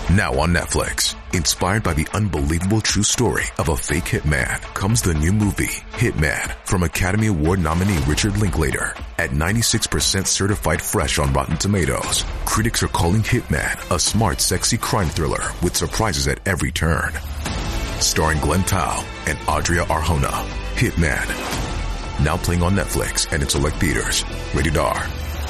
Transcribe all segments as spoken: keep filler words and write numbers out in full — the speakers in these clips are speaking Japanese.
Now on Netflix, inspired by the unbelievable true story of a fake hitman, comes the new movie, Hitman, from Academy Award nominee Richard Linklater. At ninety-six percent certified fresh on Rotten Tomatoes, critics are calling Hitman a smart, sexy crime thriller with surprises at every turn. Starring Glenn Powell and Adria Arjona, Hitman. Now playing on Netflix and in select theaters. Rated R.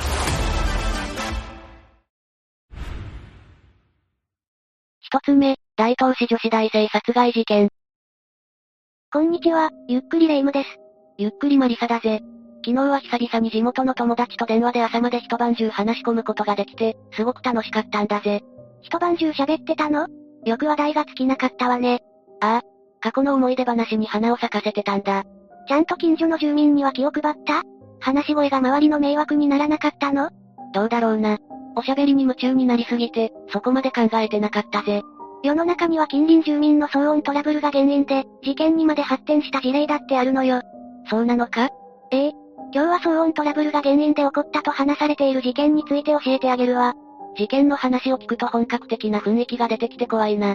一つ目、大東市女子大生殺害事件。 こんにちは、ゆっくりレ夢ムです。 ゆっくりマリサだぜ。昨日は久々に地元の友達と電話で朝まで一晩中話し込むことができて、すごく楽しかったんだぜ。 一晩中喋ってたの？よく話題が尽きなかったわね。 ああ、過去の思い出話に花を咲かせてたんだ。 ちゃんと近所の住民には気を配った？話し声が周りの迷惑にならなかったの？ どうだろうな。おしゃべりに夢中になりすぎて、そこまで考えてなかったぜ。 世の中には近隣住民の騒音トラブルが原因で、事件にまで発展した事例だってあるのよ。 そうなのか？ ええ。今日は騒音トラブルが原因で起こったと話されている事件について教えてあげるわ。 事件の話を聞くと本格的な雰囲気が出てきて怖いな。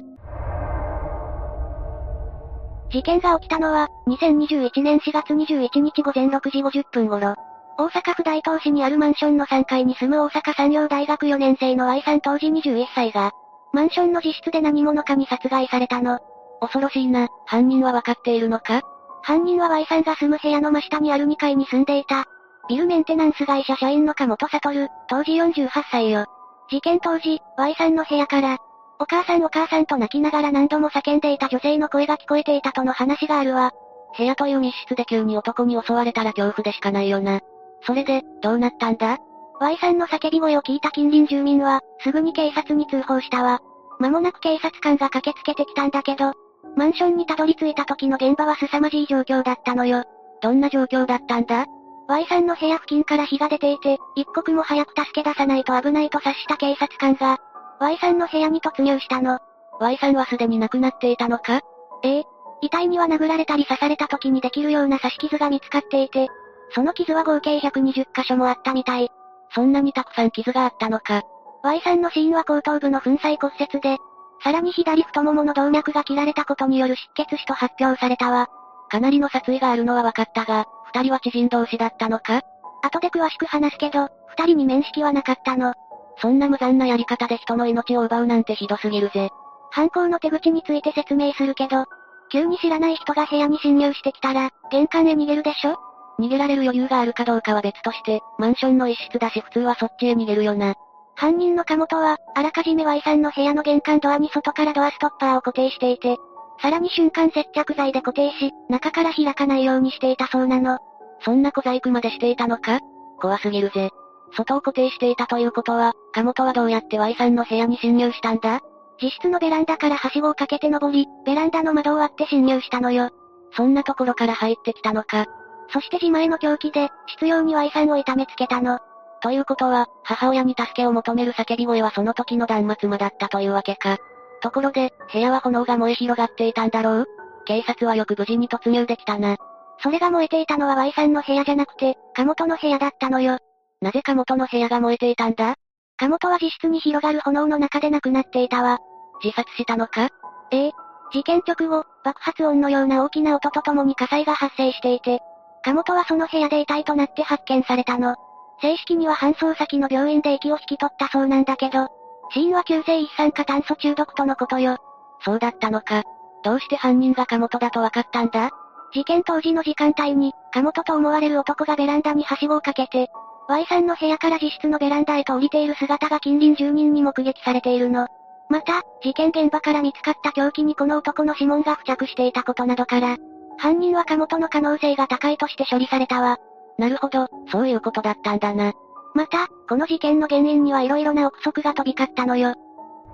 事件が起きたのは、にせんにじゅういちねんしがつにじゅういちにちごぜんろくじごじゅっぷん頃。大阪府大東市にあるマンションのさんがいに住む大阪産業大学よねん生の Y さん当時にじゅういっさいが、マンションの自室で何者かに殺害されたの。 恐ろしいな。犯人はわかっているのか？ 犯人は Y さんが住む部屋の真下にあるにかいに住んでいた。ビルメンテナンス会社社員の加本悟、当時よんじゅうはっさいよ。事件当時、Y さんの部屋から、お母さんお母さんと泣きながら何度も叫んでいた女性の声が聞こえていたとの話があるわ。 部屋という密室で急に男に襲われたら恐怖でしかないよな。それで、どうなったんだ？ Y さんの叫び声を聞いた近隣住民は、すぐに警察に通報したわ。間もなく警察官が駆けつけてきたんだけど、マンションにたどり着いた時の現場は凄まじい状況だったのよ。 どんな状況だったんだ？ Y さんの部屋付近から火が出ていて、一刻も早く助け出さないと危ないと察した警察官が、Y さんの部屋に突入したの。 Y さんはすでに亡くなっていたのか？ ええ。遺体には殴られたり刺された時にできるような刺し傷が見つかっていて、その傷は合計ひゃくにじゅっかしょもあったみたい。 そんなにたくさん傷があったのか。 Y さんの死因は後頭部の粉砕骨折で、さらに左太ももの動脈が切られたことによる失血死と発表されたわ。 かなりの殺意があるのは分かったが、二人は知人同士だったのか？ 後で詳しく話すけど、二人に面識はなかったの。 そんな無残なやり方で人の命を奪うなんてひどすぎるぜ。 犯行の手口について説明するけど、急に知らない人が部屋に侵入してきたら、玄関へ逃げるでしょ？ 逃げられる余裕があるかどうかは別として、マンションの一室だし普通はそっちへ逃げるよな。 犯人の加本は、あらかじめ Y さんの部屋の玄関ドアに外からドアストッパーを固定していて、さらに瞬間接着剤で固定し、中から開かないようにしていたそうなの。 そんな小細工までしていたのか？怖すぎるぜ。外を固定していたということは、加本はどうやって Y さんの部屋に侵入したんだ？ 自室のベランダからはしごをかけて登り、ベランダの窓を割って侵入したのよ。 そんなところから入ってきたのか。 そして自前の凶器で、執拗に Y さんを痛めつけたの。 ということは、母親に助けを求める叫び声はその時の断末魔だったというわけか。ところで、部屋は炎が燃え広がっていたんだろう？警察はよく無事に突入できたな。 それが燃えていたのは Y さんの部屋じゃなくて、加本の部屋だったのよ。 なぜ加本の部屋が燃えていたんだ？ 加本は自室に広がる炎の中で亡くなっていたわ。 自殺したのか？ ええ。事件直後、爆発音のような大きな音とともに火災が発生していて、加本はその部屋で遺体となって発見されたの。正式には搬送先の病院で息を引き取ったそうなんだけど、死因は急性一酸化炭素中毒とのことよ。 そうだったのか。どうして犯人が加本だと分かったんだ？ 事件当時の時間帯に、加本と思われる男がベランダにはしごをかけて、Y さんの部屋から自室のベランダへと降りている姿が近隣住人に目撃されているの。また、事件現場から見つかった凶器にこの男の指紋が付着していたことなどから、犯人は加本の可能性が高いとして処理されたわ。 なるほど、そういうことだったんだな。 また、この事件の原因には色々な憶測が飛び交ったのよ。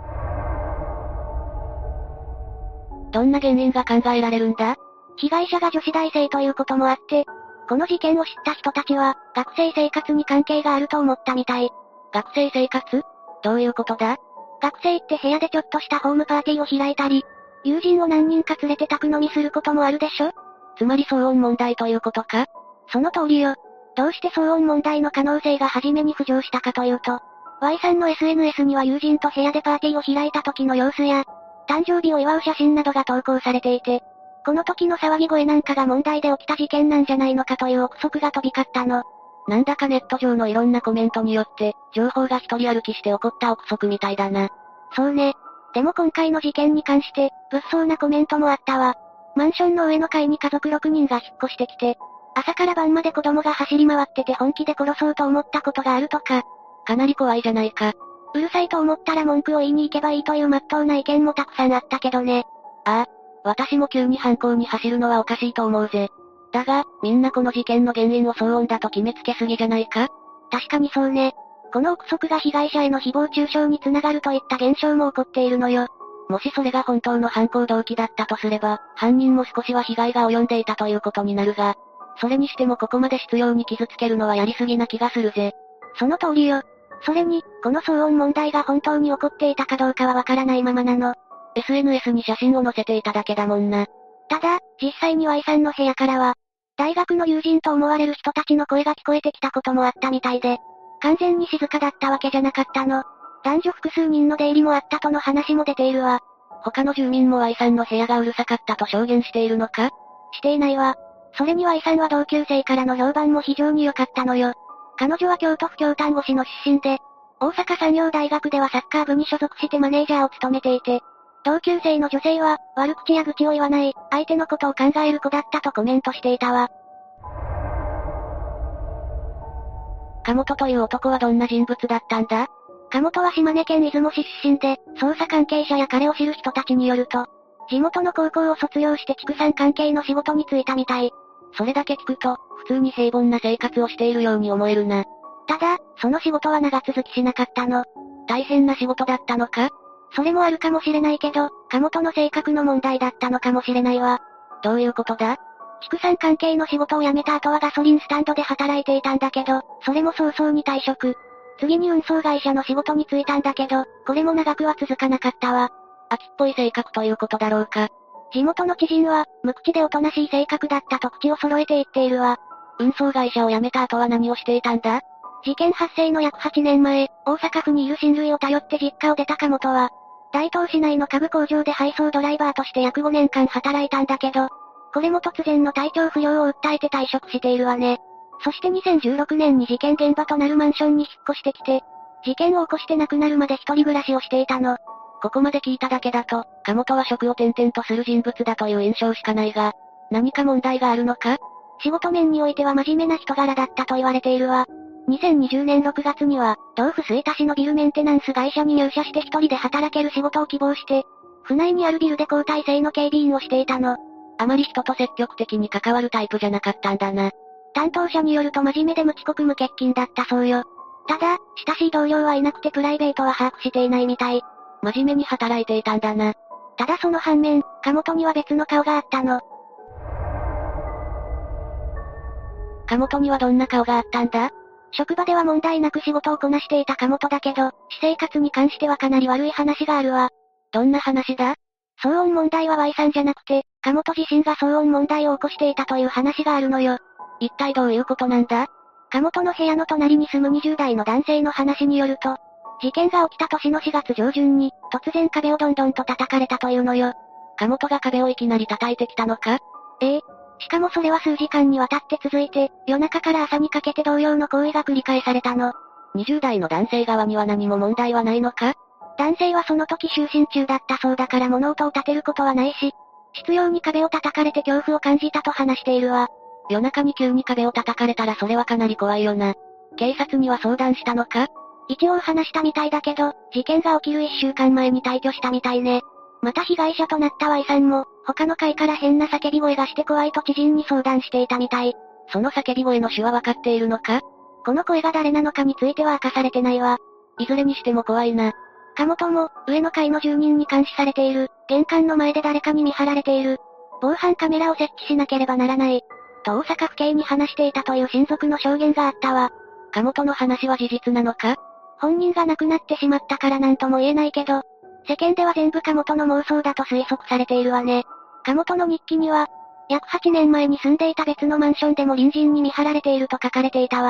どんな原因が考えられるんだ？ 被害者が女子大生ということもあって、この事件を知った人たちは、学生生活に関係があると思ったみたい。 学生生活？どういうことだ？ 学生って部屋でちょっとしたホームパーティーを開いたり、友人を何人か連れて宅飲みすることもあるでしょ？ つまり騒音問題ということか？ その通りよ。どうして騒音問題の可能性が初めに浮上したかというと、 Y さんの エスエヌエス には友人と部屋でパーティーを開いた時の様子や、誕生日を祝う写真などが投稿されていて、この時の騒ぎ声なんかが問題で起きた事件なんじゃないのかという憶測が飛び交ったの。 なんだかネット上のいろんなコメントによって、情報が一人歩きして起こった憶測みたいだな。 そうね。でも今回の事件に関して、物騒なコメントもあったわ。マンションの上の階に家族ろくにんが引っ越してきて、朝から晩まで子供が走り回ってて本気で殺そうと思ったことがあるとか。 かなり怖いじゃないか。 うるさいと思ったら文句を言いに行けばいいという真っ当な意見もたくさんあったけどね。 ああ、私も急に犯行に走るのはおかしいと思うぜ。だが、みんなこの事件の原因を騒音だと決めつけすぎじゃないか？ 確かにそうね。この憶測が被害者への誹謗中傷につながるといった現象も起こっているのよ。 もしそれが本当の犯行動機だったとすれば、犯人も少しは被害が及んでいたということになるが、それにしてもここまで執拗に傷つけるのはやりすぎな気がするぜ。 その通りよ。それに、この騒音問題が本当に起こっていたかどうかはわからないままなの。 エスエヌエス に写真を載せていただけだもんな。 ただ、実際に Y さんの部屋からは、大学の友人と思われる人たちの声が聞こえてきたこともあったみたいで、完全に静かだったわけじゃなかったの。男女複数人の出入りもあったとの話も出ているわ。 他の住民も Y さんの部屋がうるさかったと証言しているのか？ していないわ。それに Y さんは同級生からの評判も非常に良かったのよ。彼女は京都府京丹後市の出身で、大阪産業大学ではサッカー部に所属してマネージャーを務めていて、同級生の女性は、悪口や愚痴を言わない、相手のことを考える子だったとコメントしていたわ。 加本という男はどんな人物だったんだ？ 加本は島根県出雲市出身で、捜査関係者や彼を知る人たちによると、地元の高校を卒業して畜産関係の仕事に就いたみたい。 それだけ聞くと、普通に平凡な生活をしているように思えるな。 ただ、その仕事は長続きしなかったの。 大変な仕事だったのか？ それもあるかもしれないけど、加本の性格の問題だったのかもしれないわ。 どういうことだ？ 畜産関係の仕事を辞めた後はガソリンスタンドで働いていたんだけど、それも早々に退職。次に運送会社の仕事に就いたんだけど、これも長くは続かなかったわ。 秋っぽい性格ということだろうか。 地元の知人は、無口でおとなしい性格だったと口を揃えて言っているわ。 運送会社を辞めた後は何をしていたんだ？ 事件発生の約はちねんまえ、大阪府にいる親類を頼って実家を出た加本は、大東市内の家具工場で配送ドライバーとして約ごねんかん働いたんだけど、これも突然の体調不良を訴えて退職しているわね。そしてにせんじゅうろくねんに事件現場となるマンションに引っ越してきて、事件を起こして亡くなるまで一人暮らしをしていたの。 ここまで聞いただけだと、加本は職を転々とする人物だという印象しかないが、何か問題があるのか？ 仕事面においては真面目な人柄だったと言われているわ。にせんにじゅうねんろくがつには、同府吹田市のビルメンテナンス会社に入社して一人で働ける仕事を希望して、府内にあるビルで交代制の警備員をしていたの。 あまり人と積極的に関わるタイプじゃなかったんだな。 担当者によると真面目で無遅刻無欠勤だったそうよ。ただ、親しい同僚はいなくてプライベートは把握していないみたい。 真面目に働いていたんだな。 ただその反面、加本には別の顔があったの。 加本にはどんな顔があったんだ？ 職場では問題なく仕事をこなしていた加本だけど、私生活に関してはかなり悪い話があるわ。 どんな話だ？ 騒音問題は Y さんじゃなくて、加本自身が騒音問題を起こしていたという話があるのよ。 一体どういうことなんだ？ 加本の部屋の隣に住むにじゅうだいの男性の話によると、事件が起きた年のしがつ上旬に、突然壁をどんどんと叩かれたというのよ。 加本が壁をいきなり叩いてきたのか？ ええ。しかもそれは数時間にわたって続いて、夜中から朝にかけて同様の行為が繰り返されたの。 にじゅうだいの男性側には何も問題はないのか？ 男性はその時就寝中だったそうだから物音を立てることはないし、執拗に壁を叩かれて恐怖を感じたと話しているわ。 夜中に急に壁を叩かれたらそれはかなり怖いよな。警察には相談したのか？ 一応話したみたいだけど、事件が起きるいっしゅうかんまえに退去したみたいね。また被害者となった Y さんも、他の階から変な叫び声がして怖いと知人に相談していたみたい。 その叫び声の種はわかっているのか？ この声が誰なのかについては明かされてないわ。 いずれにしても怖いな。 加本も、上の階の住人に監視されている、玄関の前で誰かに見張られている、防犯カメラを設置しなければならない、と大阪府警に話していたという親族の証言があったわ。 加本の話は事実なのか？ 本人が亡くなってしまったからなんとも言えないけど、世間では全部加本の妄想だと推測されているわね。加本の日記には、約はちねんまえに住んでいた別のマンションでも隣人に見張られていると書かれていたわ。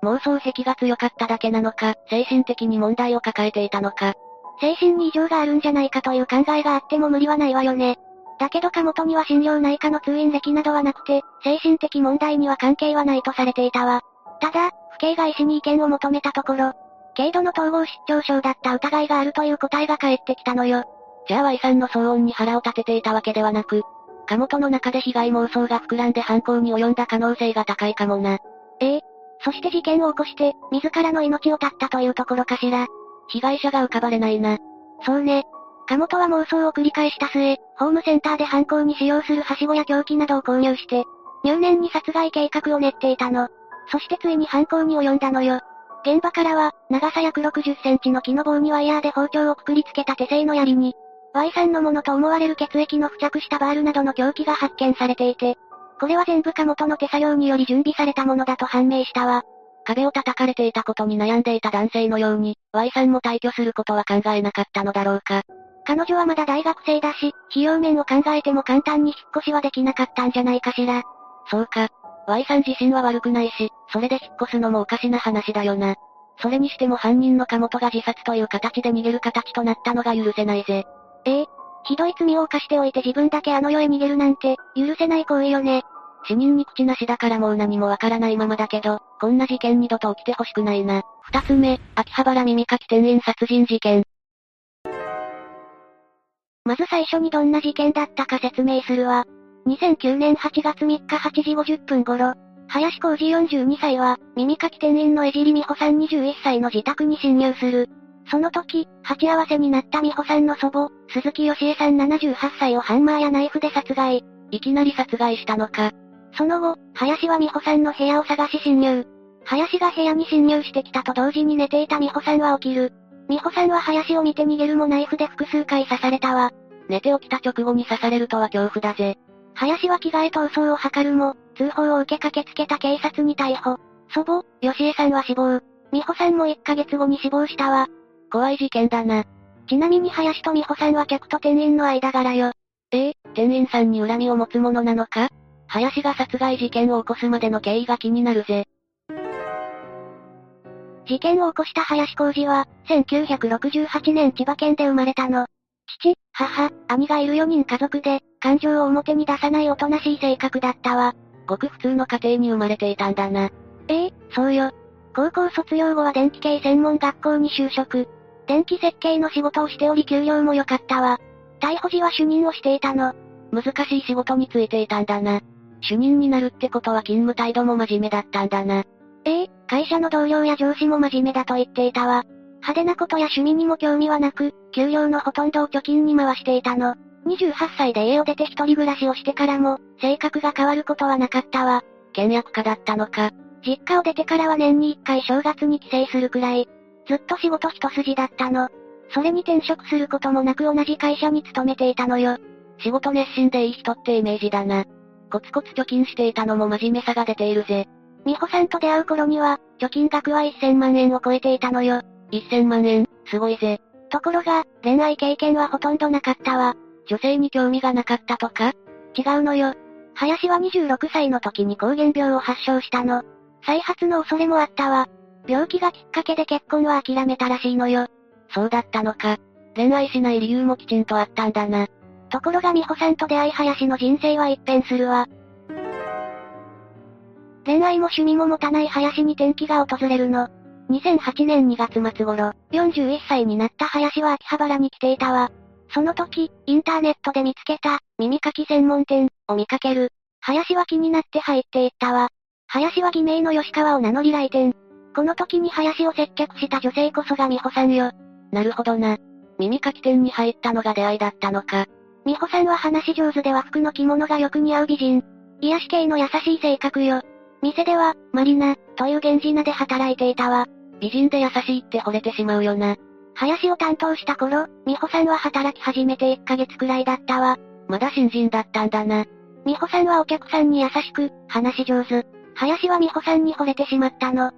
妄想癖が強かっただけなのか、精神的に問題を抱えていたのか。 精神に異常があるんじゃないかという考えがあっても無理はないわよね。だけど鴨本には心療内科の通院歴などはなくて、精神的問題には関係はないとされていたわ。ただ、府警が医師に意見を求めたところ、軽度の統合失調症だった疑いがあるという答えが返ってきたのよ。 じゃあ Y さんの騒音に腹を立てていたわけではなく、鴨本の中で被害妄想が膨らんで犯行に及んだ可能性が高いかもな。 ええ。そして事件を起こして、自らの命を絶ったというところかしら。 被害者が浮かばれないな。 そうね。鴨本は妄想を繰り返した末、ホームセンターで犯行に使用するはしごや凶器などを購入して、入念に殺害計画を練っていたの。そしてついに犯行に及んだのよ。現場からは、長さ約ろくじゅっセンチの木の棒にワイヤーで包丁をくくりつけた手製の槍に、Y さんのものと思われる血液の付着したバールなどの凶器が発見されていて、これは全部鴨本の手作業により準備されたものだと判明したわ。 壁を叩かれていたことに悩んでいた男性のように、Y さんも退去することは考えなかったのだろうか。 彼女はまだ大学生だし、費用面を考えても簡単に引っ越しはできなかったんじゃないかしら。 そうか。Y さん自身は悪くないし、それで引っ越すのもおかしな話だよな。それにしても犯人の鴨本が自殺という形で逃げる形となったのが許せないぜ。 ええ。ひどい罪を犯しておいて自分だけあの世へ逃げるなんて、許せない行為よね。 死人に口なしだからもう何もわからないままだけど、こんな事件二度と起きてほしくないな。二つ目、秋葉原耳かき店員殺人事件。 まず最初にどんな事件だったか説明するわ。にせんきゅうねんはちがつみっかはちじごじゅっぷん頃、林浩二よんじゅうにさいは、耳かき店員の江尻美穂さんにじゅういっさいの自宅に侵入する。その時、鉢合わせになった美穂さんの祖母、鈴木義恵さんななじゅうはっさいをハンマーやナイフで殺害。 いきなり殺害したのか。 その後、林は美穂さんの部屋を探し侵入。林が部屋に侵入してきたと同時に寝ていた美穂さんは起きる。美穂さんは林を見て逃げるもナイフで複数回刺されたわ。 寝て起きた直後に刺されるとは恐怖だぜ。 林は着替え逃走を図るも、通報を受け駆けつけた警察に逮捕。祖母、義恵さんは死亡。美穂さんもいっかげつごに死亡したわ。 怖い事件だな。 ちなみに林と美穂さんは客と店員の間柄よ。 ええ、店員さんに恨みを持つものなのか？林が殺害事件を起こすまでの経緯が気になるぜ。 事件を起こした林浩二は、せんきゅうひゃくろくじゅうはちねん千葉県で生まれたの。父、母、兄がいるよにん家族で、感情を表に出さないおとなしい性格だったわ。 ごく普通の家庭に生まれていたんだな。 ええ、そうよ。高校卒業後は電気系専門学校に就職。電気設計の仕事をしており給料も良かったわ。逮捕時は主任をしていたの。 難しい仕事に就いていたんだな。主任になるってことは勤務態度も真面目だったんだな。 ええ、会社の同僚や上司も真面目だと言っていたわ。派手なことや趣味にも興味はなく、給料のほとんどを貯金に回していたの。にじゅうはっさいで家を出て一人暮らしをしてからも、性格が変わることはなかったわ。 倹約家だったのか。 実家を出てからは年にいっかい正月に帰省するくらい。ずっと仕事一筋だったの。それに転職することもなく同じ会社に勤めていたのよ。 仕事熱心でいい人ってイメージだな。コツコツ貯金していたのも真面目さが出ているぜ。 美穂さんと出会う頃には、貯金額はせんまんえんを超えていたのよ。 せんまんえん、すごいぜ。 ところが、恋愛経験はほとんどなかったわ。 女性に興味がなかったとか？ 違うのよ。林はにじゅうろくさいの時に膠原病を発症したの。再発の恐れもあったわ。病気がきっかけで結婚は諦めたらしいのよ。 そうだったのか。恋愛しない理由もきちんとあったんだな。 ところが美穂さんと出会い林の人生は一変するわ。恋愛も趣味も持たない林に転機が訪れるの。にせんはちねんにがつまつ頃、よんじゅういっさいになった林は秋葉原に来ていたわ。その時、インターネットで見つけた、耳かき専門店、を見かける。林は気になって入っていったわ。林は偽名の吉川を名乗り来店。この時に林を接客した女性こそが美穂さんよ。 なるほどな。耳かき店に入ったのが出会いだったのか。 美穂さんは話し上手で和服の着物がよく似合う美人。癒し系の優しい性格よ。店では、マリナ、という源氏名で働いていたわ。 美人で優しいって惚れてしまうよな。 林を担当した頃、美穂さんは働き始めていっかげつくらいだったわ。 まだ新人だったんだな。 美穂さんはお客さんに優しく、話し上手。林は美穂さんに惚れてしまったの。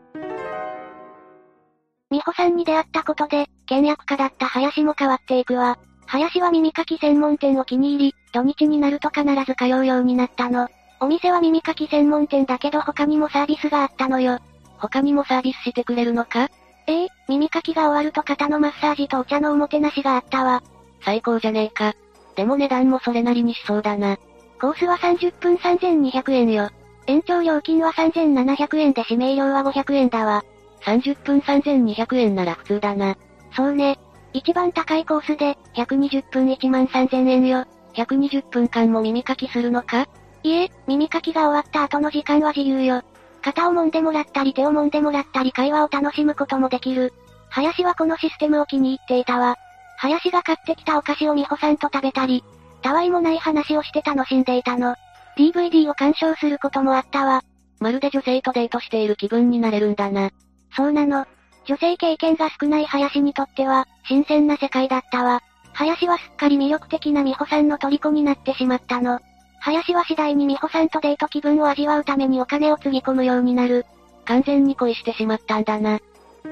美穂さんに出会ったことで、倹約家だった林も変わっていくわ。林は耳かき専門店を気に入り、土日になると必ず通うようになったの。お店は耳かき専門店だけど他にもサービスがあったのよ。 他にもサービスしてくれるのか？ ええ、耳かきが終わると肩のマッサージとお茶のおもてなしがあったわ。 最高じゃねえか。でも値段もそれなりにしそうだな。 コースはさんじゅっぷんさんぜんにひゃくえんよ。延長料金はさんぜんななひゃくえんで指名料はごひゃくえんだわ。 さんじゅっぷんさんぜんにひゃくえんなら普通だな。 そうね。一番高いコースで、ひゃくにじゅっぷんいちまんさんぜんえんよ。 ひゃくにじゅっぷんかんも耳かきするのか？ いえ、耳かきが終わった後の時間は自由よ。肩を揉んでもらったり手を揉んでもらったり会話を楽しむこともできる。林はこのシステムを気に入っていたわ。林が買ってきたお菓子を美穂さんと食べたり、たわいもない話をして楽しんでいたの。ディーブイディー を鑑賞することもあったわ。 まるで女性とデートしている気分になれるんだな。 そうなの。女性経験が少ない林にとっては、新鮮な世界だったわ。林はすっかり魅力的な美穂さんの虜になってしまったの。林は次第に美穂さんとデート気分を味わうためにお金をつぎ込むようになる。 完全に恋してしまったんだな。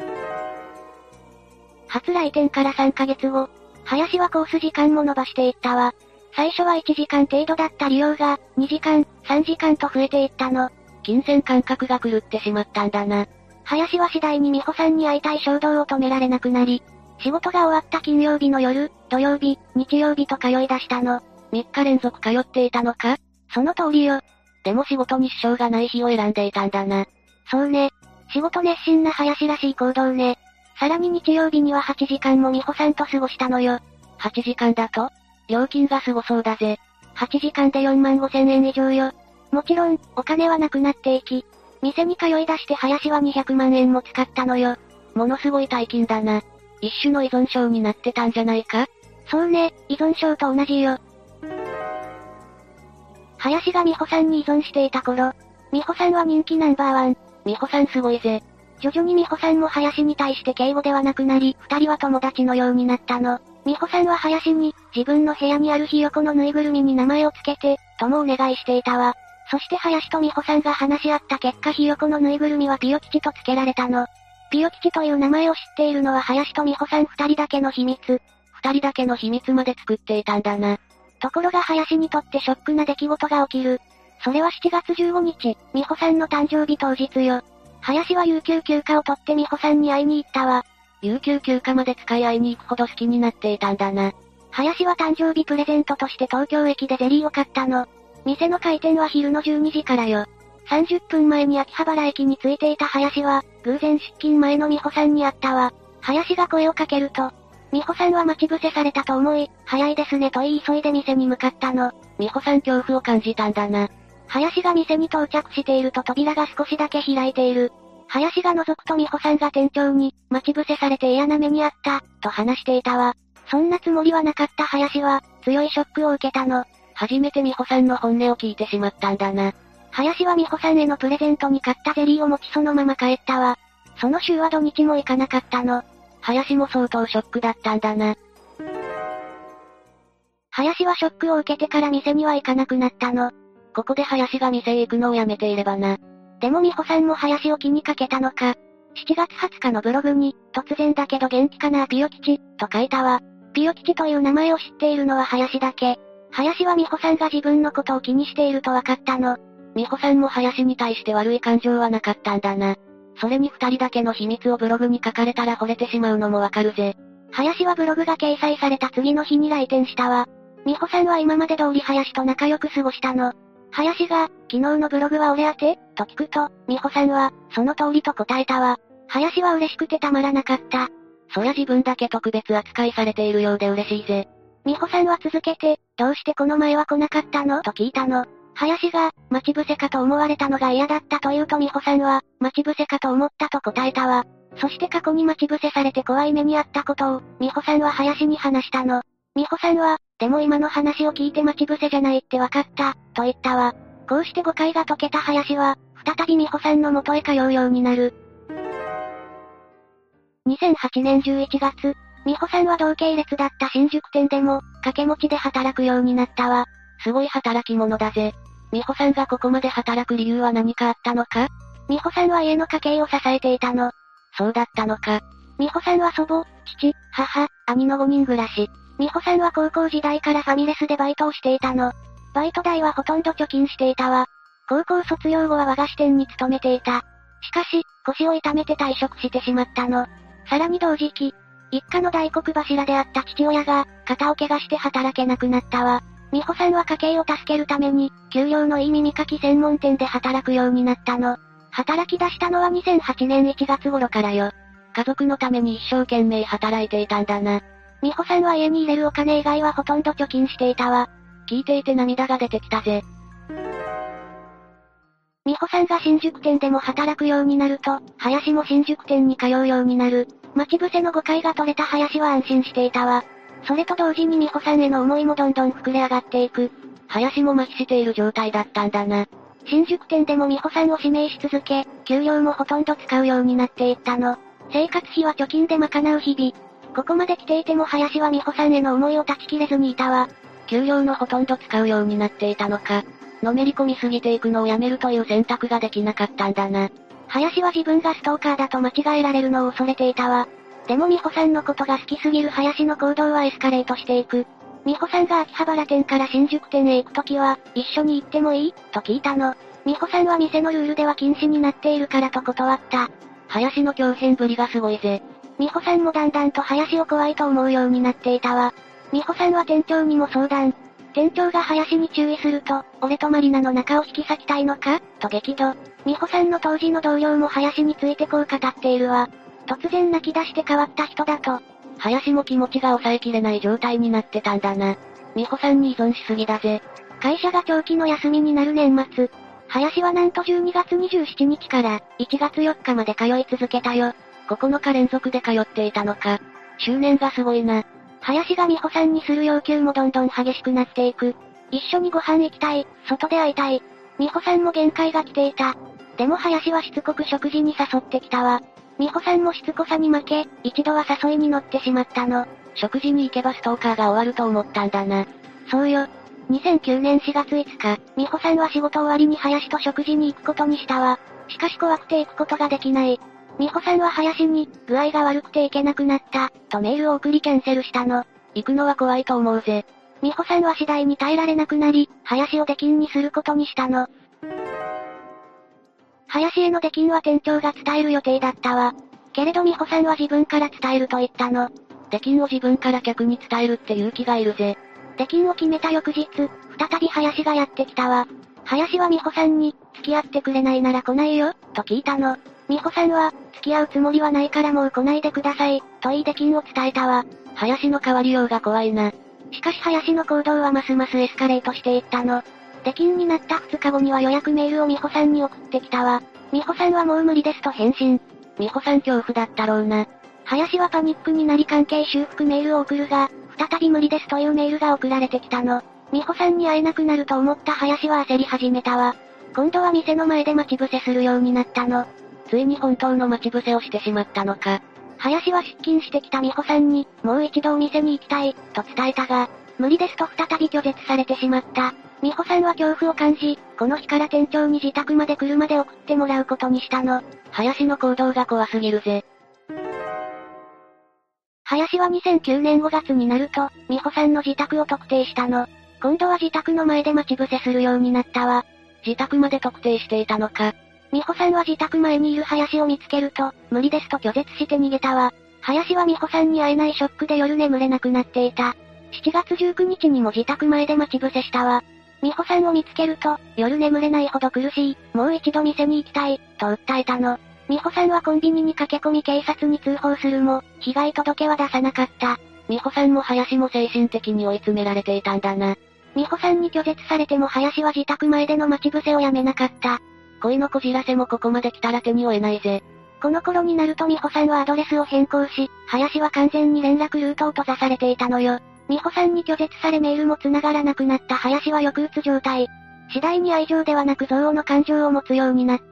初来店からさんかげつご、林はコース時間も伸ばしていったわ。最初はいちじかん程度だった利用が、にじかん、さんじかんと増えていったの。 金銭感覚が狂ってしまったんだな。 林は次第に美穂さんに会いたい衝動を止められなくなり、仕事が終わった金曜日の夜、土曜日、日曜日と通い出したの。 みっか連続通っていたのか？ その通りよ。 でも仕事に支障がない日を選んでいたんだな。 そうね。仕事熱心な林らしい行動ね。さらに日曜日にははちじかんも美穂さんと過ごしたのよ。 はちじかんだと？料金がすごそうだぜ。 はちじかんでよんまんごせんえん以上よ。もちろん、お金はなくなっていき、店に通い出して林はにひゃくまんえんも使ったのよ。 ものすごい大金だな。一種の依存症になってたんじゃないか？ そうね、依存症と同じよ。林が美穂さんに依存していた頃、美穂さんは人気ナンバーワン。 美穂さんすごいぜ。 徐々に美穂さんも林に対して敬語ではなくなり、二人は友達のようになったの。美穂さんは林に、自分の部屋にあるひよこのぬいぐるみに名前をつけて、ともお願いしていたわ。そして林と美穂さんが話し合った結果ひよこのぬいぐるみはピヨ吉と付けられたの。ピヨ吉という名前を知っているのは林と美穂さん二人だけの秘密。 二人だけの秘密まで作っていたんだな。 ところが林にとってショックな出来事が起きる。それはしちがつじゅうごにち、美穂さんの誕生日当日よ。林は有給休暇を取って美穂さんに会いに行ったわ。 有給休暇まで使い合いに行くほど好きになっていたんだな。 林は誕生日プレゼントとして東京駅でゼリーを買ったの。店の開店は昼のじゅうにじからよ。さんじゅっぷんまえに秋葉原駅に着いていた林は、偶然出勤前の美穂さんに会ったわ。林が声をかけると、美穂さんは待ち伏せされたと思い、早いですねと言い急いで店に向かったの。 美穂さん恐怖を感じたんだな。 林が店に到着していると扉が少しだけ開いている。林が覗くと美穂さんが店長に、待ち伏せされて嫌な目にあった、と話していたわ。そんなつもりはなかった林は、強いショックを受けたの。 初めて美穂さんの本音を聞いてしまったんだな。 林は美穂さんへのプレゼントに買ったゼリーを持ちそのまま帰ったわ。その週は土日も行かなかったの。 林も相当ショックだったんだな。 林はショックを受けてから店には行かなくなったの。 ここで林が店へ行くのをやめていればな。 でも美穂さんも林を気にかけたのか。しちがつはつかのブログに、突然だけど元気かなピヨ吉、と書いたわ。ピヨ吉という名前を知っているのは林だけ。林は美穂さんが自分のことを気にしていると分かったの。 美穂さんも林に対して悪い感情はなかったんだな。それに二人だけの秘密をブログに書かれたら惚れてしまうのもわかるぜ。 林はブログが掲載された次の日に来店したわ。美穂さんは今まで通り林と仲良く過ごしたの。林が、昨日のブログは俺宛てと聞くと、美穂さんは、その通りと答えたわ。林は嬉しくてたまらなかった。 そりゃ自分だけ特別扱いされているようで嬉しいぜ。 美穂さんは続けて、どうしてこの前は来なかったのと聞いたの。林が、待ち伏せかと思われたのが嫌だったと言うと美穂さんは、待ち伏せかと思ったと答えたわ。そして過去に待ち伏せされて怖い目にあったことを、美穂さんは林に話したの。美穂さんは、でも今の話を聞いて待ち伏せじゃないって分かった、と言ったわ。こうして誤解が解けた林は、再び美穂さんの元へ通うようになる。にせんはちねんじゅういちがつ、美穂さんは同系列だった新宿店でも、掛け持ちで働くようになったわ。 すごい働き者だぜ。美穂さんがここまで働く理由は何かあったのか？ 美穂さんは家の家計を支えていたの。 そうだったのか。 美穂さんは祖母、父、母、兄のごにん暮らし。美穂さんは高校時代からファミレスでバイトをしていたの。バイト代はほとんど貯金していたわ。高校卒業後は和菓子店に勤めていた。 しかし、腰を痛めて退職してしまったの。さらに同時期、一家の大黒柱であった父親が、肩を怪我して働けなくなったわ。美穂さんは家計を助けるために、給料のいい耳かき専門店で働くようになったの。働き出したのはにせんはちねんいちがつ頃からよ。 家族のために一生懸命働いていたんだな。 美穂さんは家に入れるお金以外はほとんど貯金していたわ。 聞いていて涙が出てきたぜ。 美穂さんが新宿店でも働くようになると、林も新宿店に通うようになる。待ち伏せの誤解が取れた林は安心していたわ。それと同時に美穂さんへの思いもどんどん膨れ上がっていく。 林も麻痺している状態だったんだな。 新宿店でも美穂さんを指名し続け、給料もほとんど使うようになっていったの。生活費は貯金で賄う日々。ここまで来ていても林は美穂さんへの思いを断ち切れずにいたわ。 給料のほとんど使うようになっていたのか。のめり込みすぎていくのをやめるという選択ができなかったんだな。 林は自分がストーカーだと間違えられるのを恐れていたわ。でも美穂さんのことが好きすぎる林の行動はエスカレートしていく。美穂さんが秋葉原店から新宿店へ行くときは、一緒に行ってもいいと聞いたの。美穂さんは店のルールでは禁止になっているからと断った。 林の狂変ぶりがすごいぜ。 美穂さんもだんだんと林を怖いと思うようになっていたわ。美穂さんは店長にも相談。店長が林に注意すると、俺とマリナの仲を引き裂きたいのかと激怒。美穂さんの当時の同僚も林についてこう語っているわ。突然泣き出して変わった人だと。 林も気持ちが抑えきれない状態になってたんだな。美穂さんに依存しすぎだぜ。 会社が長期の休みになる年末。林はなんとじゅうにがつにじゅうしちにちからいちがつよっかまで通い続けたよ。 ここのか連続で通っていたのか。執念がすごいな。 林が美穂さんにする要求もどんどん激しくなっていく。一緒にご飯行きたい、外で会いたい。美穂さんも限界が来ていた。でも林はしつこく食事に誘ってきたわ。美穂さんもしつこさに負け、一度は誘いに乗ってしまったの。 食事に行けばストーカーが終わると思ったんだな。 そうよ。にせんきゅうねんしがついつか、美穂さんは仕事終わりに林と食事に行くことにしたわ。しかし怖くて行くことができない。美穂さんは林に、具合が悪くて行けなくなった、とメールを送りキャンセルしたの。 行くのは怖いと思うぜ。 美穂さんは次第に耐えられなくなり、林を出禁にすることにしたの。林への出禁は店長が伝える予定だったわ。けれど美穂さんは自分から伝えると言ったの。 出禁を自分から客に伝えるって勇気がいるぜ。 出禁を決めた翌日、再び林がやってきたわ。林は美穂さんに、付き合ってくれないなら来ないよ、と聞いたの。美穂さんは、付き合うつもりはないからもう来ないでください、と言い出禁を伝えたわ。 林の変わりようが怖いな。 しかし林の行動はますますエスカレートしていったの。出禁になったふつかごには予約メールを美穂さんに送ってきたわ。美穂さんはもう無理ですと返信。 美穂さん恐怖だったろうな。 林はパニックになり関係修復メールを送るが、再び無理ですというメールが送られてきたの。美穂さんに会えなくなると思った林は焦り始めたわ。今度は店の前で待ち伏せするようになったの。 ついに本当の待ち伏せをしてしまったのか。 林は出勤してきた美穂さんに、もう一度お店に行きたい、と伝えたが、無理ですと再び拒絶されてしまった。美穂さんは恐怖を感じ、この日から店長に自宅まで車で送ってもらうことにしたの。 林の行動が怖すぎるぜ。 林はにせんきゅうねんごがつになると、美穂さんの自宅を特定したの。今度は自宅の前で待ち伏せするようになったわ。 自宅まで特定していたのか。 美穂さんは自宅前にいる林を見つけると、無理ですと拒絶して逃げたわ。林は美穂さんに会えないショックで夜眠れなくなっていた。しちがつじゅうくにちにも自宅前で待ち伏せしたわ。美穂さんを見つけると、夜眠れないほど苦しい、もう一度店に行きたい、と訴えたの。美穂さんはコンビニに駆け込み警察に通報するも、被害届は出さなかった。 美穂さんも林も精神的に追い詰められていたんだな。 美穂さんに拒絶されても林は自宅前での待ち伏せをやめなかった。 恋のこじらせもここまで来たら手に負えないぜ。 この頃になると美穂さんはアドレスを変更し、林は完全に連絡ルートを閉ざされていたのよ。美穂さんに拒絶されメールも繋がらなくなった林は抑うつ状態。次第に愛情ではなく憎悪の感情を持つようになった。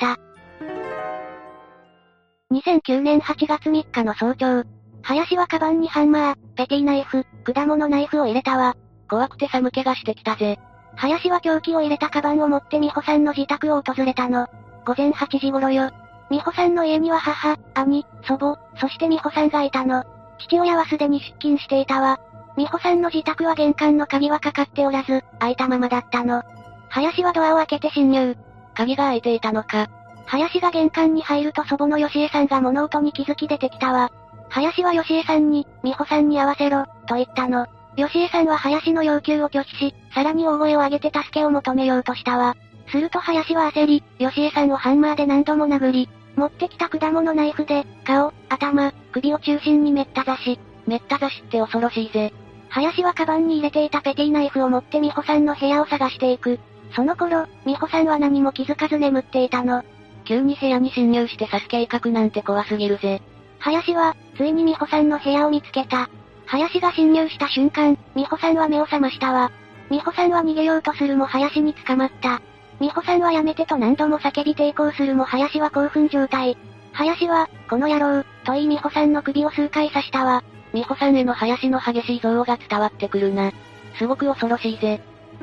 にせんきゅうねんはちがつみっかの早朝。林はカバンにハンマー、ペティナイフ、果物ナイフを入れたわ。 怖くて寒気がしてきたぜ。 林は凶器を入れたカバンを持って美穂さんの自宅を訪れたの。ごぜんはちじ頃よ。美穂さんの家には母、兄、祖母、そして美穂さんがいたの。父親はすでに出勤していたわ。美穂さんの自宅は玄関の鍵はかかっておらず、開いたままだったの。林はドアを開けて侵入。 鍵が開いていたのか。 林が玄関に入ると祖母の吉江さんが物音に気づき出てきたわ。林は吉江さんに、美穂さんに会わせろ、と言ったの。吉江さんは林の要求を拒否し、さらに大声を上げて助けを求めようとしたわ。すると林は焦り、吉江さんをハンマーで何度も殴り、持ってきた果物ナイフで、顔、頭、首を中心にめった刺し。 めった刺しって恐ろしいぜ。 林はカバンに入れていたペティナイフを持って美穂さんの部屋を探していく。その頃、美穂さんは何も気づかず眠っていたの。 急に部屋に侵入して刺す計画なんて怖すぎるぜ。 林は、ついに美穂さんの部屋を見つけた。林が侵入した瞬間、美穂さんは目を覚ましたわ。美穂さんは逃げようとするも林に捕まった。美穂さんはやめてと何度も叫び抵抗するも林は興奮状態。林は、この野郎、と言い美穂さんの首を数回刺したわ。 美穂さんへの林の激しい憎悪が伝わってくるな。すごく恐ろしいぜ。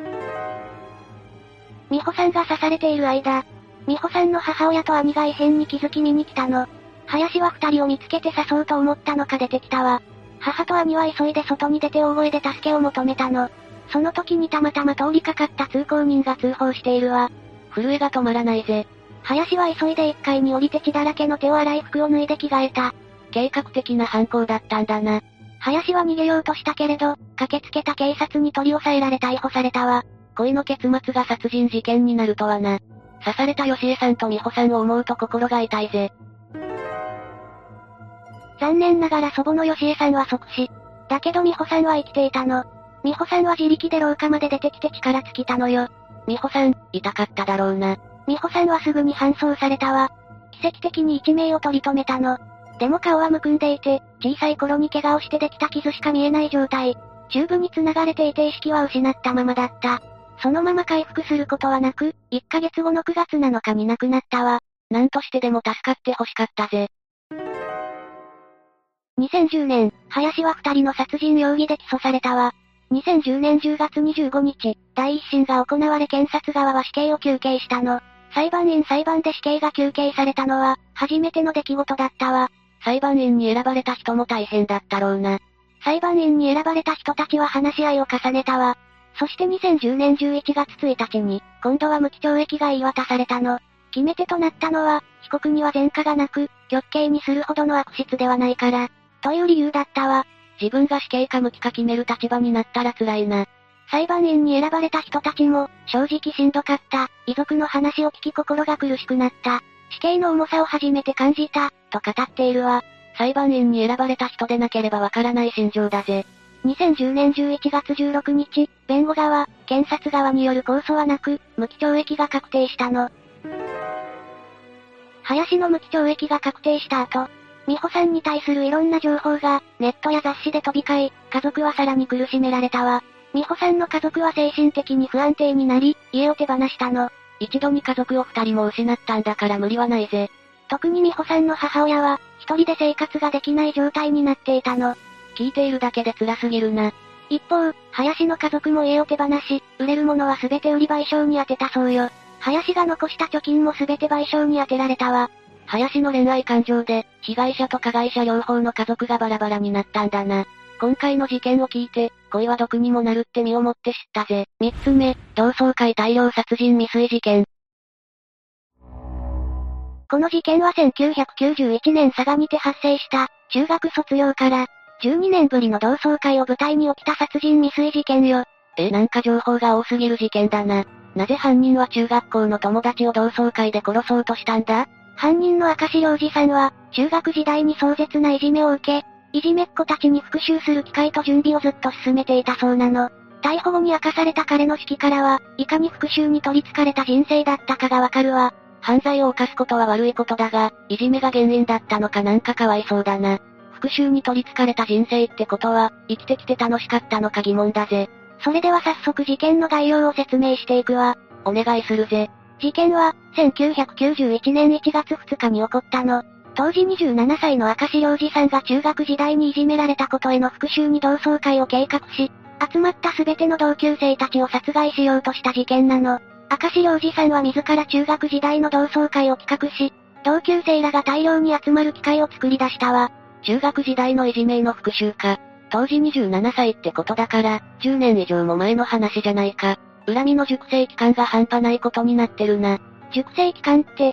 美穂さんが刺されている間、美穂さんの母親と兄が異変に気づき見に来たの。林は二人を見つけて刺そうと思ったのか出てきたわ。母と兄は急いで外に出て大声で助けを求めたの。その時にたまたま通りかかった通行人が通報しているわ。 震えが止まらないぜ。 林は急いで一階に降りて血だらけの手を洗い服を脱いで着替えた。 計画的な犯行だったんだな。 林は逃げようとしたけれど、駆けつけた警察に取り押さえられ逮捕されたわ。 恋の結末が殺人事件になるとはな。刺された吉江さんと美穂さんを思うと心が痛いぜ。 残念ながら祖母の吉江さんは即死。だけど美穂さんは生きていたの。美穂さんは自力で廊下まで出てきて力尽きたのよ。 美穂さん、痛かっただろうな。 美穂さんはすぐに搬送されたわ。奇跡的に一命を取り留めたの。でも顔はむくんでいて、小さい頃に怪我をしてできた傷しか見えない状態。チューブに繋がれていて意識は失ったままだった。そのまま回復することはなく、いっかげつごのくがつなのかに亡くなったわ。 なんとしてでも助かって欲しかったぜ。 にせんじゅうねん、林は二人の殺人容疑で起訴されたわ。にせんじゅうねんじゅうがつにじゅうごにち、第一審が行われ検察側は死刑を求刑したの。裁判員裁判で死刑が求刑されたのは、初めての出来事だったわ。 裁判員に選ばれた人も大変だったろうな。 裁判員に選ばれた人たちは話し合いを重ねたわ。そしてにせんじゅうねんじゅういちがつついたちに、今度は無期懲役が言い渡されたの。決め手となったのは、被告には前科がなく、極刑にするほどの悪質ではないから、という理由だったわ。 自分が死刑か無期か決める立場になったら辛いな。 裁判員に選ばれた人たちも、正直しんどかった。遺族の話を聞き心が苦しくなった。死刑の重さを初めて感じた、と語っているわ。 裁判員に選ばれた人でなければわからない心情だぜ。 にせんじゅうねんじゅういちがつじゅうろくにち、弁護側、検察側による控訴はなく、無期懲役が確定したの。林の無期懲役が確定した後、美穂さんに対するいろんな情報が、ネットや雑誌で飛び交い、家族はさらに苦しめられたわ。美穂さんの家族は精神的に不安定になり、家を手放したの。 一度に家族を二人も失ったんだから無理はないぜ。 特に美穂さんの母親は、一人で生活ができない状態になっていたの。 聞いているだけで辛すぎるな。 一方、林の家族も家を手放し、売れるものは全て売り賠償に充てたそうよ。林が残した貯金も全て賠償に充てられたわ。 林の恋愛感情で、被害者と加害者両方の家族がバラバラになったんだな。今回の事件を聞いて、恋は毒にもなるって身をもって知ったぜ。三つ目、同窓会大量殺人未遂事件。 この事件はせんきゅうひゃくきゅうじゅういちねん佐賀にて発生した、中学卒業から、じゅうにねんぶりの同窓会を舞台に起きた殺人未遂事件よ。 え、なんか情報が多すぎる事件だな。なぜ犯人は中学校の友達を同窓会で殺そうとしたんだ？ 犯人の明石良二さんは、中学時代に壮絶ないじめを受け、いじめっ子たちに復讐する機会と準備をずっと進めていたそうなの。逮捕後に明かされた彼の式からは、いかに復讐に取り憑かれた人生だったかがわかるわ。 犯罪を犯すことは悪いことだが、いじめが原因だったのかなんかかわいそうだな。復讐に取り憑かれた人生ってことは、生きてきて楽しかったのか疑問だぜ。 それでは早速事件の概要を説明していくわ。 お願いするぜ。 事件は、せんきゅうひゃくきゅうじゅういちねんいちがつふつかに起こったの。当時にじゅうななさいの明石良二さんが中学時代にいじめられたことへの復讐に同窓会を計画し、集まったすべての同級生たちを殺害しようとした事件なの。明石良二さんは自ら中学時代の同窓会を企画し、同級生らが大量に集まる機会を作り出したわ。 中学時代のいじめへの復讐か。当時にじゅうななさいってことだから、じゅうねん以上も前の話じゃないか。恨みの熟成期間が半端ないことになってるな。 熟成期間って、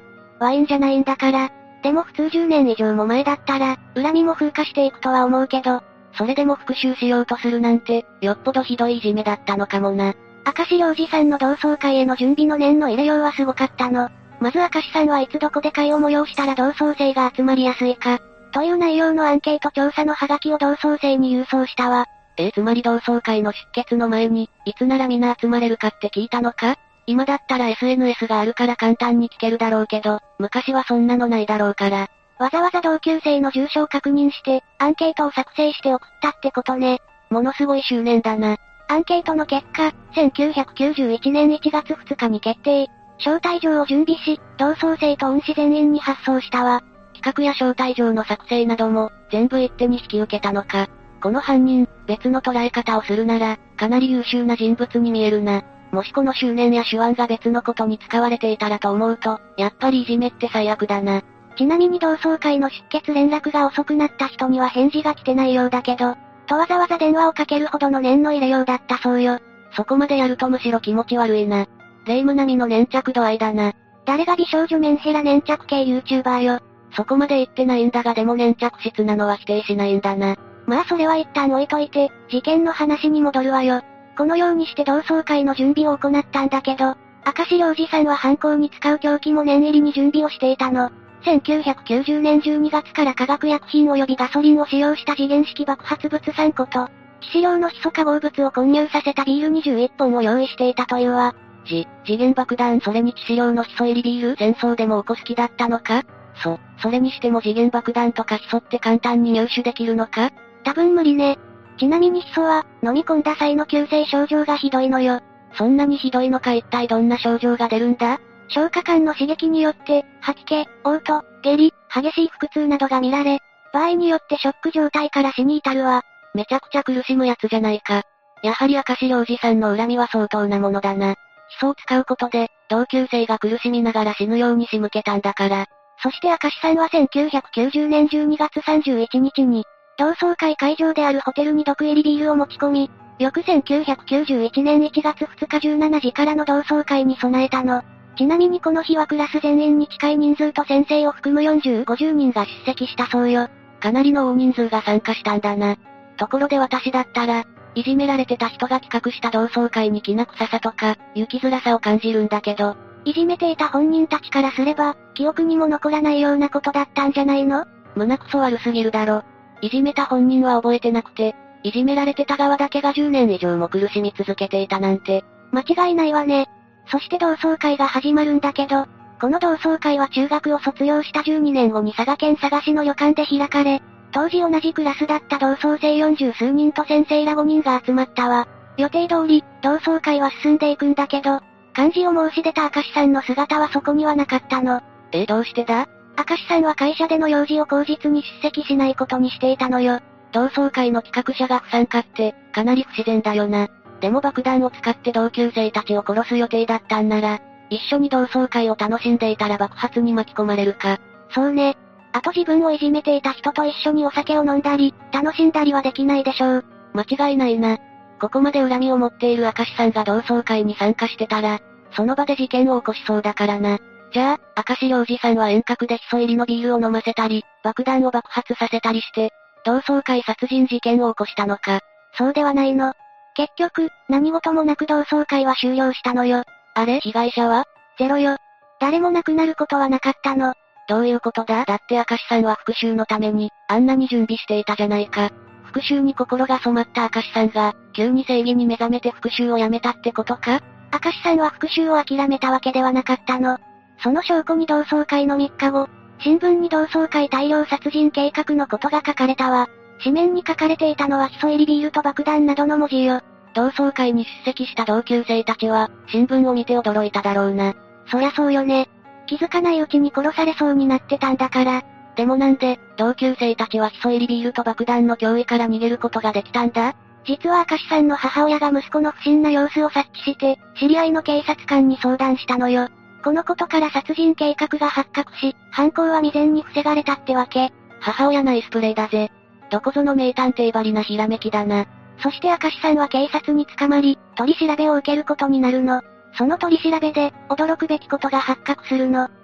ワインじゃないんだから。でも普通じゅうねん以上も前だったら、恨みも風化していくとは思うけど、 それでも復讐しようとするなんて、よっぽどひどいいじめだったのかもな。 明石良二さんの同窓会への準備の念の入れようはすごかったの。まず明石さんはいつどこで会を催したら同窓生が集まりやすいか、という内容のアンケート調査のハガキを同窓生に郵送したわ。 えー、つまり同窓会の出欠の前に、いつならみんな集まれるかって聞いたのか？今だったら エスエヌエス があるから簡単に聞けるだろうけど、昔はそんなのないだろうから。 わざわざ同級生の住所を確認して、アンケートを作成して送ったってことね。 ものすごい執念だな。 アンケートの結果、せんきゅうひゃくきゅうじゅういちねんいちがつふつかに決定。招待状を準備し、同窓生と恩師全員に発送したわ。 企画や招待状の作成なども、全部一手に引き受けたのか。この犯人、別の捉え方をするなら、かなり優秀な人物に見えるな。もしこの執念や手腕が別のことに使われていたらと思うと、やっぱりいじめって最悪だな。 ちなみに同窓会の出欠連絡が遅くなった人には返事が来てないようだけど、とわざわざ電話をかけるほどの念の入れようだったそうよ。 そこまでやるとむしろ気持ち悪いな。霊夢並みの粘着度合いだな。 誰が美少女メンヘラ粘着系 YouTuber よ。 そこまで言ってないんだがでも粘着質なのは否定しないんだな。 まあそれは一旦置いといて、事件の話に戻るわよ。このようにして同窓会の準備を行ったんだけど、明石良二さんは犯行に使う凶器も念入りに準備をしていたの。せんきゅうひゃくきゅうじゅうねんじゅうにがつから化学薬品及びガソリンを使用した時限式爆発物さんこと、致死量のヒ素化合物を混入させたビールにじゅういっぽんを用意していたというわ。 じ、次元爆弾それに致死量のヒ素入りビール戦争でも起こす気だったのか？そ、それにしても次元爆弾とかヒ素って簡単に入手できるのか？ 多分無理ね。ちなみにヒ素は、飲み込んだ際の急性症状がひどいのよ。 そんなにひどいのか一体どんな症状が出るんだ？ 消化管の刺激によって、吐き気、嘔吐、下痢、激しい腹痛などが見られ、場合によってショック状態から死に至るわ。 めちゃくちゃ苦しむやつじゃないか。やはり明石良二さんの恨みは相当なものだな。ヒ素を使うことで、同級生が苦しみながら死ぬように仕向けたんだから。 そして明石さんはせんきゅうひゃくきゅうじゅうねんじゅうにがつさんじゅういちにちに、同窓会会場であるホテルに毒入りビールを持ち込み、翌せんきゅうひゃくきゅうじゅういちねんいちがつふつかじゅうしちじからの同窓会に備えたの。ちなみにこの日はクラス全員に近い人数と先生を含むよんじゅう、ごじゅうにんが出席したそうよ。 かなりの大人数が参加したんだな。ところで私だったら、いじめられてた人が企画した同窓会にきな臭さとか、生きづらさを感じるんだけど、 いじめていた本人たちからすれば、記憶にも残らないようなことだったんじゃないの？ 胸くそ悪すぎるだろ。いじめた本人は覚えてなくて、いじめられてた側だけがじゅうねん以上も苦しみ続けていたなんて。 間違いないわね。そして同窓会が始まるんだけど、この同窓会は中学を卒業したじゅうにねんごに佐賀県佐賀市の旅館で開かれ、当時同じクラスだった同窓生よんじゅう数人と先生らごにんが集まったわ。予定通り、同窓会は進んでいくんだけど、漢字を申し出た明石さんの姿はそこにはなかったの。 え、どうしてだ？ 明石さんは会社での用事を口実に出席しないことにしていたのよ。 同窓会の企画者が不参加って、かなり不自然だよな。でも爆弾を使って同級生たちを殺す予定だったんなら、一緒に同窓会を楽しんでいたら爆発に巻き込まれるか。 そうね。あと自分をいじめていた人と一緒にお酒を飲んだり、楽しんだりはできないでしょう。 間違いないな。ここまで恨みを持っている明石さんが同窓会に参加してたら、その場で事件を起こしそうだからな。じゃあ、明石良二さんは遠隔でヒ素入りのビールを飲ませたり、爆弾を爆発させたりして、同窓会殺人事件を起こしたのか。 そうではないの。結局、何事もなく同窓会は終了したのよ。 あれ？被害者は？ ゼロよ。誰も亡くなることはなかったの。 どういうことだ？だって明石さんは復讐のために、あんなに準備していたじゃないか。復讐に心が染まった明石さんが、急に正義に目覚めて復讐をやめたってことか？ 明石さんは復讐を諦めたわけではなかったの。その証拠に同窓会のみっかご、新聞に同窓会大量殺人計画のことが書かれたわ。紙面に書かれていたのはヒ素入りビールと爆弾などの文字よ。 同窓会に出席した同級生たちは、新聞を見て驚いただろうな。 そりゃそうよね。気づかないうちに殺されそうになってたんだから。 でもなんで、同級生たちはヒ素入りビールと爆弾の脅威から逃げることができたんだ？ 実は明石さんの母親が息子の不審な様子を察知して、知り合いの警察官に相談したのよ。このことから殺人計画が発覚し、犯行は未然に防がれたってわけ。 母親ナイスプレイだぜ。どこぞの名探偵ばりなひらめきだな。 そして明石さんは警察に捕まり、取り調べを受けることになるの。その取り調べで、驚くべきことが発覚するの。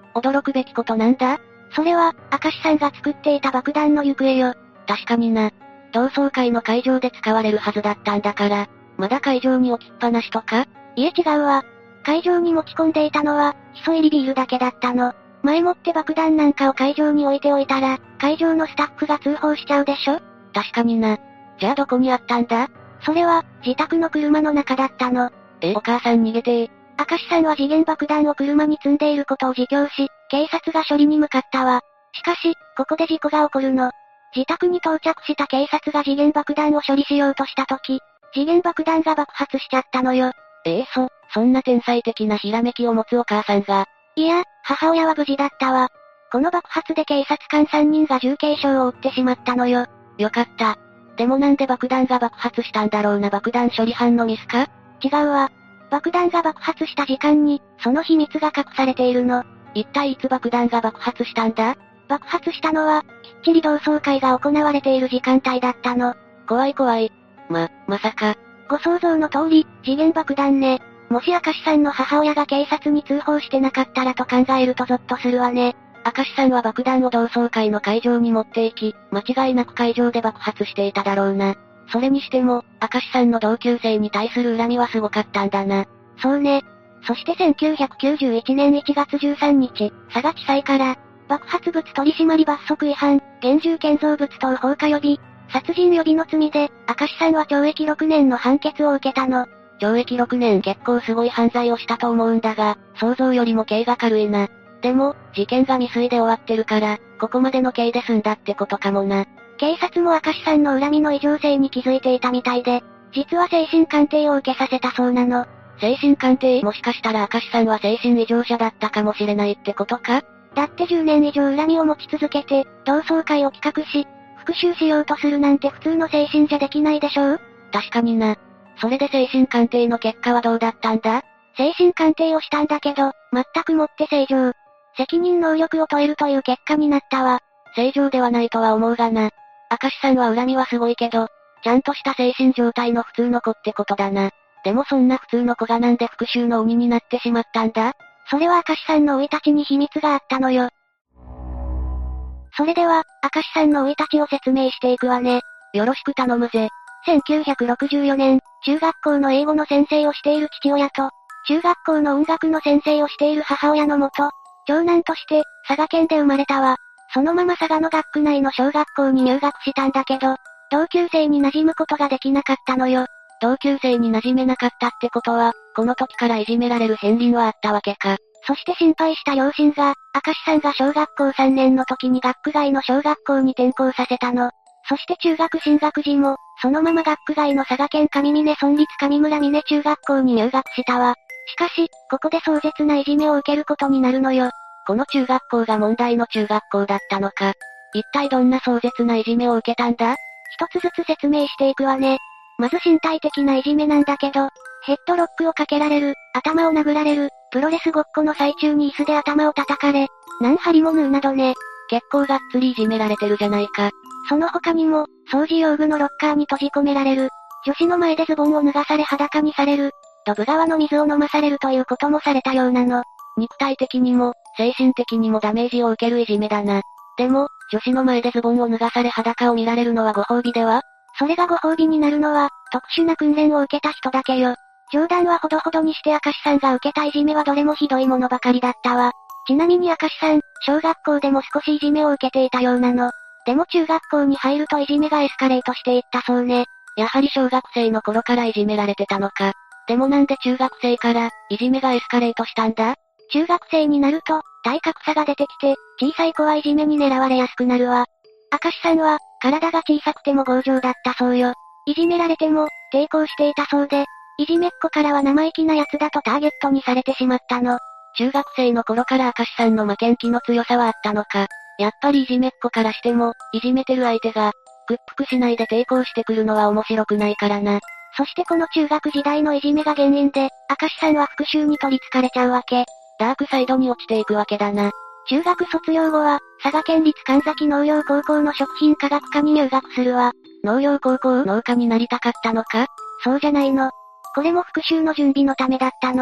驚くべきことなんだ？ それは、明石さんが作っていた爆弾の行方よ。 確かにな。同窓会の会場で使われるはずだったんだから、まだ会場に置きっぱなしとか？ いえ違うわ。会場に持ち込んでいたのは、ヒ素入りビールだけだったの。前もって爆弾なんかを会場に置いておいたら、会場のスタッフが通報しちゃうでしょ？ 確かにな。じゃあどこにあったんだ？ それは、自宅の車の中だったの。 え、お母さん逃げてー。 明石さんは時限爆弾を車に積んでいることを自供し、警察が処理に向かったわ。しかし、ここで事故が起こるの。自宅に到着した警察が時限爆弾を処理しようとした時、時限爆弾が爆発しちゃったのよ。 ええー、そ、そんな天才的なひらめきを持つお母さんが。 いや、母親は無事だったわ。この爆発で警察官さんにんが重軽傷を負ってしまったのよ。 よかった。でもなんで爆弾が爆発したんだろうな。爆弾処理班のミスか？ 違うわ。爆弾が爆発した時間に、その秘密が隠されているの。 一体いつ爆弾が爆発したんだ？ 爆発したのは、きっちり同窓会が行われている時間帯だったの。 怖い怖い。ま、まさか。 ご想像の通り、時限爆弾ね。もし明石さんの母親が警察に通報してなかったらと考えるとゾッとするわね。 明石さんは爆弾を同窓会の会場に持って行き、間違いなく会場で爆発していただろうな。それにしても、明石さんの同級生に対する恨みはすごかったんだな。 そうね。そしてせんきゅうひゃくきゅうじゅういちねんいちがつじゅうさんにち、佐賀地裁から、爆発物取締罰則違反、現住建造物等放火予備、殺人予備の罪で、明石さんは懲役ろくねんの判決を受けたの。 懲役ろくねん結構すごい犯罪をしたと思うんだが、想像よりも刑が軽いな。でも、事件が未遂で終わってるから、ここまでの刑で済んだってことかもな。 警察も明石さんの恨みの異常性に気づいていたみたいで、実は精神鑑定を受けさせたそうなの。 精神鑑定？もしかしたら明石さんは精神異常者だったかもしれないってことか？ だってじゅうねん以上恨みを持ち続けて、同窓会を企画し、復讐しようとするなんて普通の精神じゃできないでしょう？ 確かにな。それで精神鑑定の結果はどうだったんだ？ 精神鑑定をしたんだけど、全くもって正常。責任能力を問えるという結果になったわ。 正常ではないとは思うがな。明石さんは恨みはすごいけど、ちゃんとした精神状態の普通の子ってことだな。でもそんな普通の子がなんで復讐の鬼になってしまったんだ？ それは明石さんの生い立ちに秘密があったのよ。それでは、明石さんの生い立ちを説明していくわね。 よろしく頼むぜ。 せんきゅうひゃくろくじゅうよねん、中学校の英語の先生をしている父親と、中学校の音楽の先生をしている母親のもと、長男として、佐賀県で生まれたわ。そのまま佐賀の学区内の小学校に入学したんだけど、同級生に馴染むことができなかったのよ。 同級生に馴染めなかったってことは、この時からいじめられる片鱗はあったわけか。 そして心配した両親が、明石さんが小学校さんねんの時に学区外の小学校に転校させたの。そして中学進学時も、そのまま学区外の佐賀県上峰村立上村峰中学校に入学したわ。しかし、ここで壮絶ないじめを受けることになるのよ。 この中学校が問題の中学校だったのか。一体どんな壮絶ないじめを受けたんだ？ 一つずつ説明していくわね。まず身体的ないじめなんだけど、ヘッドロックをかけられる、頭を殴られる、プロレスごっこの最中に椅子で頭を叩かれ、何針も縫うなどね。 結構がっつりいじめられてるじゃないか。 その他にも、掃除用具のロッカーに閉じ込められる、女子の前でズボンを脱がされ裸にされる、ドブ川の水を飲まされるということもされたようなの。 肉体的にも、精神的にもダメージを受けるいじめだな。でも、女子の前でズボンを脱がされ裸を見られるのはご褒美では？ それがご褒美になるのは、特殊な訓練を受けた人だけよ。冗談はほどほどにして明石さんが受けたいじめはどれもひどいものばかりだったわ。ちなみに明石さん、小学校でも少しいじめを受けていたようなの。でも中学校に入るといじめがエスカレートしていったそうね。 やはり小学生の頃からいじめられてたのか。でもなんで中学生から、いじめがエスカレートしたんだ？ 中学生になると、体格差が出てきて、小さい子はいじめに狙われやすくなるわ。明石さんは、体が小さくても強情だったそうよ。いじめられても、抵抗していたそうで、いじめっ子からは生意気な奴だとターゲットにされてしまったの。 中学生の頃から明石さんの負けん気の強さはあったのか。やっぱりいじめっ子からしても、いじめてる相手が、屈服しないで抵抗してくるのは面白くないからな。 そしてこの中学時代のいじめが原因で、明石さんは復讐に取り憑かれちゃうわけ。 ダークサイドに落ちていくわけだな。 中学卒業後は、佐賀県立神崎農業高校の食品科学科に入学するわ。 農業高校農家になりたかったのか？ そうじゃないの。これも復讐の準備のためだったの。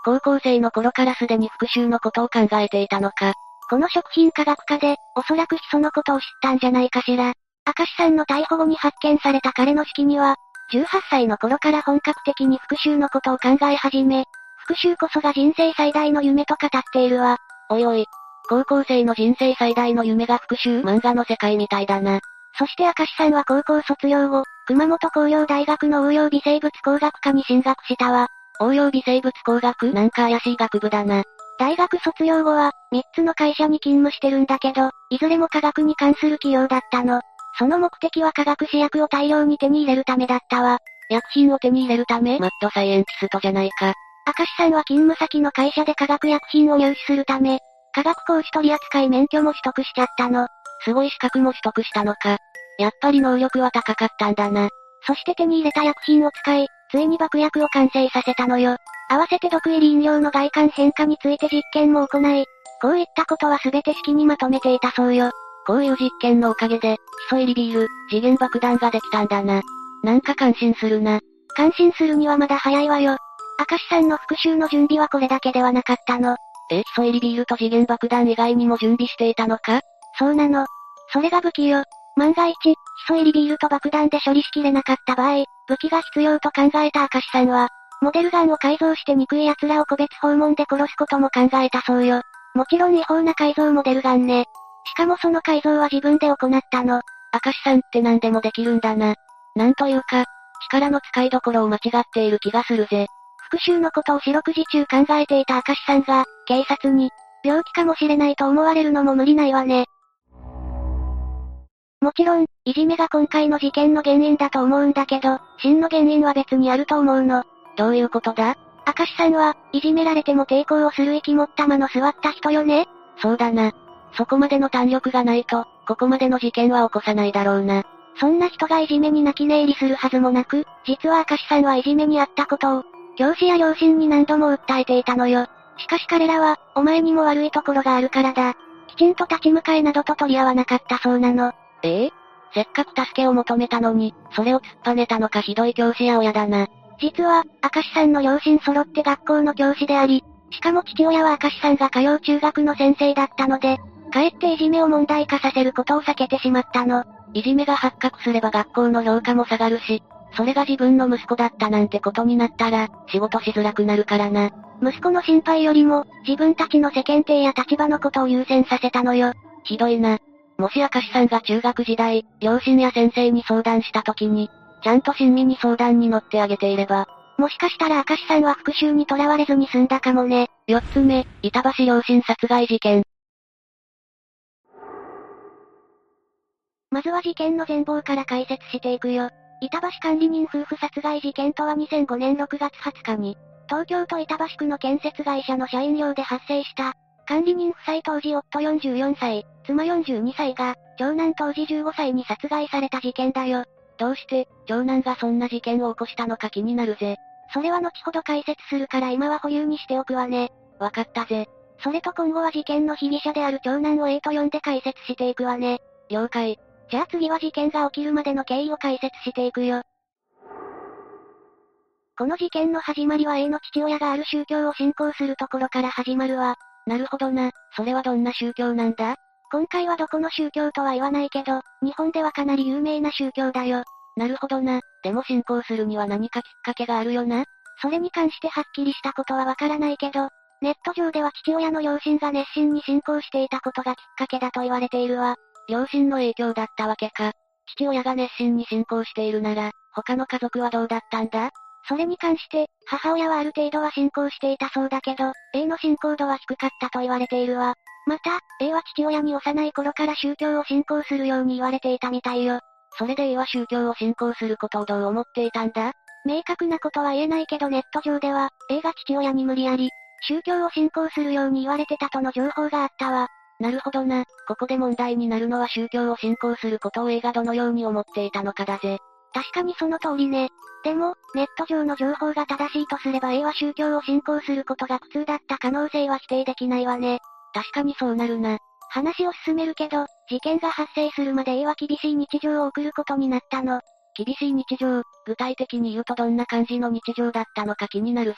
高校生の頃からすでに復讐のことを考えていたのか。 この食品科学科で、おそらくヒ素のことを知ったんじゃないかしら。明石さんの逮捕後に発見された彼の手記には、じゅうはっさいの頃から本格的に復讐のことを考え始め、復讐こそが人生最大の夢と語っているわ。 おいおい。高校生の人生最大の夢が復讐漫画の世界みたいだな。 そして明石さんは高校卒業後、熊本工業大学の応用微生物工学科に進学したわ。 応用微生物工学なんか怪しい学部だな。 大学卒業後は、みっつの会社に勤務してるんだけど、いずれも科学に関する企業だったの。その目的は化学試薬を大量に手に入れるためだったわ。 薬品を手に入れるためマッドサイエンティストじゃないか。 明石さんは勤務先の会社で化学薬品を入手するため、化学工士取扱い免許も取得しちゃったの。 すごい資格も取得したのか。やっぱり能力は高かったんだな。 そして手に入れた薬品を使い、ついに爆薬を完成させたのよ。合わせて毒入り飲料の外観変化について実験も行い、こういったことは全て式にまとめていたそうよ。 こういう実験のおかげで、ヒ素入りビール、次元爆弾ができたんだな。なんか感心するな。 感心するにはまだ早いわよ。明石さんの復讐の準備はこれだけではなかったの。 え、ヒ素入りビールと次元爆弾以外にも準備していたのか？ そうなの。それが武器よ。万が一、ヒ素入りビールと爆弾で処理しきれなかった場合、武器が必要と考えた明石さんは、モデルガンを改造して憎い奴らを個別訪問で殺すことも考えたそうよ。もちろん違法な改造モデルガンね。しかもその改造は自分で行ったの。 明石さんって何でもできるんだな。なんというか、力の使いどころを間違っている気がするぜ。 復讐のことを四六時中考えていた明石さんが、警察に、病気かもしれないと思われるのも無理ないわね。もちろん、いじめが今回の事件の原因だと思うんだけど、真の原因は別にあると思うの。 どういうことだ？ 明石さんは、いじめられても抵抗をする息もったまの座った人よね？ そうだな。そこまでの胆力がないと、ここまでの事件は起こさないだろうな。 そんな人がいじめに泣き寝入りするはずもなく、実は明石さんはいじめにあったことを、教師や両親に何度も訴えていたのよ。しかし彼らは、お前にも悪いところがあるからだ。きちんと立ち向かえなどと取り合わなかったそうなの。 ええ？せっかく助けを求めたのに、それを突っぱねたのかひどい教師や親だな。 実は、明石さんの両親揃って学校の教師であり、しかも父親は明石さんが通う中学の先生だったので、かえっていじめを問題化させることを避けてしまったの。 いじめが発覚すれば学校の評価も下がるし、それが自分の息子だったなんてことになったら、仕事しづらくなるからな。 息子の心配よりも、自分たちの世間体や立場のことを優先させたのよ。 ひどいな。もし明石さんが中学時代、両親や先生に相談した時に、ちゃんと親身に相談に乗ってあげていれば、 もしかしたら明石さんは復讐にとらわれずに済んだかもね。 四つ目、板橋両親殺害事件。 まずは事件の全貌から解説していくよ。板橋管理人夫婦殺害事件とはにせんごねんろくがつはつかに、東京都板橋区の建設会社の社員寮で発生した、管理人夫妻当時夫よんじゅうよんさい、妻よんじゅうにさいが、長男当時じゅうごさいに殺害された事件だよ。 どうして、長男がそんな事件を起こしたのか気になるぜ。 それは後ほど解説するから今は保留にしておくわね。 わかったぜ。 それと今後は事件の被疑者である長男を A と呼んで解説していくわね。 了解。 じゃあ次は事件が起きるまでの経緯を解説していくよ。この事件の始まりは A の父親がある宗教を信仰するところから始まるわ。 なるほどな。それはどんな宗教なんだ？ 今回はどこの宗教とは言わないけど、日本ではかなり有名な宗教だよ。 なるほどな。でも信仰するには何かきっかけがあるよな。 それに関してはっきりしたことはわからないけど、ネット上では父親の両親が熱心に信仰していたことがきっかけだと言われているわ。 両親の影響だったわけか。父親が熱心に信仰しているなら、他の家族はどうだったんだ？ それに関して、母親はある程度は信仰していたそうだけど、A の信仰度は低かったと言われているわ。また、A は父親に幼い頃から宗教を信仰するように言われていたみたいよ。 それで A は宗教を信仰することをどう思っていたんだ？ 明確なことは言えないけどネット上では、A が父親に無理やり、宗教を信仰するように言われてたとの情報があったわ。 なるほどな。ここで問題になるのは宗教を信仰することを A がどのように思っていたのかだぜ。 確かにその通りね。でも、ネット上の情報が正しいとすれば A は宗教を信仰することが苦痛だった可能性は否定できないわね。 確かにそうなるな。 話を進めるけど、事件が発生するまで A は厳しい日常を送ることになったの。 厳しい日常、具体的に言うとどんな感じの日常だったのか気になるぜ。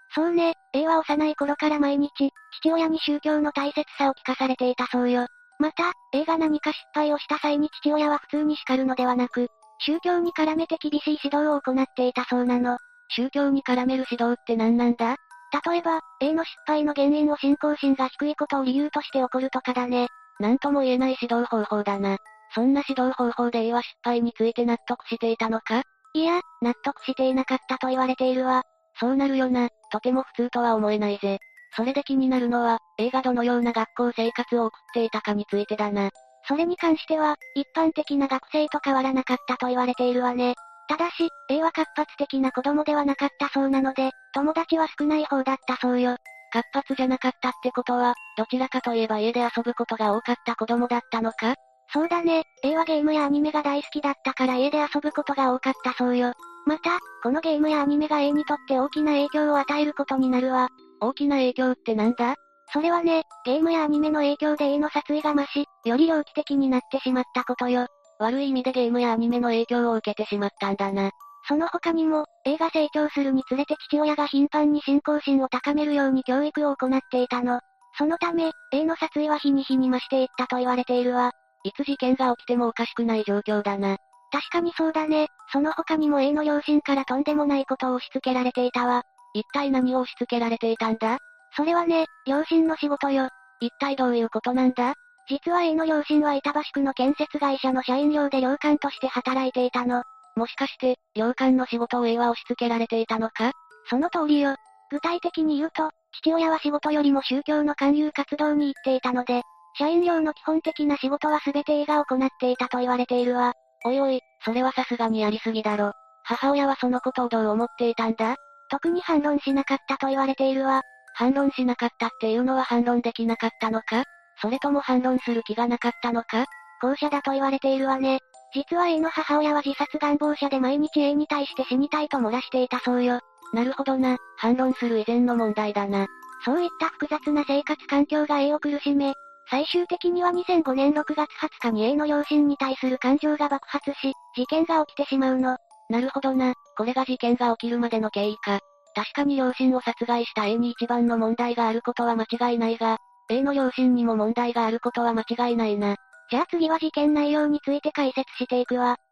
そうね、A は幼い頃から毎日、父親に宗教の大切さを聞かされていたそうよ。また、A が何か失敗をした際に父親は普通に叱るのではなく、宗教に絡めて厳しい指導を行っていたそうなの。 宗教に絡める指導って何なんだ？ 例えば、A の失敗の原因を信仰心が低いことを理由として怒るとかだね。 なんとも言えない指導方法だな。そんな指導方法で A は失敗について納得していたのか？ いや、納得していなかったと言われているわ。 そうなるよな、とても普通とは思えないぜ。それで気になるのは、A がどのような学校生活を送っていたかについてだな。 それに関しては、一般的な学生と変わらなかったと言われているわね。ただし、A は活発的な子供ではなかったそうなので、友達は少ない方だったそうよ。 活発じゃなかったってことは、どちらかといえば家で遊ぶことが多かった子供だったのか？ そうだね、A はゲームやアニメが大好きだったから家で遊ぶことが多かったそうよ。また、このゲームやアニメが A にとって大きな影響を与えることになるわ。 大きな影響ってなんだ？ それはね、ゲームやアニメの影響で A の殺意が増し、より猟奇的になってしまったことよ。 悪い意味でゲームやアニメの影響を受けてしまったんだな。 その他にも、A が成長するにつれて父親が頻繁に信仰心を高めるように教育を行っていたの。そのため、A の殺意は日に日に増していったと言われているわ。 いつ事件が起きてもおかしくない状況だな。 確かにそうだね。その他にも A の両親からとんでもないことを押し付けられていたわ。 一体何を押し付けられていたんだ？ それはね、両親の仕事よ。 一体どういうことなんだ？ 実は A の両親は板橋区の建設会社の社員寮で寮監として働いていたの。 もしかして、寮監の仕事を A は押し付けられていたのか？ その通りよ。具体的に言うと、父親は仕事よりも宗教の勧誘活動に行っていたので、社員寮の基本的な仕事は全て A が行っていたと言われているわ。 おいおい、それはさすがにやりすぎだろ。母親はそのことをどう思っていたんだ？ 特に反論しなかったと言われているわ。 反論しなかったっていうのは反論できなかったのか？それとも反論する気がなかったのか？ 後者だと言われているわね。実は A の母親は自殺願望者で毎日 A に対して死にたいと漏らしていたそうよ。 なるほどな、反論する以前の問題だな。 そういった複雑な生活環境が A を苦しめ、最終的にはにせんごねんろくがつはつかに A の両親に対する感情が爆発し、事件が起きてしまうの。 なるほどな、これが事件が起きるまでの経緯か。確かに両親を殺害した A に一番の問題があることは間違いないが、A の両親にも問題があることは間違いないな。 じゃあ次は事件内容について解説していくわ。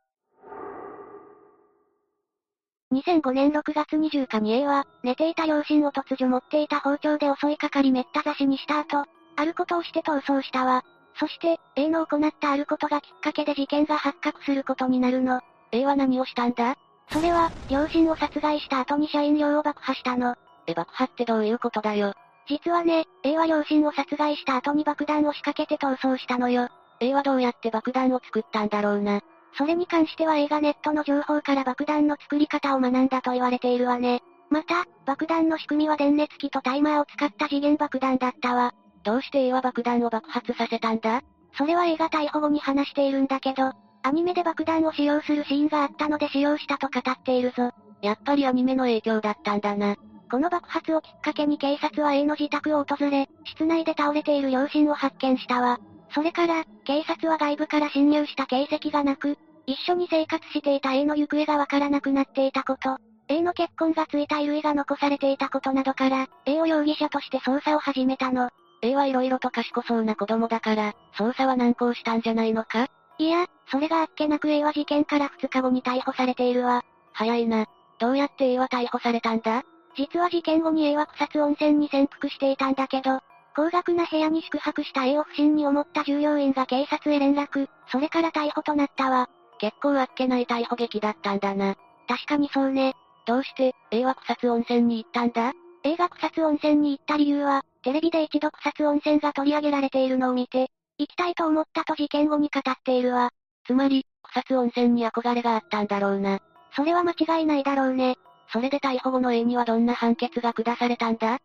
にせんごねんろくがつにじゅうにちに A は、寝ていた両親を突如持っていた包丁で襲いかかりめった刺しにした後、あることをして逃走したわ。そして、A の行ったあることがきっかけで事件が発覚することになるの。 A は何をしたんだ？ それは、両親を殺害した後に社員寮を爆破したの。 え、爆破ってどういうことだよ。 実はね、A は両親を殺害した後に爆弾を仕掛けて逃走したのよ。 A はどうやって爆弾を作ったんだろうな。 それに関しては A がネットの情報から爆弾の作り方を学んだと言われているわね。また、爆弾の仕組みは電熱器とタイマーを使った時限爆弾だったわ。 どうして A は爆弾を爆発させたんだ？ それは A が逮捕後に話しているんだけど、アニメで爆弾を使用するシーンがあったので使用したと語っているぞ。 やっぱりアニメの影響だったんだな。 この爆発をきっかけに警察は A の自宅を訪れ、室内で倒れている両親を発見したわ。それから、警察は外部から侵入した形跡がなく、一緒に生活していた A の行方がわからなくなっていたこと、A の血痕がついた衣類が残されていたことなどから、A を容疑者として捜査を始めたの。 A は色々と賢そうな子供だから、捜査は難航したんじゃないのか？ いや、それがあっけなく A は事件からふつかごに逮捕されているわ。 早いな。どうやって A は逮捕されたんだ？ 実は事件後に A は草津温泉に潜伏していたんだけど、高額な部屋に宿泊した A を不審に思った従業員が警察へ連絡、それから逮捕となったわ。 結構あっけない逮捕劇だったんだな。 確かにそうね。 どうして、A は草津温泉に行ったんだ？ A が草津温泉に行った理由は、テレビで一度草津温泉が取り上げられているのを見て、行きたいと思ったと事件後に語っているわ。 つまり、草津温泉に憧れがあったんだろうな。 それは間違いないだろうね。 それで逮捕後の A にはどんな判決が下されたんだ？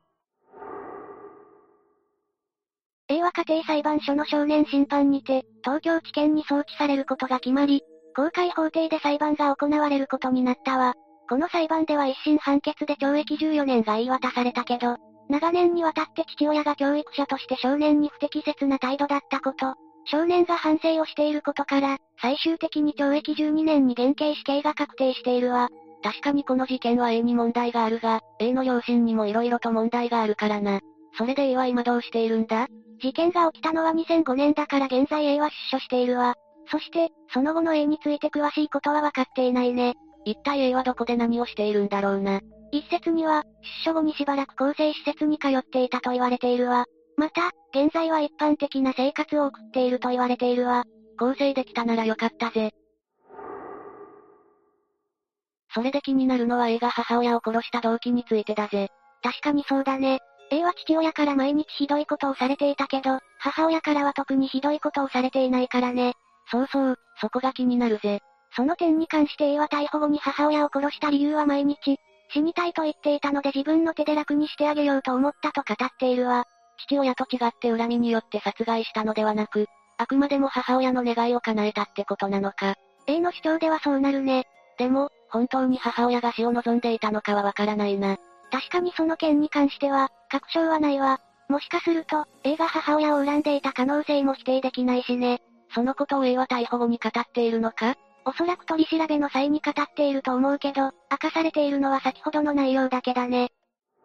A は家庭裁判所の少年審判にて、東京地検に送致されることが決まり、公開法廷で裁判が行われることになったわ。この裁判では一審判決で懲役じゅうよねんが言い渡されたけど、長年にわたって父親が教育者として少年に不適切な態度だったこと、少年が反省をしていることから、最終的に懲役じゅうにねんに減刑死刑が確定しているわ。 確かにこの事件は A に問題があるが、A の両親にも色々と問題があるからな。それで A は今どうしているんだ？ 事件が起きたのはにせんごねんだから現在 A は出所しているわ。そして、その後の A について詳しいことは分かっていないね。 一体 A はどこで何をしているんだろうな。 一説には、出所後にしばらく更生施設に通っていたと言われているわ。また、現在は一般的な生活を送っていると言われているわ。 更生できたならよかったぜ。それで気になるのは A が母親を殺した動機についてだぜ。 確かにそうだね。A は父親から毎日ひどいことをされていたけど、母親からは特にひどいことをされていないからね。 そうそう、そこが気になるぜ。 その点に関して A は逮捕後に母親を殺した理由は毎日、死にたいと言っていたので自分の手で楽にしてあげようと思ったと語っているわ。 父親と違って恨みによって殺害したのではなく、あくまでも母親の願いを叶えたってことなのか。 A の主張ではそうなるね。 でも、本当に母親が死を望んでいたのかはわからないな。 確かにその件に関しては、確証はないわ。もしかすると、A が母親を恨んでいた可能性も否定できないしね。 そのことを A は逮捕後に語っているのか？ おそらく取り調べの際に語っていると思うけど、明かされているのは先ほどの内容だけだね。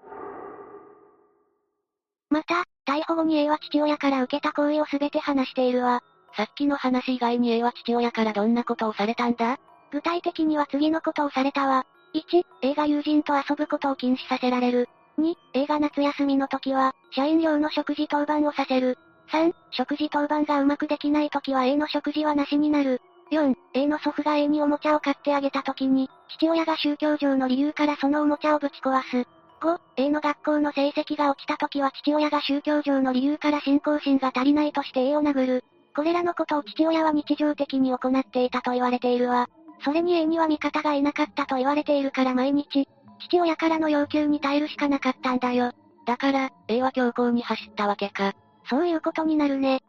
また、逮捕後に A は父親から受けた行為をすべて話しているわ。 さっきの話以外に A は父親からどんなことをされたんだ？ 具体的には次のことをされたわ。いち、A が友人と遊ぶことを禁止させられる。に、A が夏休みの時は、社員寮の食事当番をさせる。さん、食事当番がうまくできない時は A の食事はなしになる。よん、A の祖父が A におもちゃを買ってあげた時に、父親が宗教上の理由からそのおもちゃをぶち壊す。ご、A の学校の成績が落ちた時は父親が宗教上の理由から信仰心が足りないとして A を殴る。これらのことを父親は日常的に行っていたと言われているわ。それに A には味方がいなかったと言われているから毎日、父親からの要求に耐えるしかなかったんだよ。 だから、A は強行に走ったわけか。 そういうことになるね。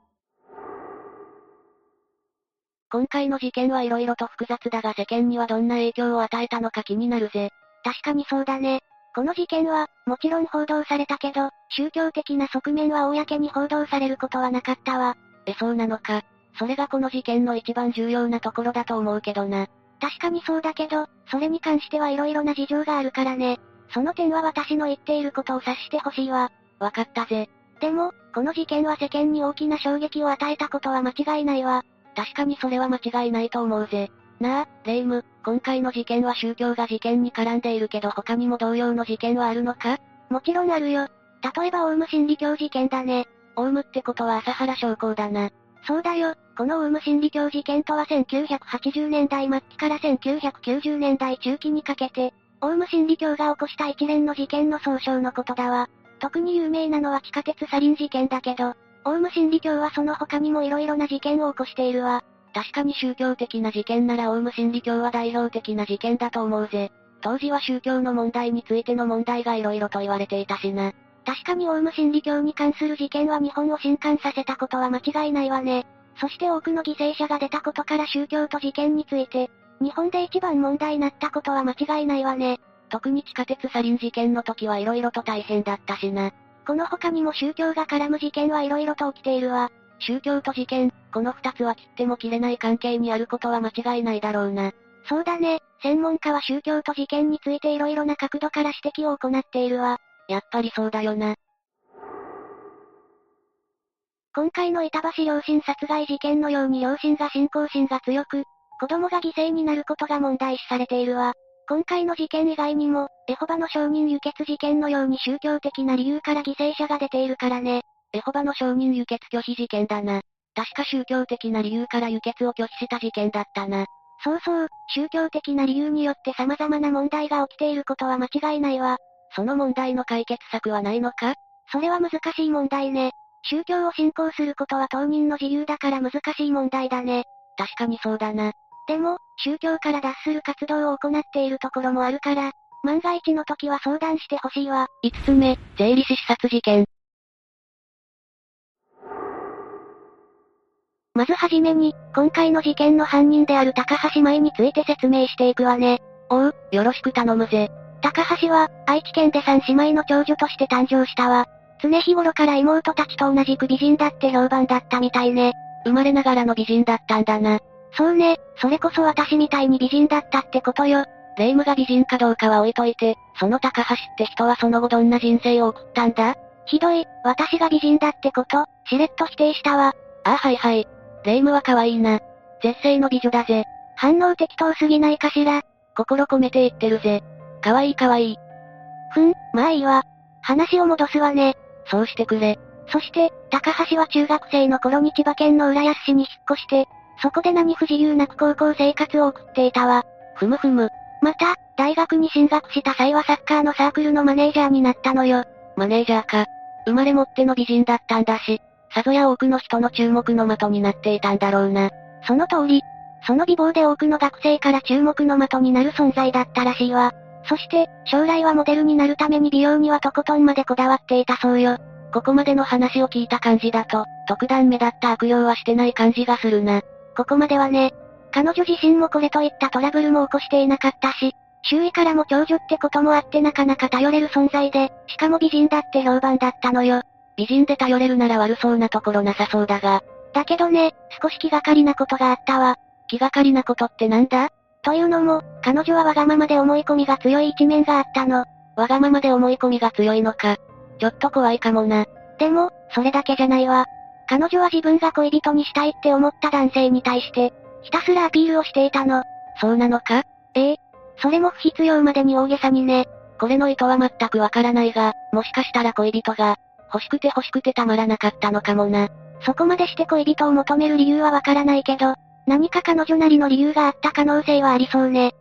今回の事件は色々と複雑だが世間にはどんな影響を与えたのか気になるぜ。 確かにそうだね。この事件は、もちろん報道されたけど、宗教的な側面は公に報道されることはなかったわ。 え、そうなのか。それがこの事件の一番重要なところだと思うけどな。 確かにそうだけど、それに関しては色々な事情があるからね。その点は私の言っていることを察してほしいわ。 わかったぜ。 でも、この事件は世間に大きな衝撃を与えたことは間違いないわ。 確かにそれは間違いないと思うぜ。なあ、レイム、今回の事件は宗教が事件に絡んでいるけど他にも同様の事件はあるのか？ もちろんあるよ。例えばオウム真理教事件だね。 オウムってことは朝原将校だな。 そうだよ。このオウム真理教事件とはせんきゅうひゃくはちじゅうねんだい末期からせんきゅうひゃくきゅうじゅうねんだい中期にかけて、オウム真理教が起こした一連の事件の総称のことだわ。特に有名なのは地下鉄サリン事件だけど、オウム真理教はその他にも色々な事件を起こしているわ。 確かに宗教的な事件ならオウム真理教は代表的な事件だと思うぜ。当時は宗教の問題についての問題が色々と言われていたしな。 確かにオウム真理教に関する事件は日本を震撼させたことは間違いないわね。そして多くの犠牲者が出たことから宗教と事件について、日本で一番問題になったことは間違いないわね。 特に地下鉄サリン事件の時は色々と大変だったしな。 この他にも宗教が絡む事件は色々と起きているわ。 宗教と事件、この二つは切っても切れない関係にあることは間違いないだろうな。 そうだね。専門家は宗教と事件について色々な角度から指摘を行っているわ。 やっぱりそうだよな。 今回の板橋両親殺害事件のように両親が信仰心が強く、子供が犠牲になることが問題視されているわ。今回の事件以外にも、エホバの証人輸血事件のように宗教的な理由から犠牲者が出ているからね。 エホバの証人輸血拒否事件だな。確か宗教的な理由から輸血を拒否した事件だったな。 そうそう、宗教的な理由によって様々な問題が起きていることは間違いないわ。 その問題の解決策はないのか？ それは難しい問題ね。宗教を信仰することは当人の自由だから難しい問題だね。 確かにそうだな。 でも、宗教から脱する活動を行っているところもあるから、万が一の時は相談してほしいわ。 いつつめ、税理士刺殺事件。 まずはじめに、今回の事件の犯人である高橋舞について説明していくわね。 おう、よろしく頼むぜ。 高橋は、愛知県で三姉妹の長女として誕生したわ。常日頃から妹たちと同じく美人だって評判だったみたいね。 生まれながらの美人だったんだな。 そうね、それこそ私みたいに美人だったってことよ。 霊夢が美人かどうかは置いといて、その高橋って人はその後どんな人生を送ったんだ？ ひどい、私が美人だってこと、しれっと否定したわ。 ああはいはい。霊夢は可愛いな。絶世の美女だぜ。 反応適当すぎないかしら。 心込めて言ってるぜ。可愛い可愛い。 ふん、まあいいわ。話を戻すわね。 そうしてくれ。 そして、高橋は中学生の頃に千葉県の浦安市に引っ越して、そこで何不自由なく高校生活を送っていたわ。 ふむふむ。 また、大学に進学した際はサッカーのサークルのマネージャーになったのよ。 マネージャーか。生まれ持っての美人だったんだし、さぞや多くの人の注目の的になっていたんだろうな。 その通り。その美貌で多くの学生から注目の的になる存在だったらしいわ。そして、将来はモデルになるために美容にはとことんまでこだわっていたそうよ。 ここまでの話を聞いた感じだと、特段目立った悪用はしてない感じがするな。 ここまではね。彼女自身もこれといったトラブルも起こしていなかったし、周囲からも長女ってこともあってなかなか頼れる存在で、しかも美人だって評判だったのよ。 美人で頼れるなら悪そうなところなさそうだが。 だけどね、少し気がかりなことがあったわ。 気がかりなことってなんだ？ というのも、彼女はわがままで思い込みが強い一面があったの。 わがままで思い込みが強いのか。ちょっと怖いかもな。 でも、それだけじゃないわ。彼女は自分が恋人にしたいって思った男性に対して、ひたすらアピールをしていたの。 そうなのか？ ええ。それも不必要までに大げさにね。 これの意図は全くわからないが、もしかしたら恋人が、欲しくて欲しくてたまらなかったのかもな。 そこまでして恋人を求める理由はわからないけど、何か彼女なりの理由があった可能性はありそうね。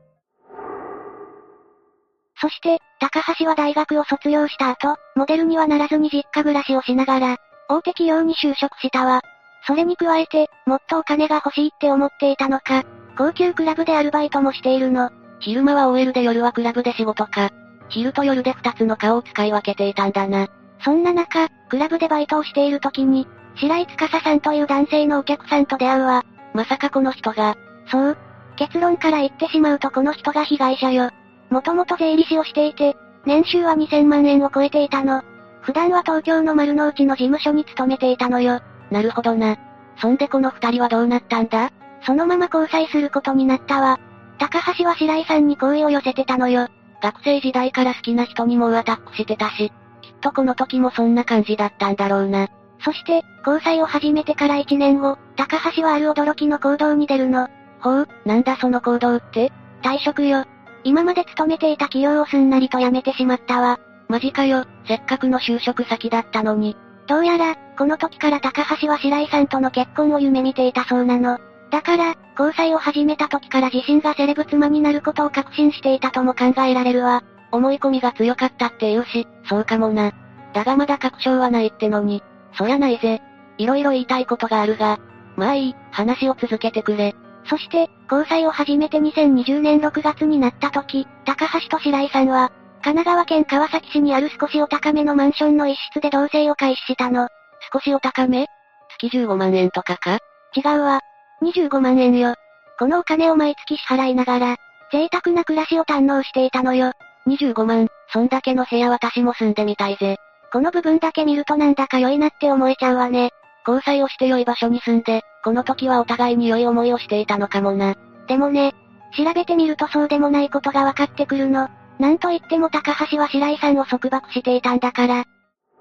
そして、高橋は大学を卒業した後、モデルにはならずに実家暮らしをしながら、大手企業に就職したわ。それに加えて、もっとお金が欲しいって思っていたのか、高級クラブでアルバイトもしているの。 昼間は オーエル で夜はクラブで仕事か。昼と夜で二つの顔を使い分けていたんだな。 そんな中、クラブでバイトをしている時に、白井司さんという男性のお客さんと出会うわ。 まさかこの人が。 そう。結論から言ってしまうとこの人が被害者よ。もともと税理士をしていて、年収はにせんまんえんを超えていたの。普段は東京の丸の内の事務所に勤めていたのよ。 なるほどな。そんでこの二人はどうなったんだ？ そのまま交際することになったわ。高橋は白井さんに好意を寄せてたのよ。 学生時代から好きな人にもアタックしてたし、きっとこの時もそんな感じだったんだろうな。 そして、交際を始めてからいちねんご、高橋はある驚きの行動に出るの。 ほう、なんだその行動って？ 退職よ。今まで勤めていた企業をすんなりと辞めてしまったわ。 マジかよ、せっかくの就職先だったのに。 どうやら、この時から高橋は白井さんとの結婚を夢見ていたそうなの。だから、交際を始めた時から自身がセレブ妻になることを確信していたとも考えられるわ。 思い込みが強かったって言うし、そうかもな。だがまだ確証はないってのに。そりゃないぜ。いろいろ言いたいことがあるが。まあいい、話を続けてくれ。 そして、交際を始めてにせんにじゅうねんろくがつになった時、高橋と白井さんは、神奈川県川崎市にある少しお高めのマンションの一室で同棲を開始したの。 少しお高め？月じゅうごまんえんとかか？ 違うわ。にじゅうごまんえんよ。このお金を毎月支払いながら、贅沢な暮らしを堪能していたのよ。 にじゅうごまん、そんだけの部屋私も住んでみたいぜ。 この部分だけ見るとなんだか良いなって思えちゃうわね。 交際をして良い場所に住んで、この時はお互いに良い思いをしていたのかもな。 でもね、調べてみるとそうでもないことが分かってくるの。なんといっても高橋は白井さんを束縛していたんだから。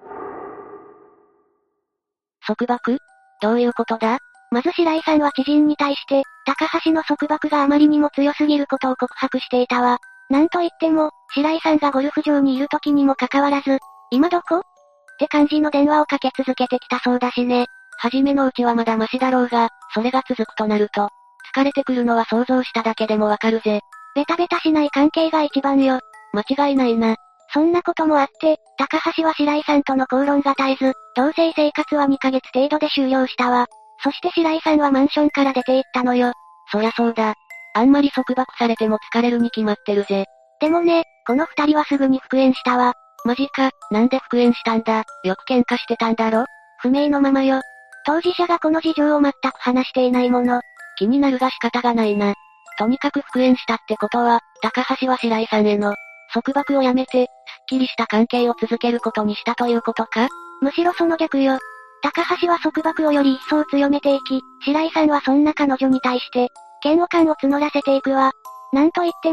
束縛？どういうことだ？ まず白井さんは知人に対して、高橋の束縛があまりにも強すぎることを告白していたわ。なんといっても、白井さんがゴルフ場にいる時にもかかわらず、今どこ？って感じの電話をかけ続けてきたそうだしね。 初めのうちはまだマシだろうが、それが続くとなると、疲れてくるのは想像しただけでもわかるぜ。 ベタベタしない関係が一番よ。 間違いないな。 そんなこともあって、高橋は白井さんとの口論が絶えず、同棲生活はにかげつ程度で終了したわ。そして白井さんはマンションから出て行ったのよ。 そりゃそうだ。あんまり束縛されても疲れるに決まってるぜ。 でもね、この二人はすぐに復縁したわ。 マジか、なんで復縁したんだ？よく喧嘩してたんだろ？ 不明のままよ。当事者がこの事情を全く話していないもの。 気になるが仕方がないな。とにかく復縁したってことは、高橋は白井さんへの束縛をやめて、すっきりした関係を続けることにしたということか？ むしろその逆よ。高橋は束縛をより一層強めていき、白井さんはそんな彼女に対して、嫌悪感を募らせていくわ。なんといっても、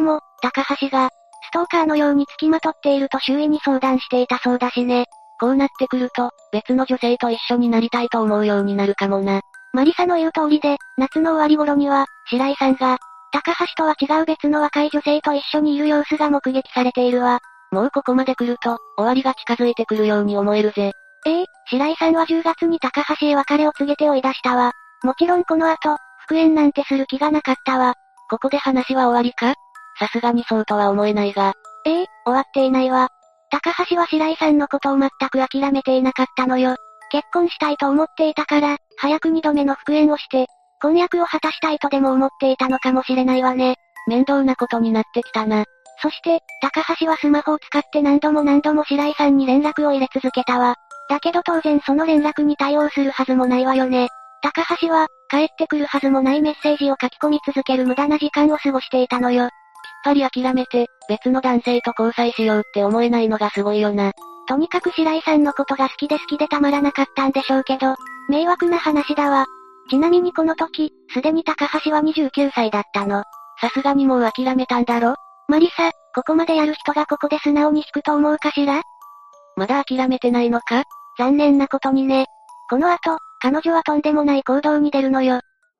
高橋が、ストーカーのように付きまとっていると周囲に相談していたそうだしね。 こうなってくると、別の女性と一緒になりたいと思うようになるかもな。 マリサの言う通りで、夏の終わり頃には、白井さんが、高橋とは違う別の若い女性と一緒にいる様子が目撃されているわ。 もうここまで来ると、終わりが近づいてくるように思えるぜ。 ええ、白井さんはじゅうがつに高橋へ別れを告げて追い出したわ。もちろんこの後、復縁なんてする気がなかったわ。 ここで話は終わりか？さすがにそうとは思えないが。 ええ、終わっていないわ。高橋は白井さんのことを全く諦めていなかったのよ。結婚したいと思っていたから、早く二度目の復縁をして、婚約を果たしたいとでも思っていたのかもしれないわね。 面倒なことになってきたな。 そして、高橋はスマホを使って何度も何度も白井さんに連絡を入れ続けたわ。だけど当然その連絡に対応するはずもないわよね。高橋は、帰ってくるはずもないメッセージを書き込み続ける無駄な時間を過ごしていたのよ。 きっぱり諦めて、別の男性と交際しようって思えないのがすごいよな。 とにかく白井さんのことが好きで好きでたまらなかったんでしょうけど、迷惑な話だわ。ちなみにこの時、すでに高橋はにじゅうきゅうさいだったの。 さすがにもう諦めたんだろ？ マリサ、ここまでやる人がここで素直に引くと思うかしら？ まだ諦めてないのか？ 残念なことにね。この後、彼女はとんでもない行動に出るのよ。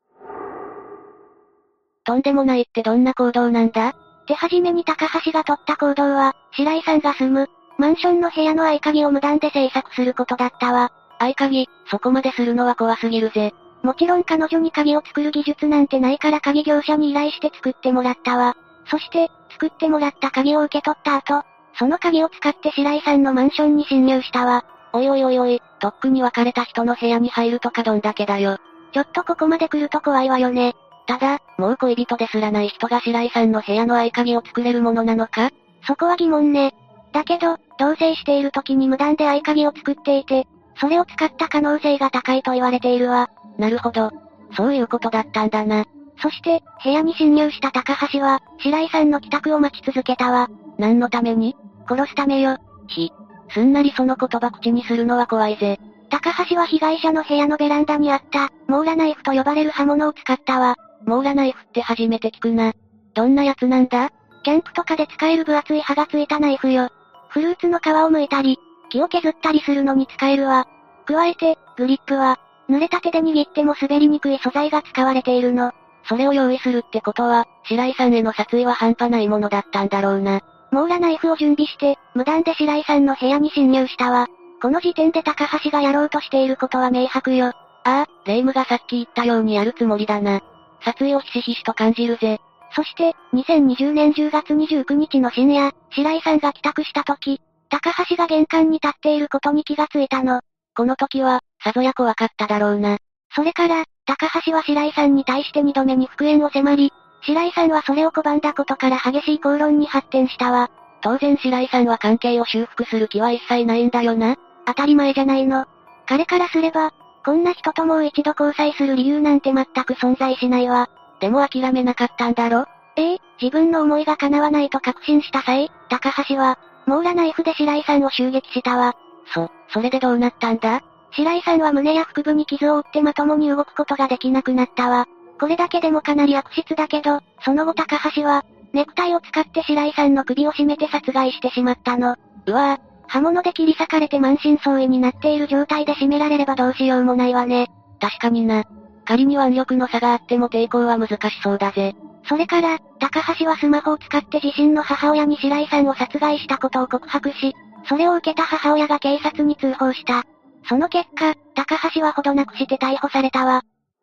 とんでもないってどんな行動なんだ？ 手始めに高橋が取った行動は、白井さんが住む、マンションの部屋の合鍵を無断で製作することだったわ。 合鍵、そこまでするのは怖すぎるぜ。 もちろん彼女に鍵を作る技術なんてないから鍵業者に依頼して作ってもらったわ。そして、作ってもらった鍵を受け取った後、その鍵を使って白井さんのマンションに侵入したわ。 おいおいおいおい、とっくに別れた人の部屋に入るとかどんだけだよ。 ちょっとここまで来ると怖いわよね。 ただ、もう恋人ですらない人が白井さんの部屋の合鍵を作れるものなのか？ そこは疑問ね。だけど、同棲している時に無断で合鍵を作っていて、それを使った可能性が高いと言われているわ。 なるほど。そういうことだったんだな。 そして、部屋に侵入した高橋は、白井さんの帰宅を待ち続けたわ。 何のために？ 殺すためよ。 ひ。すんなりその言葉口にするのは怖いぜ。 高橋は被害者の部屋のベランダにあった、モーラナイフと呼ばれる刃物を使ったわ。 モーラナイフって初めて聞くな。どんなやつなんだ？ キャンプとかで使える分厚い刃がついたナイフよ。フルーツの皮を剥いたり、木を削ったりするのに使えるわ。加えて、グリップは、濡れた手で握っても滑りにくい素材が使われているの。 それを用意するってことは、白井さんへの殺意は半端ないものだったんだろうな。 モーラナイフを準備して、無断で白井さんの部屋に侵入したわ。この時点で高橋がやろうとしていることは明白よ。 ああ、霊夢がさっき言ったようにやるつもりだな。殺意をひしひしと感じるぜ。 そして、にせんにじゅうねんじゅうがつにじゅうくにちの深夜、白井さんが帰宅した時、高橋が玄関に立っていることに気がついたの。 この時は、さぞや怖かっただろうな。 それから、高橋は白井さんに対して二度目に復縁を迫り、白井さんはそれを拒んだことから激しい口論に発展したわ。 当然白井さんは関係を修復する気は一切ないんだよな。 当たり前じゃないの。彼からすれば、こんな人ともう一度交際する理由なんて全く存在しないわ。 でも諦めなかったんだろ？ ええ、自分の思いが叶わないと確信した際、高橋は、モーラナイフで白井さんを襲撃したわ。 そ、それでどうなったんだ？ 白井さんは胸や腹部に傷を負ってまともに動くことができなくなったわ。これだけでもかなり悪質だけど、その後高橋は、ネクタイを使って白井さんの首を絞めて殺害してしまったの。 うわぁ、 刃物で切り裂かれて満身創痍になっている状態で絞められればどうしようもないわね。 確かにな。仮に腕力の差があっても抵抗は難しそうだぜ。 それから、高橋はスマホを使って自身の母親に白井さんを殺害したことを告白し、それを受けた母親が警察に通報した。その結果、高橋はほどなくして逮捕されたわ。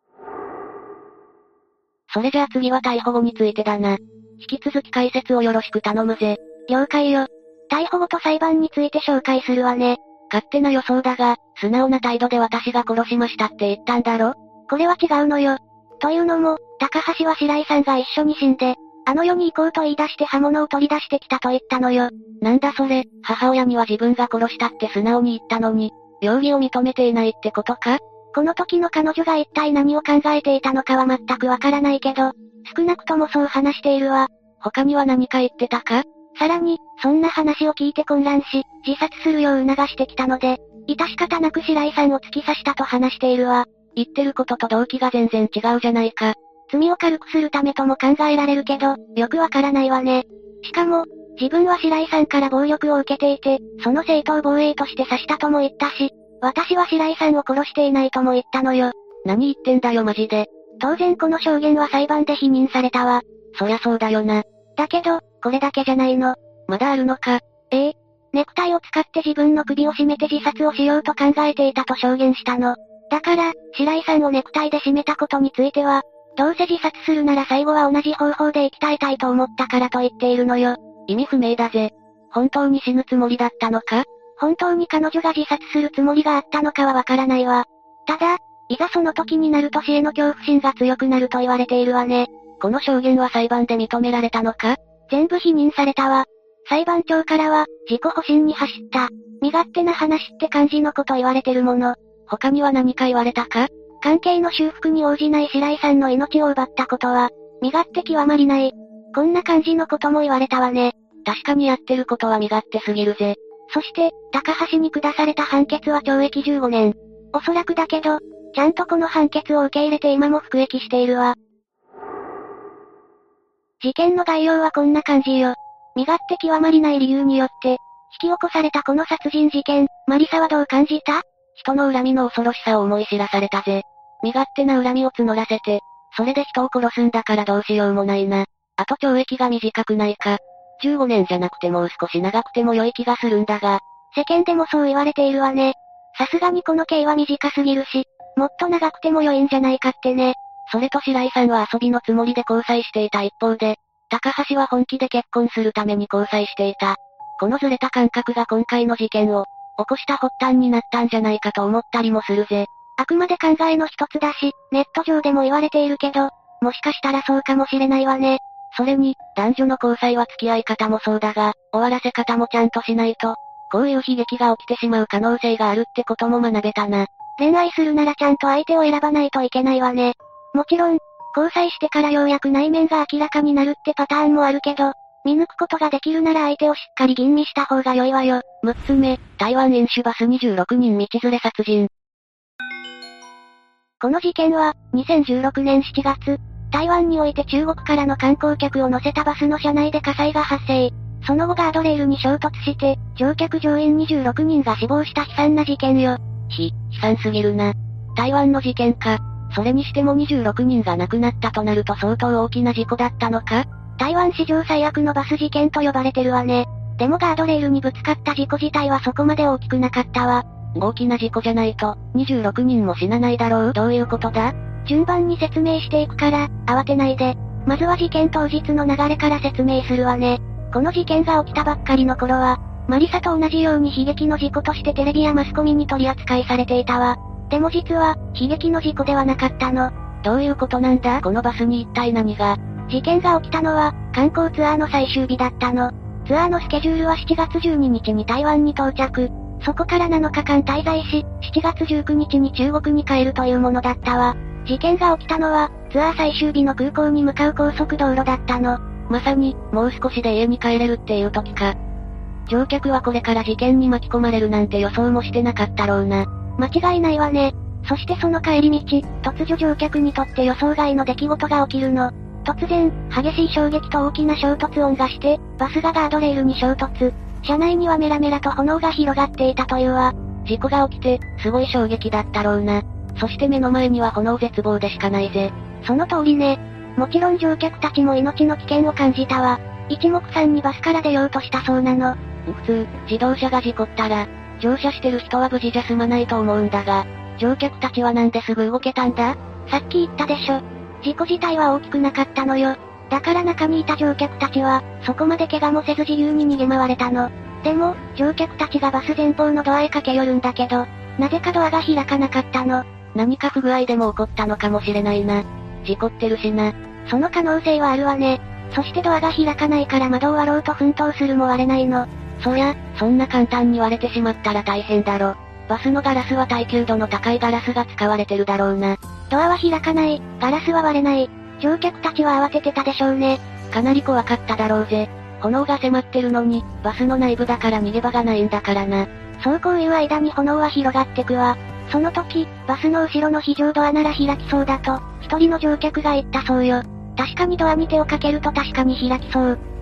それじゃあ次は逮捕後についてだな。引き続き解説をよろしく頼むぜ。 了解よ。逮捕後と裁判について紹介するわね。 勝手な予想だが、素直な態度で私が殺しましたって言ったんだろ？ これは違うのよ。というのも、高橋は白井さんが一緒に死んで、あの世に行こうと言い出して刃物を取り出してきたと言ったのよ。 なんだそれ、母親には自分が殺したって素直に言ったのに、容疑を認めていないってことか？ この時の彼女が一体何を考えていたのかは全くわからないけど、少なくともそう話しているわ。 他には何か言ってたか？ さらに、そんな話を聞いて混乱し、自殺するよう促してきたので、致し方なく白井さんを突き刺したと話しているわ。 言ってることと動機が全然違うじゃないか。 罪を軽くするためとも考えられるけど、よくわからないわね。 しかも、自分は白井さんから暴力を受けていて、その正当防衛として刺したとも言ったし、私は白井さんを殺していないとも言ったのよ。 何言ってんだよマジで。 当然この証言は裁判で否認されたわ。 そりゃそうだよな。 だけど、これだけじゃないの。 まだあるのか。 ええ。ネクタイを使って自分の首を絞めて自殺をしようと考えていたと証言したの。だから、白井さんをネクタイで絞めたことについては、どうせ自殺するなら最後は同じ方法で生き絶えたいと思ったからと言っているのよ。 意味不明だぜ。本当に死ぬつもりだったのか？ 本当に彼女が自殺するつもりがあったのかはわからないわ。ただ、いざその時になると死への恐怖心が強くなると言われているわね。 この証言は裁判で認められたのか？ 全部否認されたわ。裁判長からは、自己保身に走った。身勝手な話って感じのこと言われてるもの。 他には何か言われたか？ 関係の修復に応じない白井さんの命を奪ったことは、身勝手極まりない。こんな感じのことも言われたわね。 確かにやってることは身勝手すぎるぜ。 そして、高橋に下された判決は懲役じゅうごねん。おそらくだけど、ちゃんとこの判決を受け入れて今も服役しているわ。事件の概要はこんな感じよ。身勝手極まりない理由によって、引き起こされたこの殺人事件、マリサはどう感じた？ 人の恨みの恐ろしさを思い知らされたぜ。身勝手な恨みを募らせて、それで人を殺すんだからどうしようもないな。あと懲役が短くないか。じゅうごねんじゃなくてもう少し長くても良い気がするんだが。 世間でもそう言われているわね。さすがにこの刑は短すぎるし、もっと長くても良いんじゃないかってね。 それと白井さんは遊びのつもりで交際していた一方で、高橋は本気で結婚するために交際していた。このずれた感覚が今回の事件を起こした発端になったんじゃないかと思ったりもするぜ。 あくまで考えの一つだし、ネット上でも言われているけど、もしかしたらそうかもしれないわね。 それに、男女の交際は付き合い方もそうだが、終わらせ方もちゃんとしないと、こういう悲劇が起きてしまう可能性があるってことも学べたな。 恋愛するならちゃんと相手を選ばないといけないわね。もちろん、交際してからようやく内面が明らかになるってパターンもあるけど、見抜くことができるなら相手をしっかり吟味した方が良いわよ。 むっつめ、台湾飲酒バスにじゅうろくにん道連れ殺人。 この事件は、にせんじゅうろくねんしちがつ、台湾において中国からの観光客を乗せたバスの車内で火災が発生。その後ガードレールに衝突して、乗客乗員にじゅうろくにんが死亡した悲惨な事件よ。 ひ、悲惨すぎるな。台湾の事件か。それにしてもにじゅうろくにんが亡くなったとなると相当大きな事故だったのか？ 台湾史上最悪のバス事件と呼ばれてるわね。でもガードレールにぶつかった事故自体はそこまで大きくなかったわ。 大きな事故じゃないと、にじゅうろくにんも死なないだろう？どういうことだ？ 順番に説明していくから、慌てないで。まずは事件当日の流れから説明するわね。この事件が起きたばっかりの頃は、マリサと同じように悲劇の事故としてテレビやマスコミに取り扱いされていたわ。でも実は、悲劇の事故ではなかったの。 どういうことなんだ？このバスに一体何が？ 事件が起きたのは、観光ツアーの最終日だったの。ツアーのスケジュールはしちがつじゅうににちに台湾に到着。そこからなのかかん滞在し、しちがつじゅうくにちに中国に帰るというものだったわ。事件が起きたのは、ツアー最終日の空港に向かう高速道路だったの。 まさに、もう少しで家に帰れるっていう時か。乗客はこれから事件に巻き込まれるなんて予想もしてなかったろうな。 間違いないわね。そしてその帰り道、突如乗客にとって予想外の出来事が起きるの。突然、激しい衝撃と大きな衝突音がして、バスがガードレールに衝突。車内にはメラメラと炎が広がっていたというわ。 事故が起きて、すごい衝撃だったろうな。そして目の前には炎絶望でしかないぜ。 その通りね。もちろん乗客たちも命の危険を感じたわ。一目散にバスから出ようとしたそうなの。 普通、自動車が事故ったら、乗車してる人は無事じゃ済まないと思うんだが、乗客たちはなんですぐ動けたんだ？ さっき言ったでしょ。事故自体は大きくなかったのよ。だから中にいた乗客たちは、そこまで怪我もせず自由に逃げ回れたの。でも、乗客たちがバス前方のドアへ駆け寄るんだけど、なぜかドアが開かなかったの。 何か不具合でも起こったのかもしれないな。事故ってるしな。 その可能性はあるわね。そしてドアが開かないから窓を割ろうと奮闘するも割れないの。 そりゃ、そんな簡単に割れてしまったら大変だろ。バスのガラスは耐久度の高いガラスが使われてるだろうな。 ドアは開かない、ガラスは割れない。乗客たちは慌ててたでしょうね。 かなり怖かっただろうぜ。炎が迫ってるのに、バスの内部だから逃げ場がないんだからな。 そうこういう間に炎は広がってくわ。その時、バスの後ろの非常ドアなら開きそうだと、一人の乗客が言ったそうよ。確かにドアに手をかけると確かに開きそう。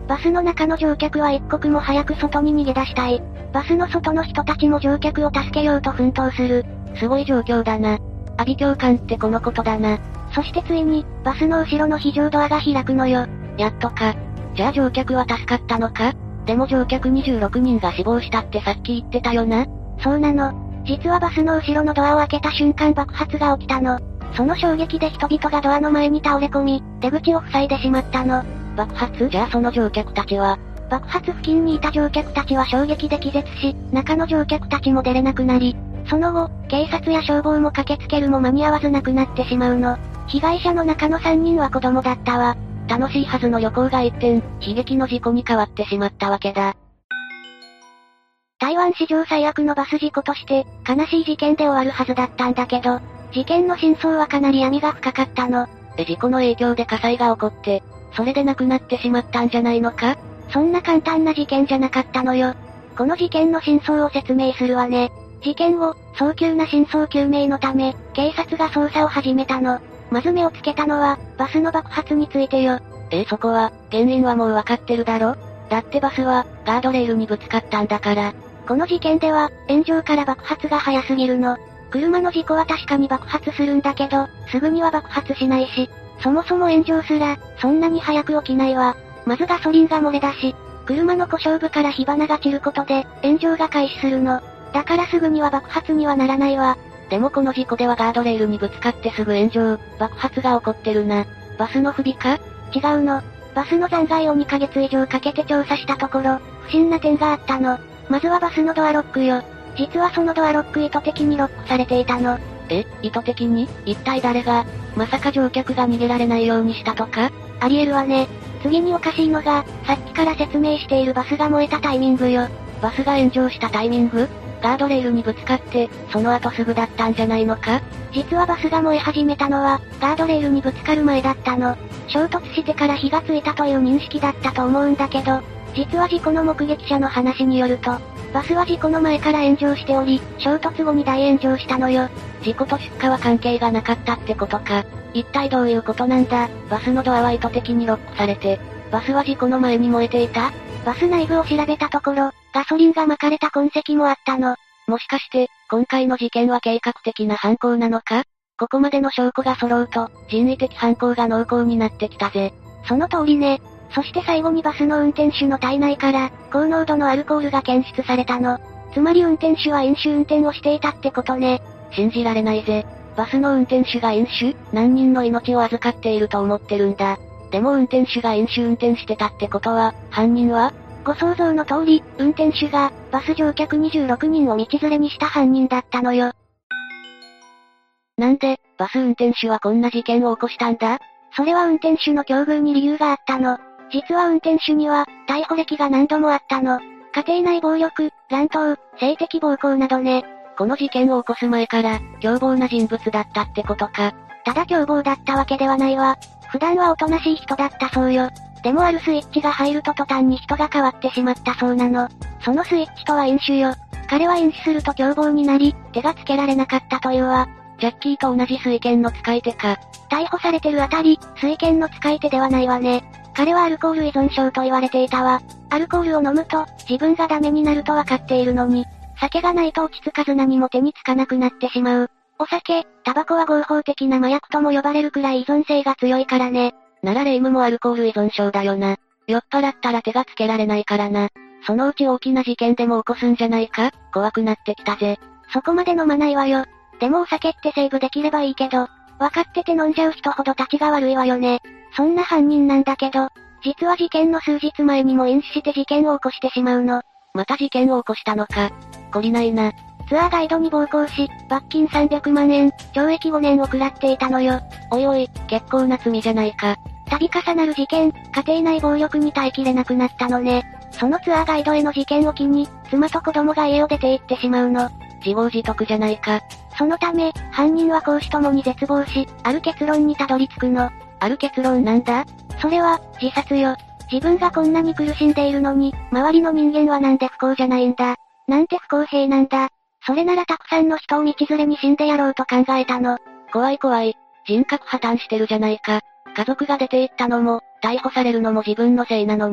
バスの中の乗客は一刻も早く外に逃げ出したい。バスの外の人たちも乗客を助けようと奮闘する。 すごい状況だな。阿鼻教官ってこのことだな。 そしてついに、バスの後ろの非常ドアが開くのよ。 やっとか。じゃあ乗客は助かったのか？でも乗客にじゅうろくにんが死亡したってさっき言ってたよな。 そうなの。実はバスの後ろのドアを開けた瞬間爆発が起きたの。その衝撃で人々がドアの前に倒れ込み、出口を塞いでしまったの。 爆発？じゃあその乗客たちは？ 爆発付近にいた乗客たちは衝撃で気絶し、中の乗客たちも出れなくなり、その後、警察や消防も駆けつけるも間に合わず亡くなってしまうの。被害者の中のさんにんは子供だったわ。 楽しいはずの旅行が一転、悲劇の事故に変わってしまったわけだ。 台湾史上最悪のバス事故として、悲しい事件で終わるはずだったんだけど、事件の真相はかなり闇が深かったの。 え、事故の影響で火災が起こって、それで亡くなってしまったんじゃないのか？ そんな簡単な事件じゃなかったのよ。この事件の真相を説明するわね。事件後、早急な真相究明のため、警察が捜査を始めたの。まず目をつけたのは、バスの爆発についてよ。 えー、そこは、原因はもうわかってるだろ？だってバスは、ガードレールにぶつかったんだから。 この事件では、炎上から爆発が早すぎるの。車の事故は確かに爆発するんだけど、すぐには爆発しないし、そもそも炎上すら、そんなに早く起きないわ。まずガソリンが漏れ出し、車の故障部から火花が散ることで、炎上が開始するの。だからすぐには爆発にはならないわ。 でもこの事故ではガードレールにぶつかってすぐ炎上、爆発が起こってるな。バスの不備か？ 違うの。バスの残骸をにかげつ以上かけて調査したところ、不審な点があったの。まずはバスのドアロックよ。実はそのドアロック意図的にロックされていたの。 え、意図的に？一体誰が？まさか乗客が逃げられないようにしたとか？ ありえるわね。次におかしいのが、さっきから説明しているバスが燃えたタイミングよ。 バスが炎上したタイミング？ガードレールにぶつかって、その後すぐだったんじゃないのか？ 実はバスが燃え始めたのは、ガードレールにぶつかる前だったの。衝突してから火がついたという認識だったと思うんだけど、実は事故の目撃者の話によると、バスは事故の前から炎上しており、衝突後に大炎上したのよ。 事故と出火は関係がなかったってことか。一体どういうことなんだ？バスのドアは意図的にロックされて、バスは事故の前に燃えていた？ バス内部を調べたところ、ガソリンが撒かれた痕跡もあったの。 もしかして、今回の事件は計画的な犯行なのか？ここまでの証拠が揃うと、人為的犯行が濃厚になってきたぜ。 その通りね。そして最後にバスの運転手の体内から、高濃度のアルコールが検出されたの。つまり運転手は飲酒運転をしていたってことね。 信じられないぜ。バスの運転手が飲酒？何人の命を預かっていると思ってるんだ。でも運転手が飲酒運転してたってことは、犯人は？ ご想像の通り、運転手が、バス乗客にじゅうろくにんを道連れにした犯人だったのよ。 なんで、バス運転手はこんな事件を起こしたんだ？ それは運転手の境遇に理由があったの。実は運転手には、逮捕歴が何度もあったの。家庭内暴力、乱闘、性的暴行などね。 この事件を起こす前から、凶暴な人物だったってことか。 ただ凶暴だったわけではないわ。普段はおとなしい人だったそうよ。でもあるスイッチが入ると途端に人が変わってしまったそうなの。そのスイッチとは飲酒よ。彼は飲酒すると凶暴になり、手がつけられなかったというわ。 ジャッキーと同じ水拳の使い手か。 逮捕されてるあたり、水拳の使い手ではないわね。彼はアルコール依存症と言われていたわ。アルコールを飲むと、自分がダメになるとわかっているのに、酒がないと落ち着かず何も手につかなくなってしまう。お酒、タバコは合法的な麻薬とも呼ばれるくらい依存性が強いからね。 ならレイムもアルコール依存症だよな。酔っ払ったら手がつけられないからな。そのうち大きな事件でも起こすんじゃないか？怖くなってきたぜ。 そこまで飲まないわよ。でもお酒ってセーブできればいいけど、分かってて飲んじゃう人ほど立ちが悪いわよね。そんな犯人なんだけど、実は事件の数日前にも飲酒して事件を起こしてしまうの。 また事件を起こしたのか。懲りないな。 ツアーガイドに暴行し、罰金さんびゃくまんえん、懲役ごねんを食らっていたのよ。 おいおい、結構な罪じゃないか。 度重なる事件、家庭内暴力に耐えきれなくなったのね。そのツアーガイドへの事件を機に、妻と子供が家を出て行ってしまうの。 自業自得じゃないか。 そのため、犯人は公私ともに絶望し、ある結論にたどり着くの。 ある結論なんだ？ それは、自殺よ。自分がこんなに苦しんでいるのに、周りの人間はなんで不幸じゃないんだ。なんて不公平なんだ。それならたくさんの人を道連れに死んでやろうと考えたの。 怖い怖い。人格破綻してるじゃないか。家族が出て行ったのも、逮捕されるのも自分のせいなのに。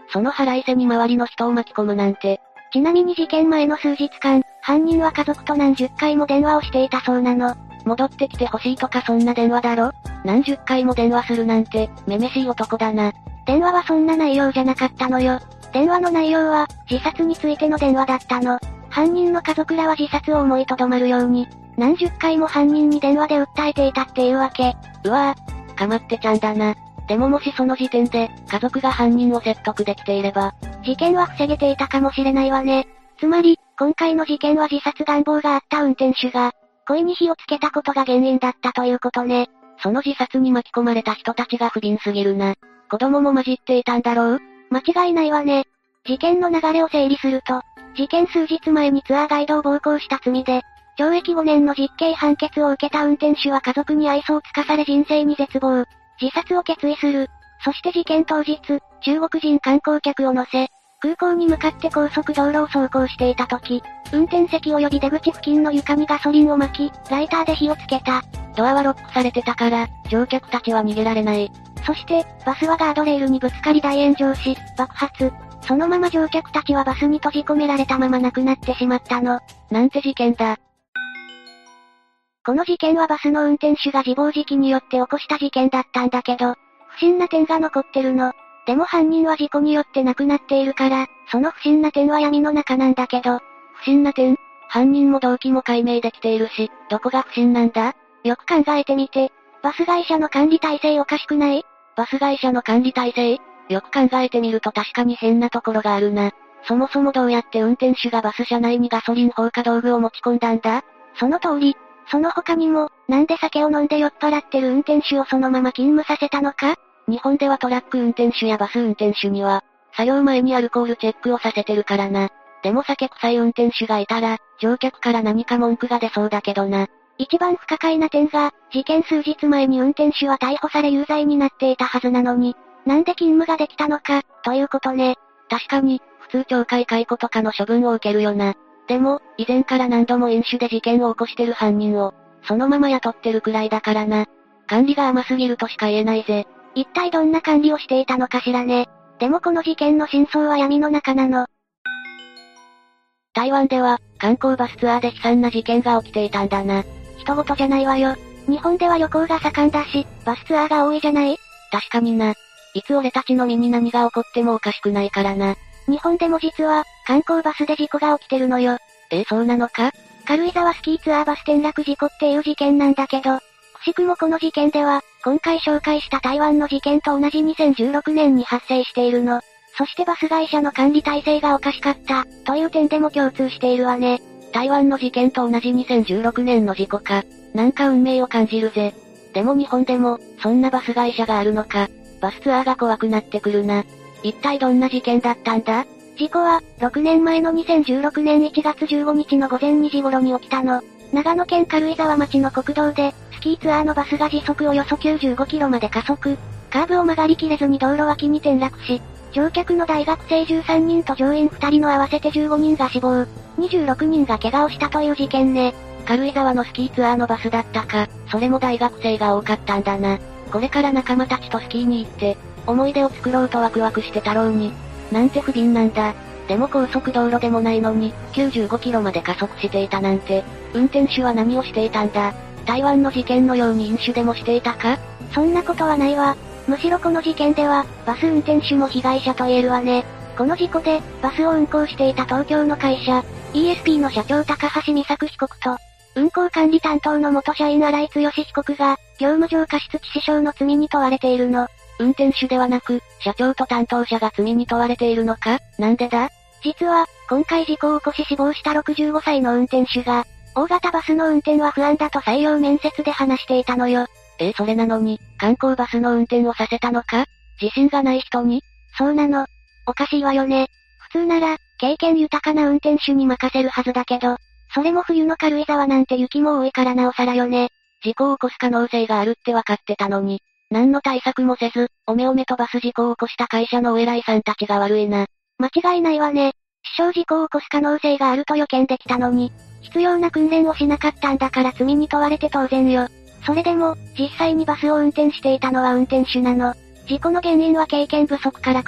その腹いせに周りの人を巻き込むなんて。 ちなみに事件前の数日間、犯人は家族と何十回も電話をしていたそうなの。 戻ってきてほしいとかそんな電話だろ？何十回も電話するなんて、めめしい男だな。 電話はそんな内容じゃなかったのよ。電話の内容は、自殺についての電話だったの。犯人の家族らは自殺を思いとどまるように、何十回も犯人に電話で訴えていたっていうわけ。 うわぁ、かまってちゃんだな。でももしその時点で、家族が犯人を説得できていれば、 事件は防げていたかもしれないわね。つまり、今回の事件は自殺願望があった運転手が、恋に火をつけたことが原因だったということね。 その自殺に巻き込まれた人たちが不憫すぎるな。子供も混じっていたんだろう？ 間違いないわね。事件の流れを整理すると、事件数日前にツアーガイドを暴行した罪で、懲役ごねんの実刑判決を受けた運転手は家族に愛想をつかされ人生に絶望。自殺を決意する。そして事件当日、中国人観光客を乗せ、空港に向かって高速道路を走行していた時、運転席及び出口付近の床にガソリンを巻き、ライターで火をつけた。 ドアはロックされてたから、乗客たちは逃げられない。 そして、バスはガードレールにぶつかり大炎上し、爆発。そのまま乗客たちはバスに閉じ込められたまま亡くなってしまったの。 なんて事件だ。 この事件はバスの運転手が自暴自棄によって起こした事件だったんだけど、不審な点が残ってるの。でも犯人は事故によって亡くなっているから、その不審な点は闇の中なんだけど、 不審な点？犯人も動機も解明できているし、どこが不審なんだ？ よく考えてみて。バス会社の管理体制おかしくない？ バス会社の管理体制？よく考えてみると確かに変なところがあるな。そもそもどうやって運転手がバス車内にガソリン放火道具を持ち込んだんだ？ その通り。その他にも、なんで酒を飲んで酔っ払ってる運転手をそのまま勤務させたのか？ 日本ではトラック運転手やバス運転手には、作業前にアルコールチェックをさせてるからな。でも酒臭い運転手がいたら、乗客から何か文句が出そうだけどな。 一番不可解な点が、事件数日前に運転手は逮捕され有罪になっていたはずなのに、なんで勤務ができたのか、ということね。 確かに、普通懲戒解雇とかの処分を受けるよな。でも、以前から何度も飲酒で事件を起こしてる犯人を、そのまま雇ってるくらいだからな。管理が甘すぎるとしか言えないぜ。 一体どんな管理をしていたのかしらね。でもこの事件の真相は闇の中なの。 台湾では、観光バスツアーで悲惨な事件が起きていたんだな。 人事じゃないわよ。日本では旅行が盛んだし、バスツアーが多いじゃない？ 確かにな。いつ俺たちの身に何が起こってもおかしくないからな。 日本でも実は、観光バスで事故が起きてるのよ。 え、そうなのか？ 軽井沢スキーツアーバス転落事故っていう事件なんだけど、くしくもこの事件では、今回紹介した台湾の事件と同じにせんじゅうろくねんに発生しているの。そしてバス会社の管理体制がおかしかった、という点でも共通しているわね。 台湾の事件と同じにせんじゅうろくねんの事故か。なんか運命を感じるぜ。でも日本でも、そんなバス会社があるのか。バスツアーが怖くなってくるな。一体どんな事件だったんだ？ 事故は、ろくねんまえのにせんじゅうろくねんいちがつじゅうごにちの午前にじ頃に起きたの。長野県軽井沢町の国道で、スキーツアーのバスが時速およそきゅうじゅうごキロまで加速。カーブを曲がりきれずに道路脇に転落し、乗客の大学生じゅうさんにんと乗員ふたりの合わせてじゅうごにんが死亡、にじゅうろくにんが怪我をしたという事件ね。 軽井沢のスキーツアーのバスだったか、それも大学生が多かったんだな。これから仲間たちとスキーに行って、思い出を作ろうとワクワクしてたろうに。なんて不憫なんだ。でも高速道路でもないのに、きゅうじゅうごキロまで加速していたなんて、運転手は何をしていたんだ？台湾の事件のように飲酒でもしていたか？ そんなことはないわ。むしろこの事件では、バス運転手も被害者と言えるわね。この事故で、バスを運行していた東京の会社、イーエスピー の社長高橋美作被告と、運行管理担当の元社員荒井剛被告が、業務上過失致死傷の罪に問われているの。 運転手ではなく、社長と担当者が罪に問われているのか？なんでだ？ 実は、今回事故を起こし死亡したろくじゅうごさいの運転手が、大型バスの運転は不安だと採用面接で話していたのよ。 えー、それなのに、観光バスの運転をさせたのか？自信がない人に？ そうなの。おかしいわよね。普通なら、経験豊かな運転手に任せるはずだけど、それも冬の軽井沢なんて雪も多いからなおさらよね。 事故を起こす可能性があるって分かってたのに、何の対策もせず、おめおめとバス事故を起こした会社のお偉いさんたちが悪いな。 間違いないわね。死傷事故を起こす可能性があると予見できたのに、必要な訓練をしなかったんだから罪に問われて当然よ。それでも、実際にバスを運転していたのは運転手なの。事故の原因は経験不足から来る、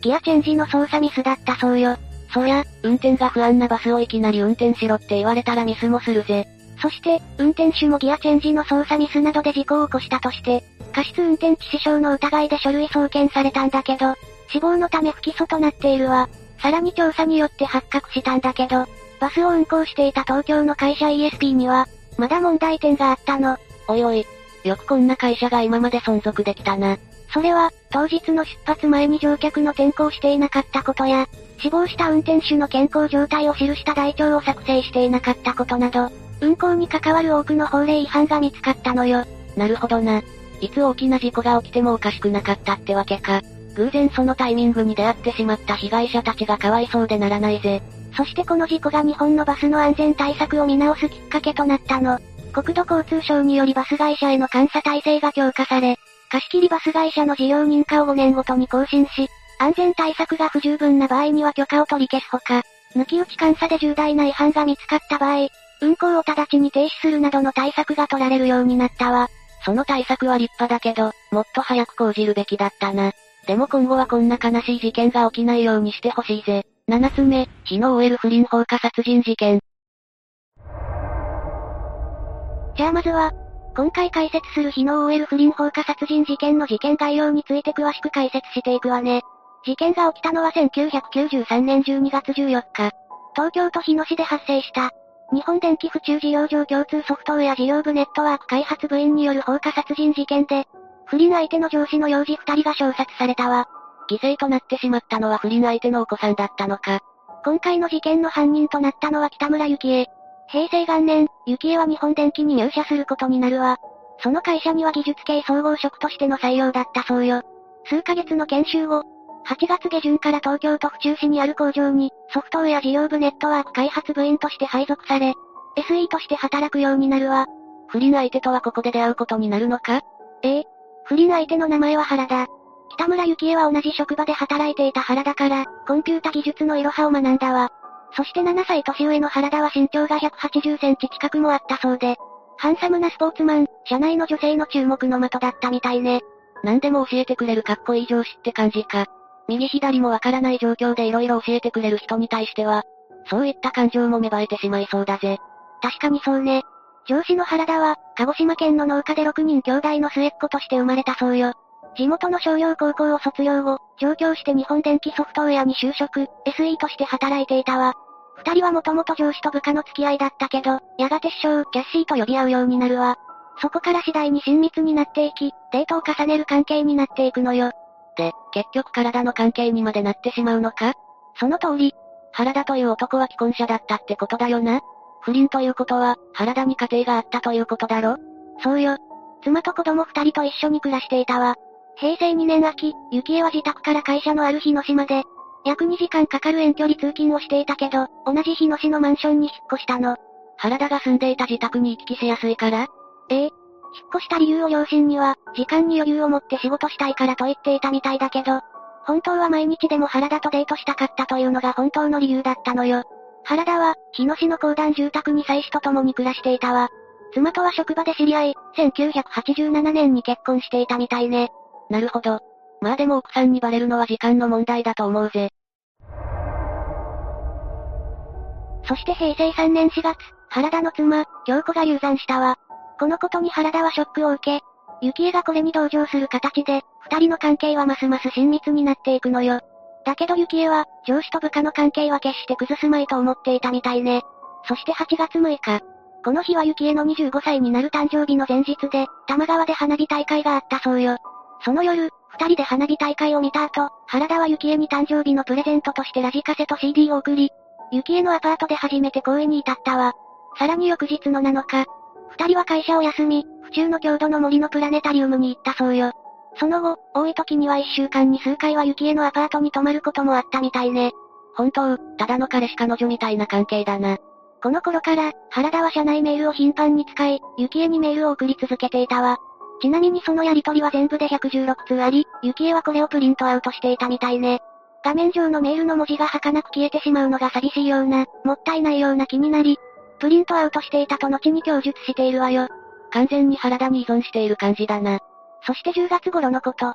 ギアチェンジの操作ミスだったそうよ。 そりゃ、運転が不安なバスをいきなり運転しろって言われたらミスもするぜ。 そして、運転手もギアチェンジの操作ミスなどで事故を起こしたとして、過失運転致死傷の疑いで書類送検されたんだけど、死亡のため不起訴となっているわ。さらに調査によって発覚したんだけど、バスを運行していた東京の会社 イーエスピー には、まだ問題点があったの。 おいおい。よくこんな会社が今まで存続できたな。 それは、当日の出発前に乗客の転校していなかったことや、死亡した運転手の健康状態を記した台帳を作成していなかったことなど、運行に関わる多くの法令違反が見つかったのよ。 なるほどな。いつ大きな事故が起きてもおかしくなかったってわけか。偶然そのタイミングに出会ってしまった被害者たちがかわいそうでならないぜ。 そしてこの事故が日本のバスの安全対策を見直すきっかけとなったの。国土交通省によりバス会社への監査体制が強化され、貸切バス会社の事業認可をごねんごとに更新し、安全対策が不十分な場合には許可を取り消すほか、抜き打ち監査で重大な違反が見つかった場合、運行を直ちに停止するなどの対策が取られるようになったわ。 その対策は立派だけど、もっと早く講じるべきだったな。でも今後はこんな悲しい事件が起きないようにしてほしいぜ。ななつめ、日野 オーエル 不倫放火殺人事件。 じゃあまずは、今回解説する日野 オーエル 不倫放火殺人事件の事件概要について詳しく解説していくわね。事件が起きたのはせんきゅうひゃくきゅうじゅうさんねんじゅうにがつじゅうよっか。東京都日野市で発生した。日本電気府中事業場共通ソフトウェア事業部ネットワーク開発部員による放火殺人事件で、不倫相手の上司の幼児二人が射殺されたわ。 犠牲となってしまったのは不倫相手のお子さんだったのか。 今回の事件の犯人となったのは北村幸恵。平成元年、幸恵は日本電機に入社することになるわ。その会社には技術系総合職としての採用だったそうよ。数ヶ月の研修後、はちがつげじゅんから東京都府中市にある工場に、ソフトウェア事業部ネットワーク開発部員として配属され、エスイー として働くようになるわ。 不倫相手とはここで出会うことになるのか？ ええ。不倫相手の名前は原田。北村幸恵は同じ職場で働いていた原田から、コンピュータ技術のいろはを学んだわ。そしてななさい年上の原田は身長がひゃくはちじゅっセンチ近くもあったそうで、ハンサムなスポーツマン、社内の女性の注目の的だったみたいね。 何でも教えてくれるかっこいい上司って感じか。右左もわからない状況で色々教えてくれる人に対しては、そういった感情も芽生えてしまいそうだぜ。 確かにそうね。上司の原田は、鹿児島県の農家でろくにん兄弟の末っ子として生まれたそうよ。地元の商業高校を卒業後、上京して日本電機ソフトウェアに就職、エスイー として働いていたわ。二人はもともと上司と部下の付き合いだったけど、やがて師匠、キャッシーと呼び合うようになるわ。そこから次第に親密になっていき、デートを重ねる関係になっていくのよ。 で、結局体の関係にまでなってしまうのか？ その通り。 原田という男は既婚者だったってことだよな？不倫ということは、原田に家庭があったということだろ？ そうよ。妻と子供二人と一緒に暮らしていたわ。平成にねん秋、幸恵は自宅から会社のある日野市まで、約にじかんかかる遠距離通勤をしていたけど、同じ日野市のマンションに引っ越したの。 原田が住んでいた自宅に行き来しやすいから？ ええ。引っ越した理由を両親には、時間に余裕を持って仕事したいからと言っていたみたいだけど、本当は毎日でも原田とデートしたかったというのが本当の理由だったのよ。原田は、日野市の公団住宅に妻子と共に暮らしていたわ。妻とは職場で知り合い、せんきゅうひゃくはちじゅうななねんに結婚していたみたいね。 なるほど。まあでも奥さんにバレるのは時間の問題だと思うぜ。 そして平成さんねんしがつ、原田の妻、京子が流産したわ。このことに原田はショックを受け、幸恵がこれに同情する形で、二人の関係はますます親密になっていくのよ。だけど幸恵は、上司と部下の関係は決して崩すまいと思っていたみたいね。そしてはちがつむいか。この日は幸恵のにじゅうごさいになる誕生日の前日で、多摩川で花火大会があったそうよ。その夜、二人で花火大会を見た後、原田は幸恵に誕生日のプレゼントとしてラジカセと シーディー を送り、幸恵のアパートで初めて行為に至ったわ。さらに翌日のなのか、二人は会社を休み、府中の郷土の森のプラネタリウムに行ったそうよ。その後、多い時にはいっしゅうかんに数回は幸恵のアパートに泊まることもあったみたいね。 本当、ただの彼氏彼女みたいな関係だな。 この頃から、原田は社内メールを頻繁に使い、幸恵にメールを送り続けていたわ。ちなみにそのやり取りは全部でひゃくじゅうろくつうあり、幸恵はこれをプリントアウトしていたみたいね。画面上のメールの文字が儚く消えてしまうのが寂しいような、もったいないような気になり、プリントアウトしていたと後に供述しているわよ。 完全に原田に依存している感じだな。 そしてじゅうがつ頃のこと。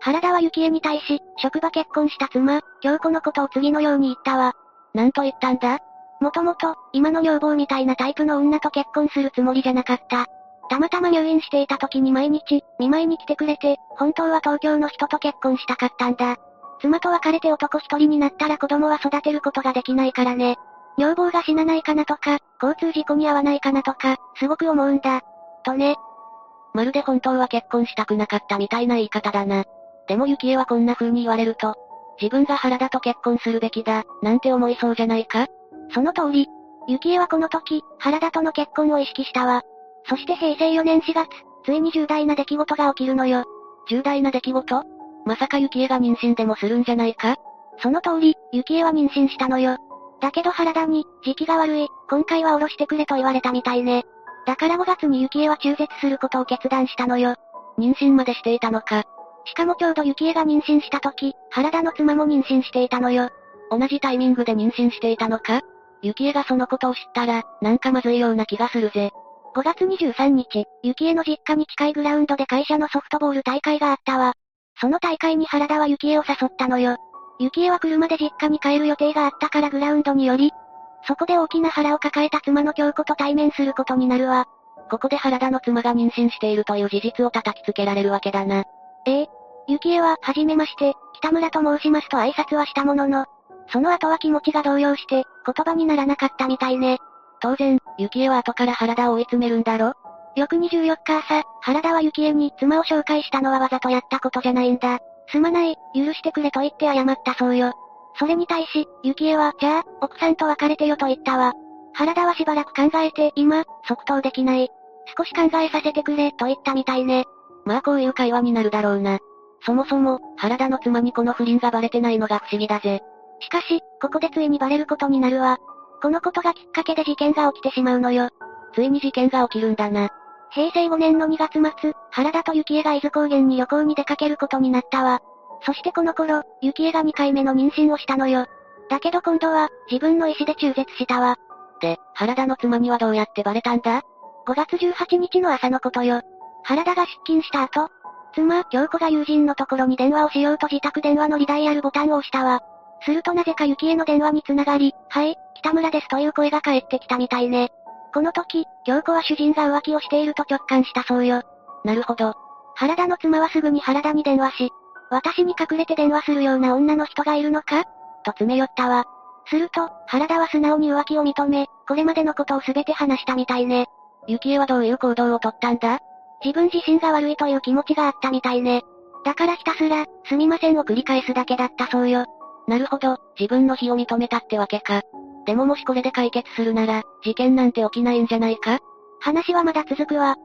原田は幸恵に対し、職場結婚した妻、京子のことを次のように言ったわ。 なんと言ったんだ？ もともと、今の女房みたいなタイプの女と結婚するつもりじゃなかった。たまたま入院していた時に毎日、見舞いに来てくれて、本当は東京の人と結婚したかったんだ。妻と別れて男一人になったら子供は育てることができないからね。女房が死なないかなとか、交通事故に遭わないかなとか、すごく思うんだ。とね。 まるで本当は結婚したくなかったみたいな言い方だな。でも幸恵はこんな風に言われると、自分が原田と結婚するべきだ、なんて思いそうじゃないか？ その通り。幸恵はこの時、原田との結婚を意識したわ。そしてへいせいよねんしがつ、ついに重大な出来事が起きるのよ。 重大な出来事？まさか幸恵が妊娠でもするんじゃないか？ その通り、幸恵は妊娠したのよ。だけど原田に、時期が悪い、今回は下ろしてくれと言われたみたいね。だからごがつに幸恵は中絶することを決断したのよ。 妊娠までしていたのか。 しかもちょうど幸恵が妊娠した時、原田の妻も妊娠していたのよ。 同じタイミングで妊娠していたのか？幸恵がそのことを知ったら、なんかまずいような気がするぜ。 ごがつにじゅうさんにち、幸恵の実家に近いグラウンドで会社のソフトボール大会があったわ。その大会に原田は幸恵を誘ったのよ。幸恵は車で実家に帰る予定があったからグラウンドに寄り、そこで大きな腹を抱えた妻の京子と対面することになるわ。 ここで原田の妻が妊娠しているという事実を叩きつけられるわけだな。 ええ。幸恵は、はじめまして、北村と申しますと挨拶はしたものの、その後は気持ちが動揺して、言葉にならなかったみたいね。 当然、幸恵は後から原田を追い詰めるんだろ？ 翌にじゅうよっか朝、原田は幸恵に妻を紹介したのはわざとやったことじゃないんだ。すまない、許してくれと言って謝ったそうよ。それに対し、幸恵は、じゃあ、奥さんと別れてよと言ったわ。原田はしばらく考えて、今、即答できない。少し考えさせてくれ、と言ったみたいね。 まあこういう会話になるだろうな。そもそも、原田の妻にこの不倫がバレてないのが不思議だぜ。 しかし、ここでついにバレることになるわ。このことがきっかけで事件が起きてしまうのよ。 ついに事件が起きるんだな。 へいせいごねんのにがつまつ、原田と幸恵が伊豆高原に旅行に出かけることになったわ。そしてこの頃、幸恵がにかいめの妊娠をしたのよ。だけど今度は、自分の意思で中絶したわ。 で、原田の妻にはどうやってバレたんだ？ ごがつじゅうはちにちの朝のことよ。原田が出勤した後、妻、京子が友人のところに電話をしようと自宅電話のリダイヤルボタンを押したわ。するとなぜか幸恵の電話に繋がり、はい、北村ですという声が返ってきたみたいね。この時、京子は主人が浮気をしていると直感したそうよ。 なるほど。 原田の妻はすぐに原田に電話し、私に隠れて電話するような女の人がいるのかと詰め寄ったわ。すると、原田は素直に浮気を認め、これまでのことをすべて話したみたいね。 幸恵はどういう行動をとったんだ？ 自分自身が悪いという気持ちがあったみたいね。だからひたすら、すみませんを繰り返すだけだったそうよ。 なるほど、自分の非を認めたってわけか。でももしこれで解決するなら、事件なんて起きないんじゃないか？ 話はまだ続くわ。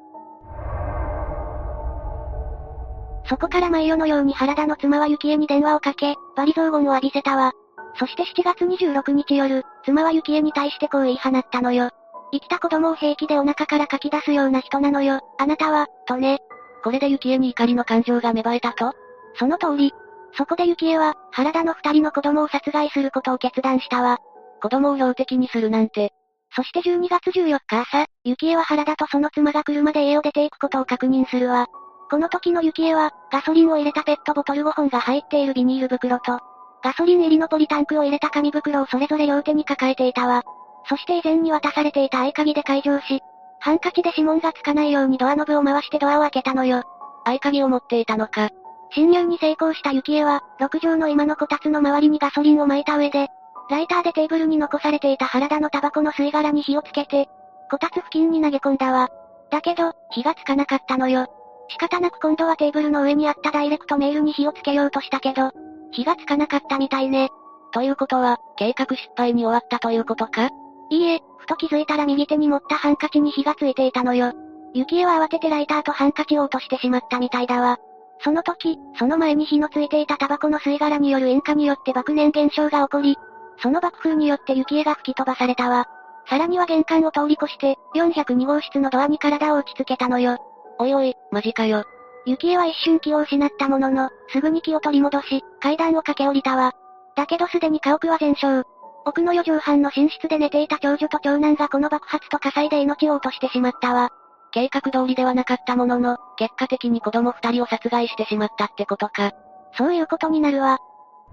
そこから毎夜のように原田の妻は幸恵に電話をかけ、罵詈雑言を浴びせたわ。そしてしちがつにじゅうろくにち夜、妻は幸恵に対してこう言い放ったのよ。生きた子供を平気でお腹から書き出すような人なのよ、あなたは、とね。 これで幸恵に怒りの感情が芽生えたと？ その通り。そこで幸恵は、原田の二人の子供を殺害することを決断したわ。 子供を標的にするなんて。 そしてじゅうにがつじゅうよっか朝、幸恵は原田とその妻が車で家を出ていくことを確認するわ。この時の幸恵は、ガソリンを入れたペットボトルごほんが入っているビニール袋と、ガソリン入りのポリタンクを入れた紙袋をそれぞれ両手に抱えていたわ。そして以前に渡されていた合鍵で解錠し、ハンカチで指紋がつかないようにドアノブを回してドアを開けたのよ。 合鍵を持っていたのか。 侵入に成功した幸恵は、ろくじょうの居間のこたつの周りにガソリンを撒いた上で、ライターでテーブルに残されていた原田のタバコの吸い殻に火をつけて、こたつ付近に投げ込んだわ。だけど、火がつかなかったのよ。仕方なく今度はテーブルの上にあったダイレクトメールに火をつけようとしたけど、火がつかなかったみたいね。 ということは、計画失敗に終わったということか？ いいえ、ふと気づいたら右手に持ったハンカチに火がついていたのよ。幸恵は慌ててライターとハンカチを落としてしまったみたいだわ。その時、その前に火のついていたタバコの吸い殻による引火によって爆燃現象が起こり、その爆風によって幸恵が吹き飛ばされたわ。さらには玄関を通り越して、よんひゃくにごうしつのドアに体を打ちつけたのよ。 おいおい、マジかよ。 幸恵は一瞬気を失ったものの、すぐに気を取り戻し、階段を駆け下りたわ。だけどすでに家屋は全焼。奥のよじょうはんの寝室で寝ていた長女と長男がこの爆発と火災で命を落としてしまったわ。 計画通りではなかったものの、結果的に子供二人を殺害してしまったってことか。 そういうことになるわ。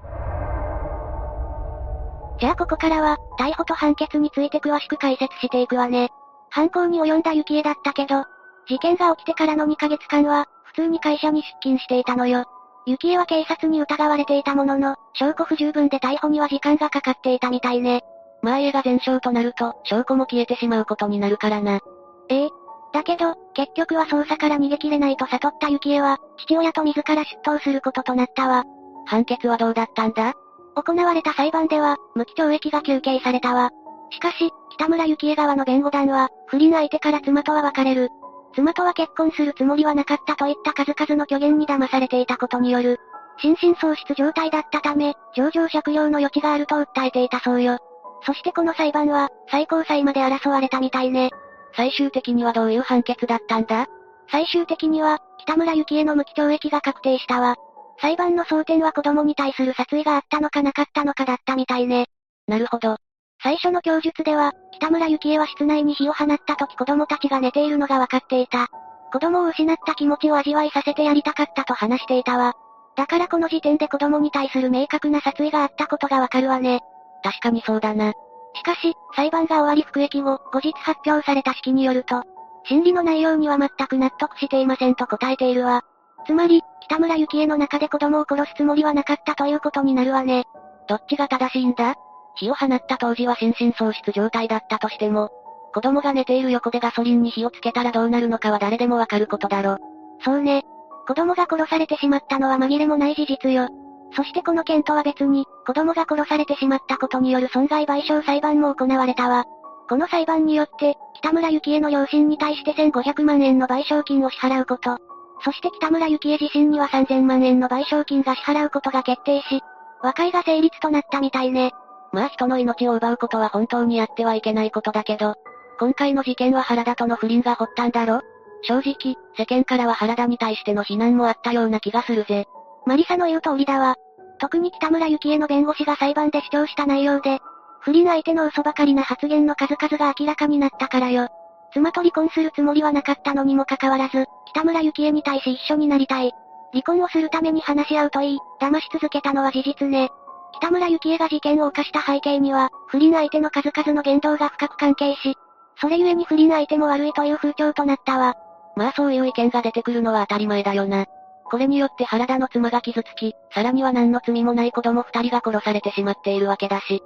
じゃあここからは、逮捕と判決について詳しく解説していくわね。犯行に及んだ幸恵だったけど、事件が起きてからのにかげつかんは、普通に会社に出勤していたのよ。幸恵は警察に疑われていたものの、証拠不十分で逮捕には時間がかかっていたみたいね。 まあ家が全焼となると、証拠も消えてしまうことになるからな。 ええ。だけど、結局は捜査から逃げ切れないと悟った幸恵は、父親と自ら出頭することとなったわ。 判決はどうだったんだ？ 行われた裁判では、無期懲役が求刑されたわ。しかし、北村幸恵側の弁護団は、不倫相手から妻とは別れる。妻とは結婚するつもりはなかったといった数々の虚言に騙されていたことによる、心神喪失状態だったため、情状酌量の余地があると訴えていたそうよ。そしてこの裁判は、最高裁まで争われたみたいね。 最終的にはどういう判決だったんだ？ 最終的には、北村幸恵の無期懲役が確定したわ。裁判の争点は子供に対する殺意があったのかなかったのかだったみたいね。 なるほど。 最初の供述では、北村幸恵は室内に火を放った時子供たちが寝ているのが分かっていた。子供を失った気持ちを味わいさせてやりたかったと話していたわ。だからこの時点で子供に対する明確な殺意があったことがわかるわね。 確かにそうだな。 しかし、裁判が終わり服役後、後日発表された式によると、審理の内容には全く納得していませんと答えているわ。つまり、北村幸恵の中で子供を殺すつもりはなかったということになるわね。 どっちが正しいんだ？火を放った当時は心神喪失状態だったとしても、子供が寝ている横でガソリンに火をつけたらどうなるのかは誰でもわかることだろ。 そうね。子供が殺されてしまったのは紛れもない事実よ。そしてこの件とは別に、子供が殺されてしまったことによる損害賠償裁判も行われたわ。この裁判によって、北村幸恵の両親に対してせんごひゃくまんえんの賠償金を支払うこと。そして北村幸恵自身にはさんぜんまんえんの賠償金が支払うことが決定し、和解が成立となったみたいね。 まあ人の命を奪うことは本当にやってはいけないことだけど、今回の事件は原田との不倫が発端だろ？正直、世間からは原田に対しての非難もあったような気がするぜ。 マリサの言う通りだわ。特に北村幸恵の弁護士が裁判で主張した内容で、不倫相手の嘘ばかりな発言の数々が明らかになったからよ。妻と離婚するつもりはなかったのにもかかわらず、北村幸恵に対し一緒になりたい。離婚をするために話し合うといい、騙し続けたのは事実ね。北村幸恵が事件を犯した背景には、不倫相手の数々の言動が深く関係し、それゆえに不倫相手も悪いという風潮となったわ。 まあそういう意見が出てくるのは当たり前だよな。これによって原田の妻が傷つき、さらには何の罪もない子供二人が殺されてしまっているわけだし。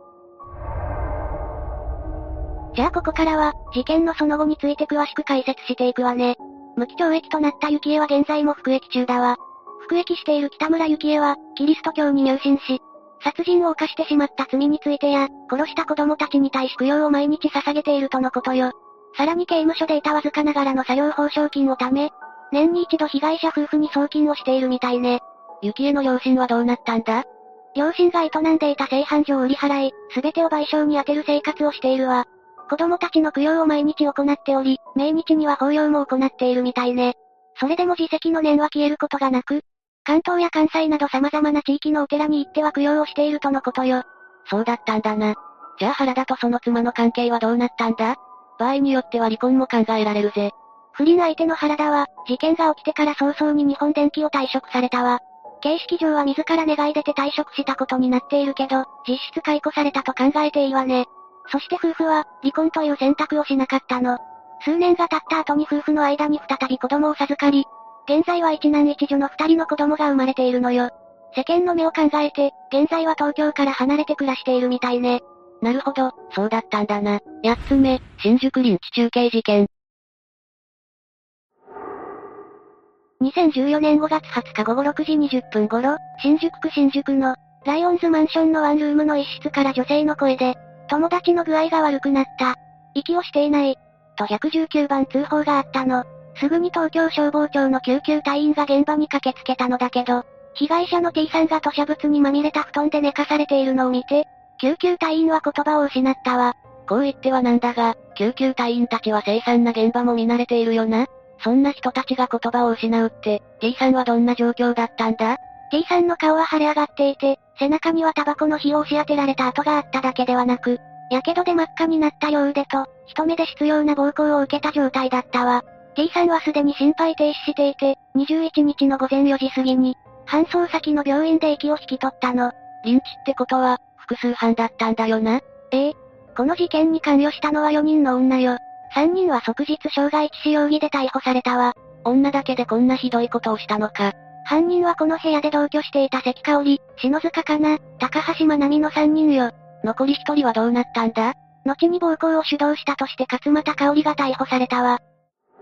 じゃあここからは、事件のその後について詳しく解説していくわね。無期懲役となった幸恵は現在も服役中だわ。服役している北村幸恵は、キリスト教に入信し、殺人を犯してしまった罪についてや、殺した子供たちに対し供養を毎日捧げているとのことよ。さらに刑務所でいたわずかながらの作業報奨金を貯め、年に一度被害者夫婦に送金をしているみたいね。 幸恵の両親はどうなったんだ？ 両親が営んでいた製飯所を売り払い、すべてを賠償に充てる生活をしているわ。子供たちの供養を毎日行っており、命日には法要も行っているみたいね。それでも自責の念は消えることがなく、関東や関西など様々な地域のお寺に行っては供養をしているとのことよ。 そうだったんだな。じゃあ原田とその妻の関係はどうなったんだ？場合によっては離婚も考えられるぜ。 不倫相手の原田は、事件が起きてから早々に日本電機を退職されたわ。形式上は自ら願い出て退職したことになっているけど、実質解雇されたと考えていいわね。そして夫婦は、離婚という選択をしなかったの。数年が経った後に夫婦の間に再び子供を授かり、現在は一男一女の二人の子供が生まれているのよ。世間の目を考えて、現在は東京から離れて暮らしているみたいね。 なるほど、そうだったんだな。八つ目、新宿リンチ中継事件。 にせんじゅうよねんごがつはつかごごろくじにじゅっぷん頃、新宿区新宿の、ライオンズマンションのワンルームの一室から女性の声で、友達の具合が悪くなった。息をしていない。とひゃくじゅうきゅうばん通報があったの。すぐに東京消防庁の救急隊員が現場に駆けつけたのだけど、被害者の T さんが吐瀉物にまみれた布団で寝かされているのを見て、救急隊員は言葉を失ったわ。 こう言ってはなんだが、救急隊員たちは凄惨な現場も見慣れているよな。そんな人たちが言葉を失うって、T さんはどんな状況だったんだ？ T さんの顔は腫れ上がっていて、背中にはタバコの火を押し当てられた跡があっただけではなく、火傷で真っ赤になった両腕と、一目で執拗な暴行を受けた状態だったわ。T さんはすでに心肺停止していて、にじゅういちにちのごぜんよじ過ぎに、 搬送先の病院で息を引き取ったの。 リンチってことは、複数犯だったんだよな。 ええ。この事件に関与したのはよにんの女よ。さんにんは即日傷害致死容疑で逮捕されたわ。 女だけでこんなひどいことをしたのか。 犯人はこの部屋で同居していた関香織、篠塚かな、高橋まなみのさんにんよ。 残りひとりはどうなったんだ？ 後に暴行を主導したとして勝又香織が逮捕されたわ。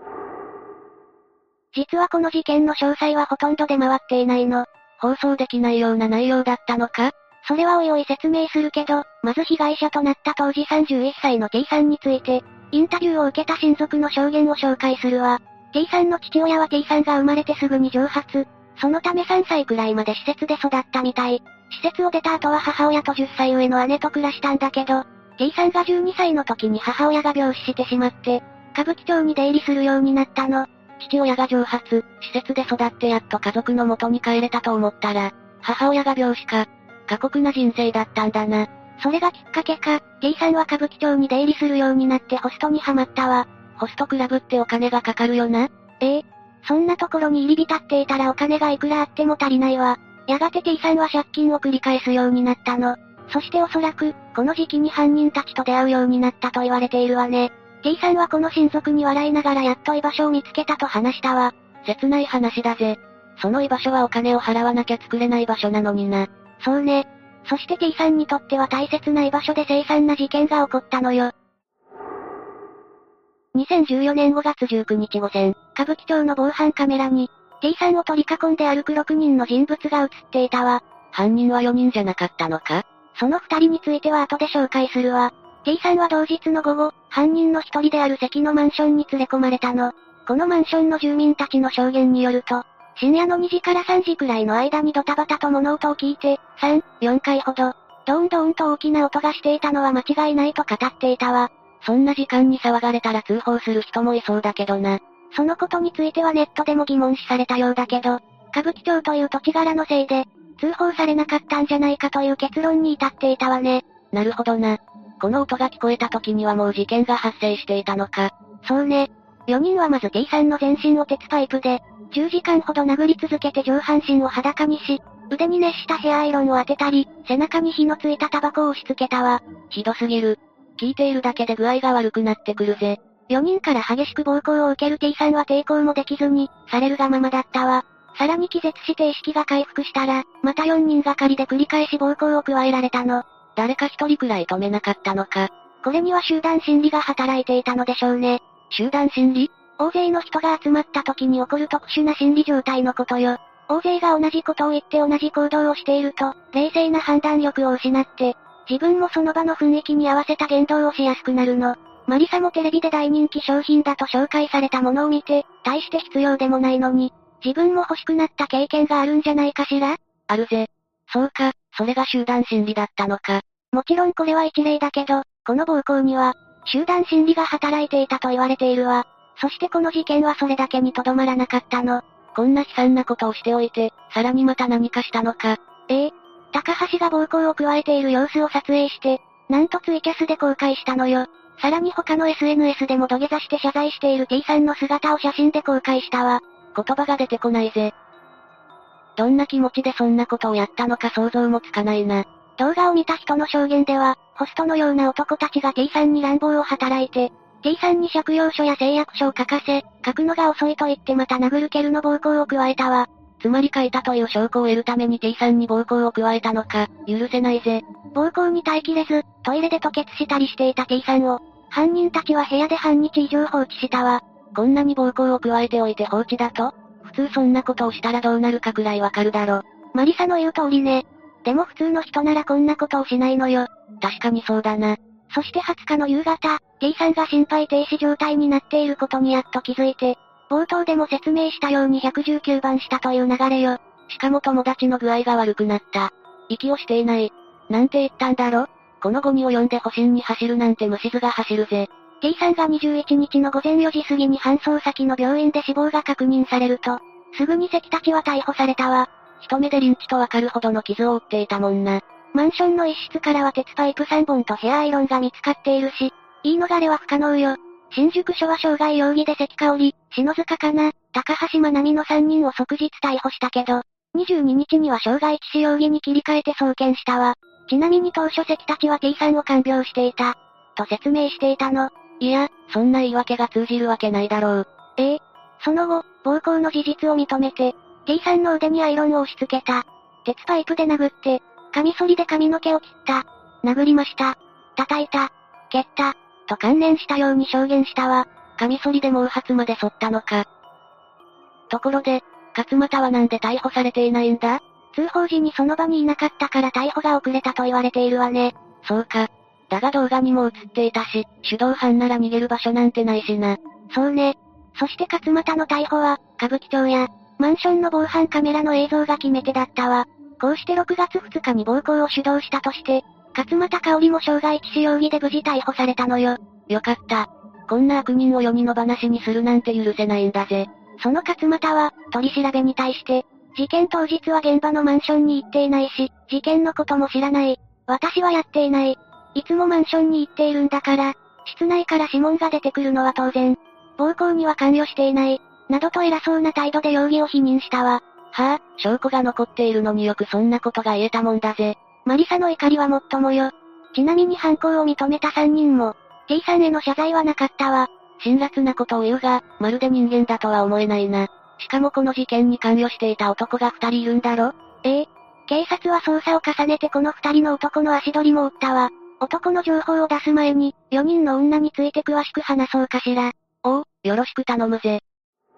実はこの事件の詳細はほとんど出回っていないの。 放送できないような内容だったのか？ それはおいおい説明するけど、まず被害者となった当時さんじゅういっさいの T さんについて、インタビューを受けた親族の証言を紹介するわ。T さんの父親は T さんが生まれてすぐに蒸発。そのためさんさいくらいまで施設で育ったみたい。施設を出た後は母親とじゅっさい上の姉と暮らしたんだけど、T さんがじゅうにさいの時に母親が病死してしまって、歌舞伎町に出入りするようになったの。 父親が蒸発、施設で育ってやっと家族の元に帰れたと思ったら、母親が病死か。過酷な人生だったんだな。 それがきっかけか、T さんは歌舞伎町に出入りするようになってホストにハマったわ。 ホストクラブってお金がかかるよな。 ええ。そんなところに入り浸っていたらお金がいくらあっても足りないわ。やがて T さんは借金を繰り返すようになったの。そしておそらく、この時期に犯人たちと出会うようになったと言われているわね。T さんはこの親族に笑いながらやっと居場所を見つけたと話したわ。 切ない話だぜ。その居場所はお金を払わなきゃ作れない場所なのにな。 そうね。そして T さんにとっては大切な居場所で凄惨な事件が起こったのよ。にせんじゅうよねんごがつじゅうくにち午前、歌舞伎町の防犯カメラに、T さんを取り囲んで歩くろくにんの人物が映っていたわ。 犯人はよにんじゃなかったのか？ そのふたりについては後で紹介するわ。T さんは同日の午後、犯人の一人である関のマンションに連れ込まれたの。このマンションの住民たちの証言によると、深夜のにじからさんじくらいの間にドタバタと物音を聞いて、さん、よんかいほど、ドーンドーンと大きな音がしていたのは間違いないと語っていたわ。 そんな時間に騒がれたら通報する人もいそうだけどな。 そのことについてはネットでも疑問視されたようだけど、歌舞伎町という土地柄のせいで、通報されなかったんじゃないかという結論に至っていたわね。 なるほどな。この音が聞こえた時にはもう事件が発生していたのか。 そうね。よにんはまず T さんの全身を鉄パイプで、じゅうじかんほど殴り続けて上半身を裸にし、腕に熱したヘアアイロンを当てたり、背中に火のついたタバコを押し付けたわ。 ひどすぎる。聞いているだけで具合が悪くなってくるぜ。 よにんから激しく暴行を受ける T さんは抵抗もできずに、されるがままだったわ。さらに気絶して意識が回復したら、またよにんがかりで繰り返し暴行を加えられたの。 誰か一人くらい止めなかったのか。 これには集団心理が働いていたのでしょうね。 集団心理？ 大勢の人が集まった時に起こる特殊な心理状態のことよ。大勢が同じことを言って同じ行動をしていると、冷静な判断力を失って、自分もその場の雰囲気に合わせた言動をしやすくなるの。マリサもテレビで大人気商品だと紹介されたものを見て、大して必要でもないのに、自分も欲しくなった経験があるんじゃないかしら？ あるぜ。そうか、それが集団心理だったのか。 もちろんこれは一例だけど、この暴行には、集団心理が働いていたと言われているわ。そしてこの事件はそれだけにとどまらなかったの。 こんな悲惨なことをしておいて、さらにまた何かしたのか。 ええ。高橋が暴行を加えている様子を撮影して、なんとツイキャスで公開したのよ。さらに他の エスエヌエス でも土下座して謝罪している T さんの姿を写真で公開したわ。 言葉が出てこないぜ。どんな気持ちでそんなことをやったのか想像もつかないな。 動画を見た人の証言では、ホストのような男たちが T さんに乱暴を働いて、T さんに借用書や誓約書を書かせ、書くのが遅いと言ってまた殴る蹴るの暴行を加えたわ。 つまり書いたという証拠を得るために T さんに暴行を加えたのか、許せないぜ。 暴行に耐えきれず、トイレで吐血したりしていた T さんを、犯人たちは部屋で半日以上放置したわ。 こんなに暴行を加えておいて放置だと？普通そんなことをしたらどうなるかくらいわかるだろ。 マリサの言う通りね。でも普通の人ならこんなことをしないのよ。 確かにそうだな。 そしてはつかの夕方、T さんが心肺停止状態になっていることにやっと気づいて、冒頭でも説明したようにひゃくじゅうきゅうばんしたという流れよ。 しかも友達の具合が悪くなった。息をしていない。なんて言ったんだろ？このゴミを呼んで保身に走るなんて虫図が走るぜ。 T さんがにじゅういちにちのごぜんよじ過ぎに搬送先の病院で死亡が確認されると、すぐに関たちは逮捕されたわ。 一目でリンチとわかるほどの傷を負っていたもんな。 マンションの一室からは鉄パイプさんぼんとヘアアイロンが見つかっているし、言い逃れは不可能よ。新宿署は傷害容疑で関香織、篠塚かな、高橋まなみのさんにんを即日逮捕したけど、 にじゅうににちには傷害致死容疑に切り替えて送検したわ。ちなみに当初関たちは T さんを看病していた。と説明していたの。 いや、そんな言い訳が通じるわけないだろう。 ええ。その後、暴行の事実を認めて、T さんの腕にアイロンを押し付けた。鉄パイプで殴って、カミソリで髪の毛を切った。殴りました。叩いた。蹴った。と関連したように証言したわ。 カミソリで毛髪まで剃ったのか。ところで、勝又はなんで逮捕されていないんだ？ 通報時にその場にいなかったから逮捕が遅れたと言われているわね。 そうか。だが動画にも映っていたし、手動犯なら逃げる場所なんてないしな。 そうね。そして勝又の逮捕は、歌舞伎町や、マンションの防犯カメラの映像が決め手だったわ。こうしてろくがつふつかに暴行を主導したとして、勝又香織も傷害致死容疑で無事逮捕されたのよ。 よかった。こんな悪人を世に野放しにするなんて許せないんだぜ。 その勝又は、取り調べに対して、事件当日は現場のマンションに行っていないし、事件のことも知らない。私はやっていない。いつもマンションに行っているんだから、室内から指紋が出てくるのは当然。暴行には関与していない。などと偉そうな態度で容疑を否認したわ。 はぁ、証拠が残っているのによくそんなことが言えたもんだぜ。 マリサの怒りはもっともよ。ちなみに犯行を認めたさんにんも、T さんへの謝罪はなかったわ。 辛辣なことを言うが、まるで人間だとは思えないな。しかもこの事件に関与していた男が二人いるんだろ？ ええ。警察は捜査を重ねてこの二人の男の足取りも追ったわ。男の情報を出す前に、よにんの女について詳しく話そうかしら。 おう、よろしく頼むぜ。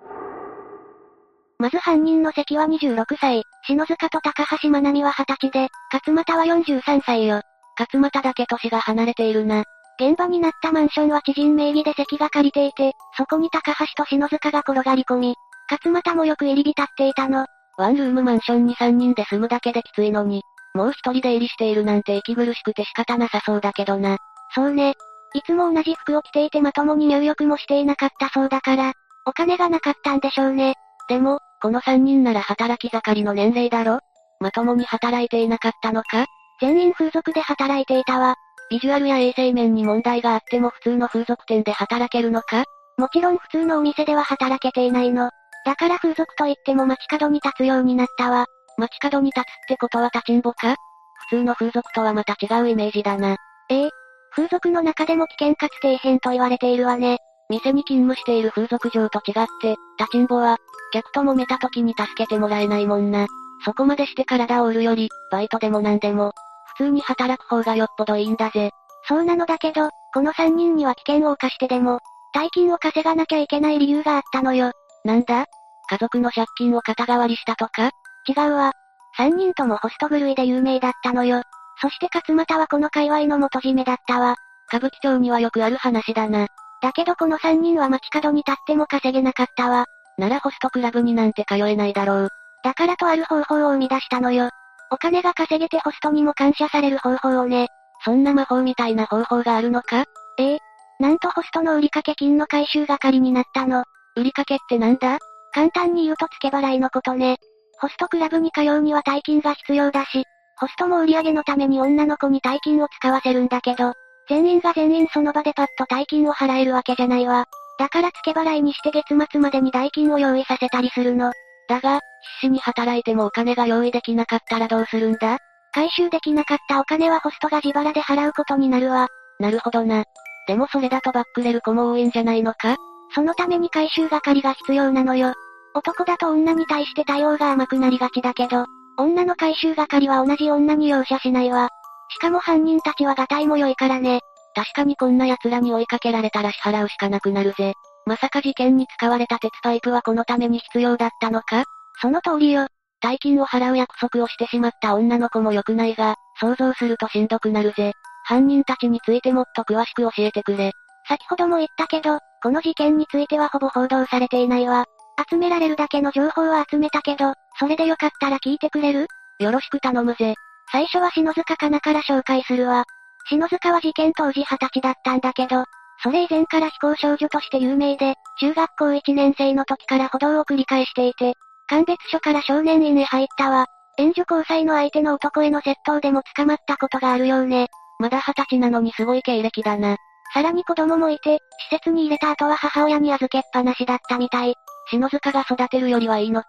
まず犯人の関はにじゅうろくさい、篠塚と高橋真奈美ははたちで、勝又はよんじゅうさんさいよ。 勝又だけ年が離れているな。 現場になったマンションは知人名義で関が借りていて、そこに高橋と篠塚が転がり込み、勝又もよく入り浸っていたの。 ワンルームマンションにさんにんで住むだけできついのに、もう一人出入りしているなんて息苦しくて仕方なさそうだけどな。 そうね。いつも同じ服を着ていてまともに入浴もしていなかったそうだから、お金がなかったんでしょうね。 でも、このさんにんなら働き盛りの年齢だろ？まともに働いていなかったのか？ 全員風俗で働いていたわ。 ビジュアルや衛生面に問題があっても普通の風俗店で働けるのか？ もちろん普通のお店では働けていないの。だから風俗といっても街角に立つようになったわ。 街角に立つってことは立ちんぼか？普通の風俗とはまた違うイメージだな。 ええ。風俗の中でも危険かつ底辺と言われているわね。 店に勤務している風俗嬢と違って、立ちんぼは、客と揉めた時に助けてもらえないもんな。そこまでして体を売るより、バイトでもなんでも、普通に働く方がよっぽどいいんだぜ。 そうなのだけど、このさんにんには危険を冒してでも、大金を稼がなきゃいけない理由があったのよ。 なんだ？家族の借金を肩代わりしたとか？ 違うわ。さんにんともホスト狂いで有名だったのよ。そして勝又はこの界隈の元締めだったわ。 歌舞伎町にはよくある話だな。 だけどこのさんにんは街角に立っても稼げなかったわ。 ならホストクラブになんて通えないだろう。 だからとある方法を生み出したのよ。お金が稼げてホストにも感謝される方法をね。 そんな魔法みたいな方法があるのか？ ええ。なんとホストの売掛金の回収係になったの。 売掛ってなんだ？ 簡単に言うと付け払いのことね。ホストクラブに通うには大金が必要だし、ホストも売り上げのために女の子に大金を使わせるんだけど、全員が全員その場でパッと大金を払えるわけじゃないわ。だから付け払いにして月末までに代金を用意させたりするの。 だが、必死に働いてもお金が用意できなかったらどうするんだ？ 回収できなかったお金はホストが自腹で払うことになるわ。 なるほどな。でもそれだとバックれる子も多いんじゃないのか？ そのために回収係が必要なのよ。男だと女に対して対応が甘くなりがちだけど、女の回収係は同じ女に容赦しないわ。しかも犯人たちはガタイも良いからね。 確かにこんな奴らに追いかけられたら支払うしかなくなるぜ。まさか事件に使われた鉄パイプはこのために必要だったのか？ その通りよ。 大金を払う約束をしてしまった女の子も良くないが、想像するとしんどくなるぜ。犯人たちについてもっと詳しく教えてくれ。 先ほども言ったけど、この事件についてはほぼ報道されていないわ。集められるだけの情報は集めたけど、それでよかったら聞いてくれる？ よろしく頼むぜ。 最初は篠塚かなから紹介するわ。篠塚は事件当時はたちだったんだけど、それ以前から非行少女として有名で、中学校いちねん生の時から補導を繰り返していて、鑑別所から少年院へ入ったわ。援助交際の相手の男への窃盗でも捕まったことがあるようね。 まだはたちなのにすごい経歴だな。 さらに子供もいて、施設に入れた後は母親に預けっぱなしだったみたい。 篠塚が育てるよりはいいのか。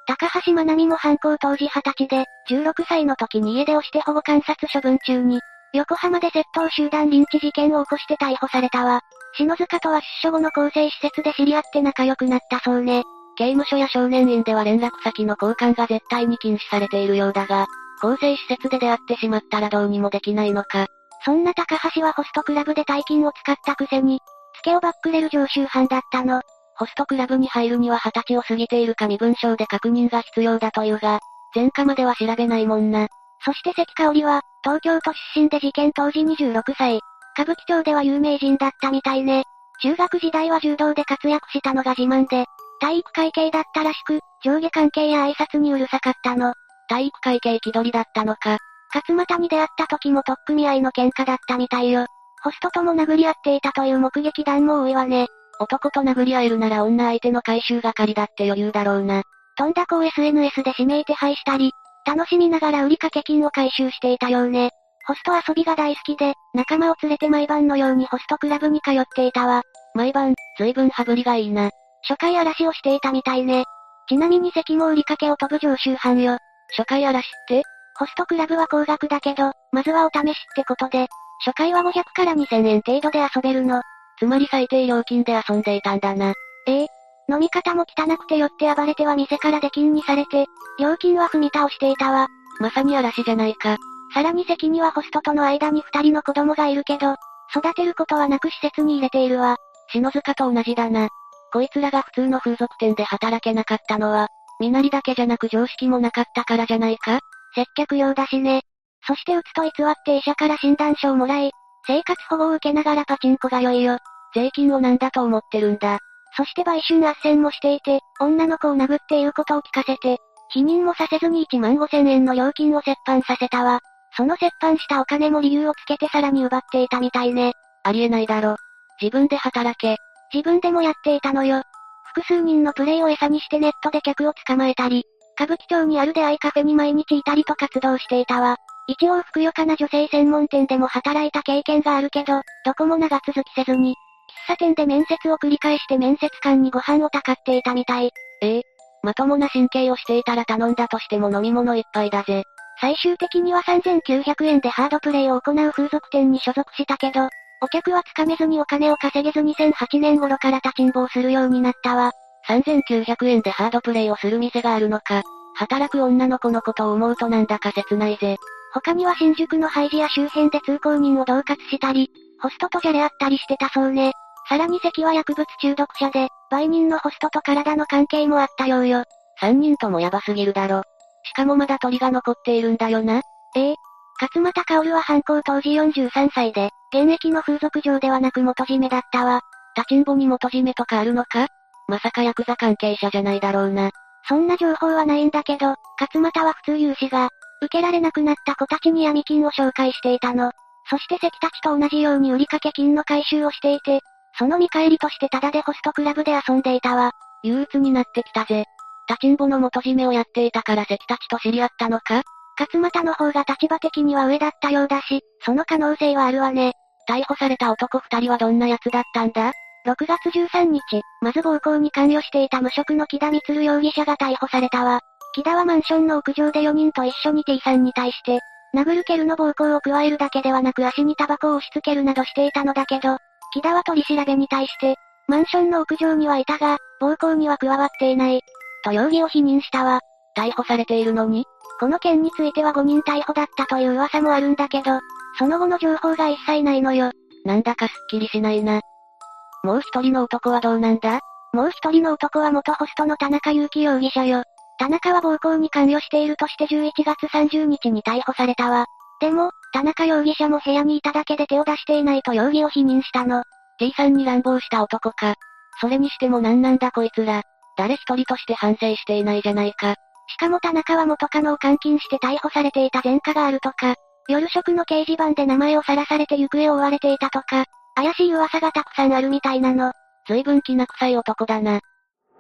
高橋真奈美も犯行当時はたちで、じゅうろくさいの時に家出をして保護観察処分中に、横浜で窃盗集団リンチ事件を起こして逮捕されたわ。篠塚とは出所後の更生施設で知り合って仲良くなったそうね。 刑務所や少年院では連絡先の交換が絶対に禁止されているようだが、更生施設で出会ってしまったらどうにもできないのか。 そんな高橋はホストクラブで大金を使ったくせに、ツケをバックれる常習犯だったの。 ホストクラブに入るにははたちを過ぎているか身分証で確認が必要だというが、前科までは調べないもんな。 そして関香織は、東京都出身で事件当時にじゅうろくさい。歌舞伎町では有名人だったみたいね。中学時代は柔道で活躍したのが自慢で、体育会系だったらしく、上下関係や挨拶にうるさかったの。 体育会系気取りだったのか。 勝俣に出会った時も取っ組み合いの喧嘩だったみたいよ。ホストとも殴り合っていたという目撃談も多いわね。 男と殴り合えるなら女相手の回収係だって余裕だろうな。 飛んだ子を エスエヌエス で指名手配したり、楽しみながら売掛金を回収していたようね。ホスト遊びが大好きで、仲間を連れて毎晩のようにホストクラブに通っていたわ。 毎晩、随分羽振りがいいな。 初回嵐をしていたみたいね。ちなみに関も売りかけを飛ぶ常習犯よ。 初回嵐って？ ホストクラブは高額だけど、まずはお試しってことで、初回はごひゃくからにせんえん程度で遊べるの。 つまり最低料金で遊んでいたんだな。 ええ。飲み方も汚くて酔って暴れては店から出禁にされて、料金は踏み倒していたわ。 まさに嵐じゃないか。 さらに関にはホストとの間に二人の子供がいるけど、育てることはなく施設に入れているわ。 篠塚と同じだな。こいつらが普通の風俗店で働けなかったのは、身なりだけじゃなく常識もなかったからじゃないか？ 接客用だしね。そしてうつと偽って医者から診断書をもらい、生活保護を受けながらパチンコが良いよ。 税金をなんだと思ってるんだ。 そして売春斡旋もしていて、女の子を殴っていることを聞かせて、否認もさせずにいちまんごせんえんの料金を折半させたわ。その折半したお金も理由をつけてさらに奪っていたみたいね。 ありえないだろ。自分で働け。 自分でもやっていたのよ。複数人のプレイを餌にしてネットで客を捕まえたり、歌舞伎町にある出会いカフェに毎日いたりと活動していたわ。一応ふくよかな女性専門店でも働いた経験があるけど、どこも長続きせずに、喫茶店で面接を繰り返して面接官にご飯をたかっていたみたい。 ええ。まともな神経をしていたら頼んだとしても飲み物一杯だぜ。 最終的にはさんぜんきゅうひゃくえんでハードプレイを行う風俗店に所属したけど、お客はつかめずにお金を稼げずにせんはちねん頃から立ちんぼをするようになったわ。 さんぜんきゅうひゃくえんでハードプレイをする店があるのか。働く女の子のことを思うとなんだか切ないぜ。 他には新宿のハイジや周辺で通行人を恫喝したり、ホストとじゃれ合ったりしてたそうね。さらに関は薬物中毒者で、売人のホストと体の関係もあったようよ。 三人ともヤバすぎるだろ。しかもまだ鳥が残っているんだよな。 ええ。勝俣薫は犯行当時よんじゅうさんさいで、現役の風俗嬢ではなく元締めだったわ。 立ちんぼに元締めとかあるのか？まさかヤクザ関係者じゃないだろうな。 そんな情報はないんだけど、勝俣は普通融資が、受けられなくなった子たちに闇金を紹介していたの。そして関たちと同じように売掛金の回収をしていて、その見返りとしてタダでホストクラブで遊んでいたわ。 憂鬱になってきたぜ。立ちんぼの元締めをやっていたから関たちと知り合ったのか？ 勝俣の方が立場的には上だったようだし、その可能性はあるわね。 逮捕された男二人はどんな奴だったんだ？ ろくがつじゅうさんにち、まず暴行に関与していた無職の木田充容疑者が逮捕されたわ。木田はマンションの屋上でよにんと一緒に T さんに対して、殴る蹴るの暴行を加えるだけではなく足にタバコを押し付けるなどしていたのだけど、木田は取り調べに対して、マンションの屋上にはいたが、暴行には加わっていない、と容疑を否認したわ。 逮捕されているのに？ この件についてはごにん逮捕だったという噂もあるんだけど、その後の情報が一切ないのよ。 なんだかすっきりしないな。もう一人の男はどうなんだ？ もう一人の男は元ホストの田中裕樹容疑者よ。田中は暴行に関与しているとしてじゅういちがつさんじゅうにちに逮捕されたわ。でも、田中容疑者も部屋にいただけで手を出していないと容疑を否認したの。 T さんに乱暴した男か。それにしてもなんなんだこいつら。誰一人として反省していないじゃないか。 しかも田中は元カノを監禁して逮捕されていた前科があるとか、夜食の掲示板で名前を晒されて行方を追われていたとか、怪しい噂がたくさんあるみたいなの。 随分気な臭い男だな。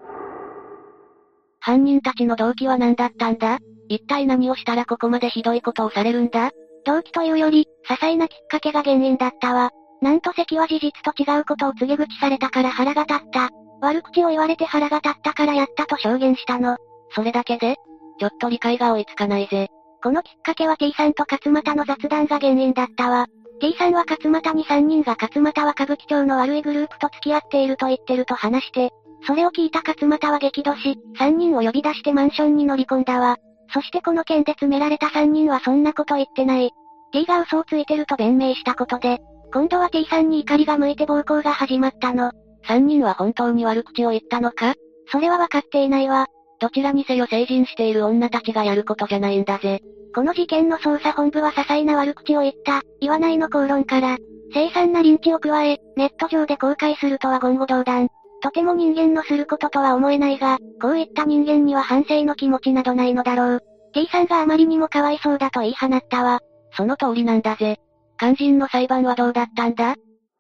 犯人たちの動機は何だったんだ？一体何をしたらここまでひどいことをされるんだ？ 動機というより、些細なきっかけが原因だったわ。なんと関は事実と違うことを告げ口されたから腹が立った。悪口を言われて腹が立ったからやったと証言したの。 それだけで？ちょっと理解が追いつかないぜ。 このきっかけは T さんと勝俣の雑談が原因だったわ。T さんは勝俣にさんにんが勝俣は歌舞伎町の悪いグループと付き合っていると言ってると話して、それを聞いた勝俣は激怒し、さんにんを呼び出してマンションに乗り込んだわ。そしてこの件で詰められたさんにんはそんなこと言ってない。T が嘘をついてると弁明したことで、今度は T さんに怒りが向いて暴行が始まったの。 さんにんは本当に悪口を言ったのか？ それは分かっていないわ。 どちらにせよ成人している女たちがやることじゃないんだぜ。 この事件の捜査本部は些細な悪口を言った、言わないの口論から、凄惨なリンチを加え、ネット上で公開するとは言語道断。とても人間のすることとは思えないが、こういった人間には反省の気持ちなどないのだろう。T さんがあまりにもかわいそうだと言い放ったわ。 その通りなんだぜ。肝心の裁判はどうだったんだ？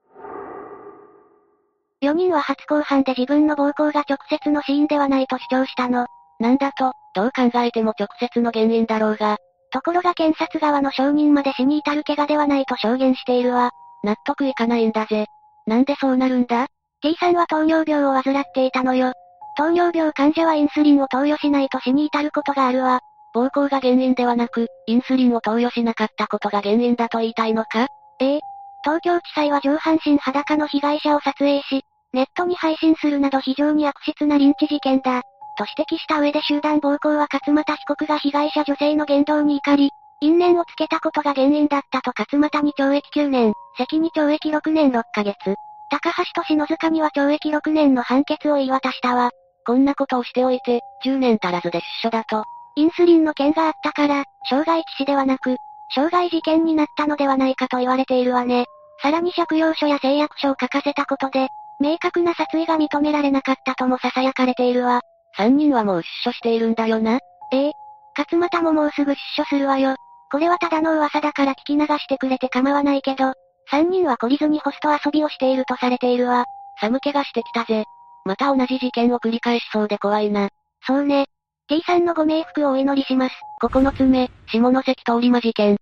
よにんは初公判で自分の暴行が直接の死因ではないと主張したの。 なんだと、どう考えても直接の原因だろうが。 ところが検察側の証人まで死に至る怪我ではないと証言しているわ。 納得いかないんだぜ。なんでそうなるんだ？ T さんは糖尿病を患っていたのよ。糖尿病患者はインスリンを投与しないと死に至ることがあるわ。 暴行が原因ではなく、インスリンを投与しなかったことが原因だと言いたいのか？ ええ。東京地裁は上半身裸の被害者を撮影し、ネットに配信するなど非常に悪質なリンチ事件だ。と指摘した上で集団暴行は勝俣被告が被害者女性の言動に怒り、因縁をつけたことが原因だったと勝俣に懲役きゅうねん、関に懲役ろくねんろっかげつ、高橋と篠塚には懲役ろくねんの判決を言い渡したわ。 こんなことをしておいて、じゅうねん足らずで出所だと。 インスリンの件があったから、傷害致死ではなく、傷害事件になったのではないかと言われているわね。さらに借用書や誓約書を書かせたことで、明確な殺意が認められなかったとも囁かれているわ。 さんにんはもう出所しているんだよな。 ええ。勝俣ももうすぐ出所するわよ。これはただの噂だから聞き流してくれて構わないけど、さんにんは懲りずにホスト遊びをしているとされているわ。 寒気がしてきたぜ。また同じ事件を繰り返しそうで怖いな。 そうね。T さんのご冥福をお祈りします。 ここのつめ、下関通り魔事件。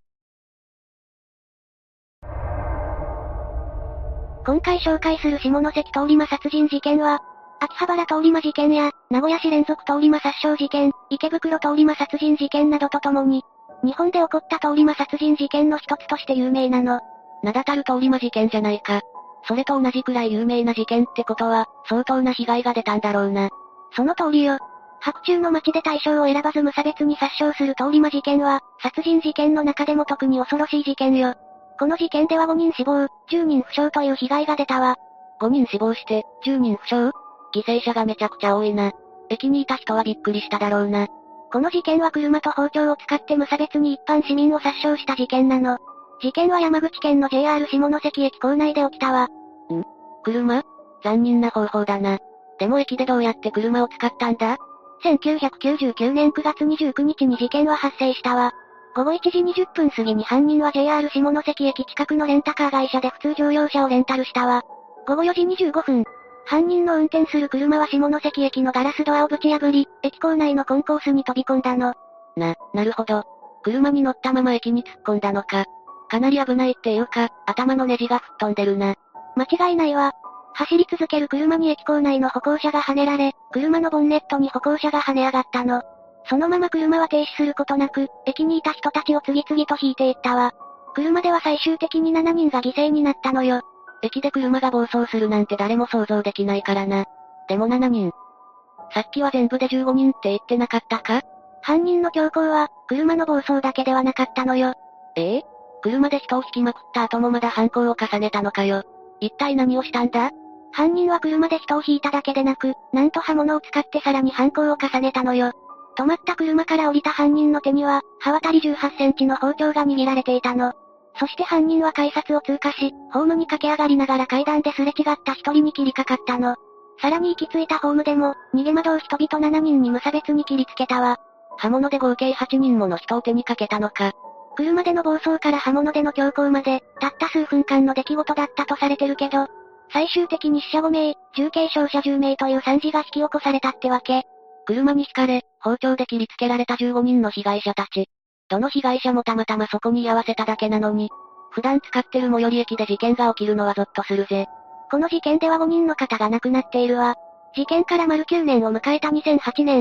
今回紹介する下関通り魔殺人事件は、秋葉原通り魔事件や、名古屋市連続通り魔殺傷事件、池袋通り魔殺人事件などとともに、日本で起こった通り魔殺人事件の一つとして有名なの。 名だたる通り魔事件じゃないか。それと同じくらい有名な事件ってことは、相当な被害が出たんだろうな。 その通りよ。白昼の街で対象を選ばず無差別に殺傷する通り魔事件は、殺人事件の中でも特に恐ろしい事件よ。この事件ではごにん死亡、じゅうにん負傷という被害が出たわ。 ごにん死亡して、じゅうにん負傷？犠牲者がめちゃくちゃ多いな。駅にいた人はびっくりしただろうな。 この事件は車と包丁を使って無差別に一般市民を殺傷した事件なの。事件は山口県の ジェイアール 下関駅構内で起きたわ。ん？ 車？残忍な方法だな。でも駅でどうやって車を使ったんだ？ せんきゅうひゃくきゅうじゅうきゅうねんくがつにじゅうくにちに事件は発生したわ。ごごいちじにじゅっぷん過ぎに犯人は ジェイアール 下関駅近くのレンタカー会社で普通乗用車をレンタルしたわ。ごごよじにじゅうごふん。犯人の運転する車は下関駅のガラスドアをぶち破り、駅構内のコンコースに飛び込んだの。 な、なるほど。車に乗ったまま駅に突っ込んだのか。かなり危ないっていうか、頭のネジが吹っ飛んでるな。 間違いないわ。走り続ける車に駅構内の歩行者が跳ねられ、車のボンネットに歩行者が跳ね上がったの。そのまま車は停止することなく、駅にいた人たちを次々と引いていったわ。車では最終的にしちにんが犠牲になったのよ。 駅で車が暴走するなんて誰も想像できないからな。でもしちにん。さっきは全部でじゅうごにんって言ってなかったか？ 犯人の凶行は、車の暴走だけではなかったのよ。 ええ？車で人を引きまくった後もまだ犯行を重ねたのかよ。一体何をしたんだ？ 犯人は車で人を引いただけでなく、なんと刃物を使ってさらに犯行を重ねたのよ。止まった車から降りた犯人の手には、刃渡りじゅうはちセンチの包丁が握られていたの。そして犯人は改札を通過し、ホームに駆け上がりながら階段ですれ違った一人に切りかかったの。さらに行き着いたホームでも、逃げ惑う人々しちにんに無差別に切りつけたわ。 刃物で合計はちにんもの人を手にかけたのか。 車での暴走から刃物での強行まで、たった数分間の出来事だったとされてるけど、最終的に死者ごめい、重軽傷者じゅうめいという惨事が引き起こされたってわけ。 車にひかれ、包丁で切りつけられたじゅうごにんの被害者たち。どの被害者もたまたまそこに居合わせただけなのに、普段使ってる最寄り駅で事件が起きるのはゾッとするぜ。 この事件ではごにんの方が亡くなっているわ。事件から丸きゅうねんを迎えたにせんはちねん、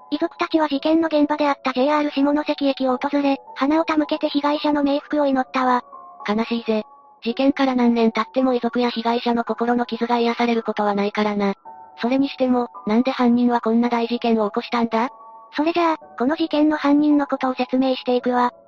遺族たちは事件の現場であった ジェイアール 下関駅を訪れ、花を手向けて被害者の冥福を祈ったわ。 悲しいぜ。事件から何年経っても遺族や被害者の心の傷が癒されることはないからな。それにしても、なんで犯人はこんな大事件を起こしたんだ？ それじゃあ、この事件の犯人のことを説明していくわ。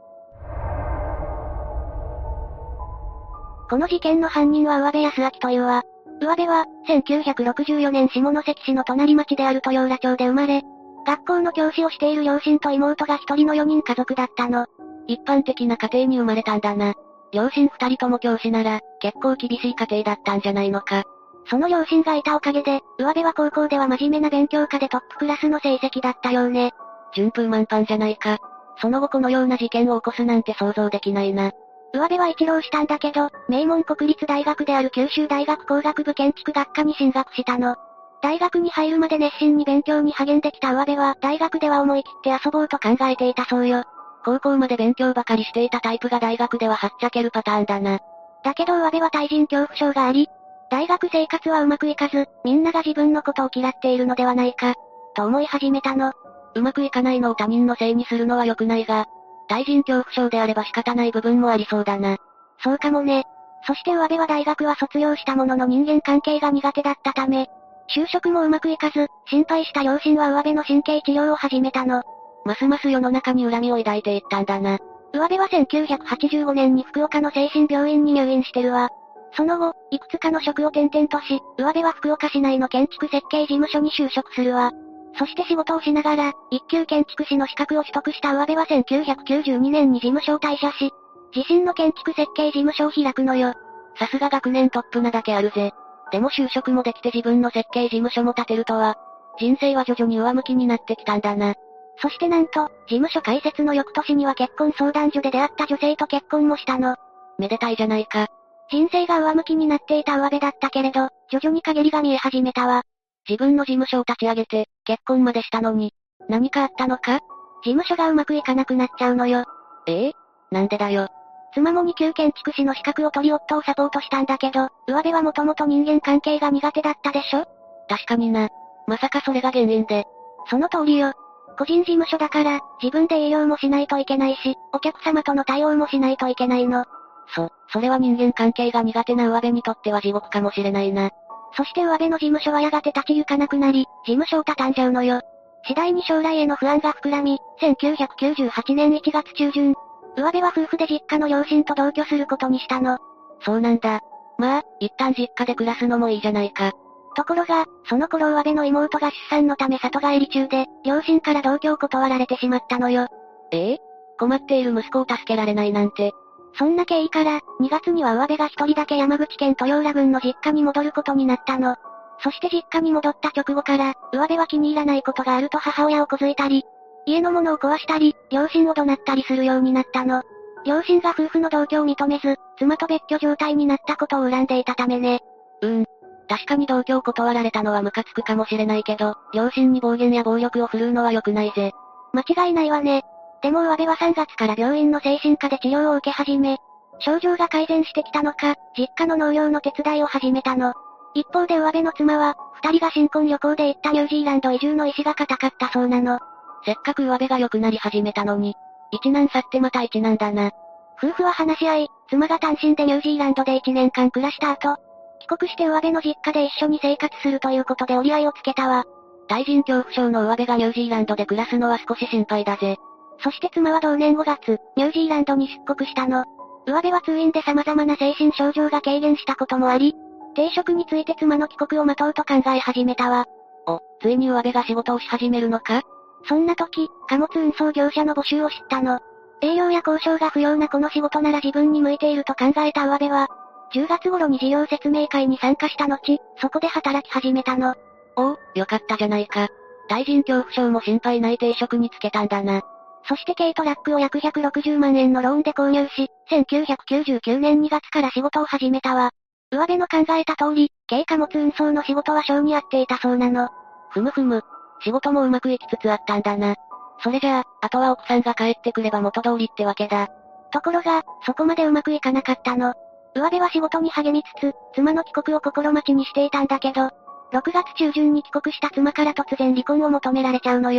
この事件の犯人は上部康明というわ。上部は、せんきゅうひゃくろくじゅうよねん下関市の隣町である豊浦町で生まれ、学校の教師をしている両親と妹が一人のよにん家族だったの。 一般的な家庭に生まれたんだな。両親二人とも教師なら、結構厳しい家庭だったんじゃないのか。 その両親がいたおかげで、上部は高校では真面目な勉強家でトップクラスの成績だったようね。 順風満帆じゃないか。その後このような事件を起こすなんて想像できないな。 上部は一浪したんだけど、名門国立大学である九州大学工学部建築学科に進学したの。大学に入るまで熱心に勉強に励んできた上部は、大学では思い切って遊ぼうと考えていたそうよ。 高校まで勉強ばかりしていたタイプが大学でははっちゃけるパターンだな。 だけど上部は対人恐怖症があり、大学生活はうまくいかず、みんなが自分のことを嫌っているのではないか、と思い始めたの。 うまくいかないのを他人のせいにするのは良くないが、対人恐怖症であれば仕方ない部分もありそうだな。 そうかもね。そして上部は大学は卒業したものの人間関係が苦手だったため、就職もうまくいかず、心配した両親は上部の神経治療を始めたの。 ますます世の中に恨みを抱いていったんだな。 上部はせんきゅうひゃくはちじゅうごねんに福岡の精神病院に入院してるわ。その後、いくつかの職を転々とし、上部は福岡市内の建築設計事務所に就職するわ。そして仕事をしながら、一級建築士の資格を取得した上部はせんきゅうひゃくきゅうじゅうにねんに事務所を退社し、自身の建築設計事務所を開くのよ。 さすが学年トップなだけあるぜ。でも就職もできて自分の設計事務所も建てるとは、人生は徐々に上向きになってきたんだな。 そしてなんと、事務所開設の翌年には結婚相談所で出会った女性と結婚もしたの。 めでたいじゃないか。 人生が上向きになっていた上部だったけれど、徐々に陰りが見え始めたわ。 自分の事務所を立ち上げて、結婚までしたのに、何かあったのか？ 事務所がうまくいかなくなっちゃうのよ。 ええ？なんでだよ。 妻もに級建築士の資格を取り夫をサポートしたんだけど、上部はもともと人間関係が苦手だったでしょ？ 確かにな。まさかそれが原因で。 その通りよ。個人事務所だから、自分で営業もしないといけないし、お客様との対応もしないといけないの。 そ、それは人間関係が苦手な上部にとっては地獄かもしれないな。 そして上部の事務所はやがて立ち行かなくなり、事務所を畳んじゃうのよ。次第に将来への不安が膨らみ、せんきゅうひゃくきゅうじゅうはちねんいちがつちゅうじゅん、上部は夫婦で実家の両親と同居することにしたの。 そうなんだ。まあ、一旦実家で暮らすのもいいじゃないか。 ところが、その頃上部の妹が出産のため里帰り中で、両親から同居を断られてしまったのよ。 ええ？困っている息子を助けられないなんて。 そんな経緯から、にがつには上部が一人だけ山口県豊浦郡の実家に戻ることになったの。そして実家に戻った直後から、上部は気に入らないことがあると母親をこづいたり、家のものを壊したり、両親を怒鳴ったりするようになったの。両親が夫婦の同居を認めず、妻と別居状態になったことを恨んでいたためね。 うーん。確かに同居を断られたのはムカつくかもしれないけど、両親に暴言や暴力を振るうのは良くないぜ。 間違いないわね。でも上部はさんがつから病院の精神科で治療を受け始め、症状が改善してきたのか、実家の農業の手伝いを始めたの。一方で上部の妻は、二人が新婚旅行で行ったニュージーランド移住の意志が固かったそうなの。 せっかく上部が良くなり始めたのに、一難去ってまた一難だな。 夫婦は話し合い、妻が単身でニュージーランドでいちねんかん暮らした後、帰国して上部の実家で一緒に生活するということで折り合いをつけたわ。 対人恐怖症の上部がニュージーランドで暮らすのは少し心配だぜ。 そして妻は同年ごがつ、ニュージーランドに出国したの。上部は通院で様々な精神症状が軽減したこともあり、定職について妻の帰国を待とうと考え始めたわ。 お、ついに上部が仕事をし始めるのか？ そんな時、貨物運送業者の募集を知ったの。営業や交渉が不要なこの仕事なら自分に向いていると考えた上部は、じゅうがつ頃に事業説明会に参加した後、そこで働き始めたの。 おお、よかったじゃないか。対人恐怖症も心配ない定職につけたんだな。 そして軽トラックを約ひゃくろくじゅうまんえんのローンで購入し、せんきゅうひゃくきゅうじゅうきゅうねんにがつから仕事を始めたわ。上部の考えた通り、軽貨物運送の仕事は性に合っていたそうなの。 ふむふむ。仕事もうまくいきつつあったんだな。それじゃあ、あとは奥さんが帰ってくれば元通りってわけだ。 ところが、そこまでうまくいかなかったの。上部は仕事に励みつつ、妻の帰国を心待ちにしていたんだけど、ろくがつちゅうじゅんに帰国した妻から突然離婚を求められちゃうのよ。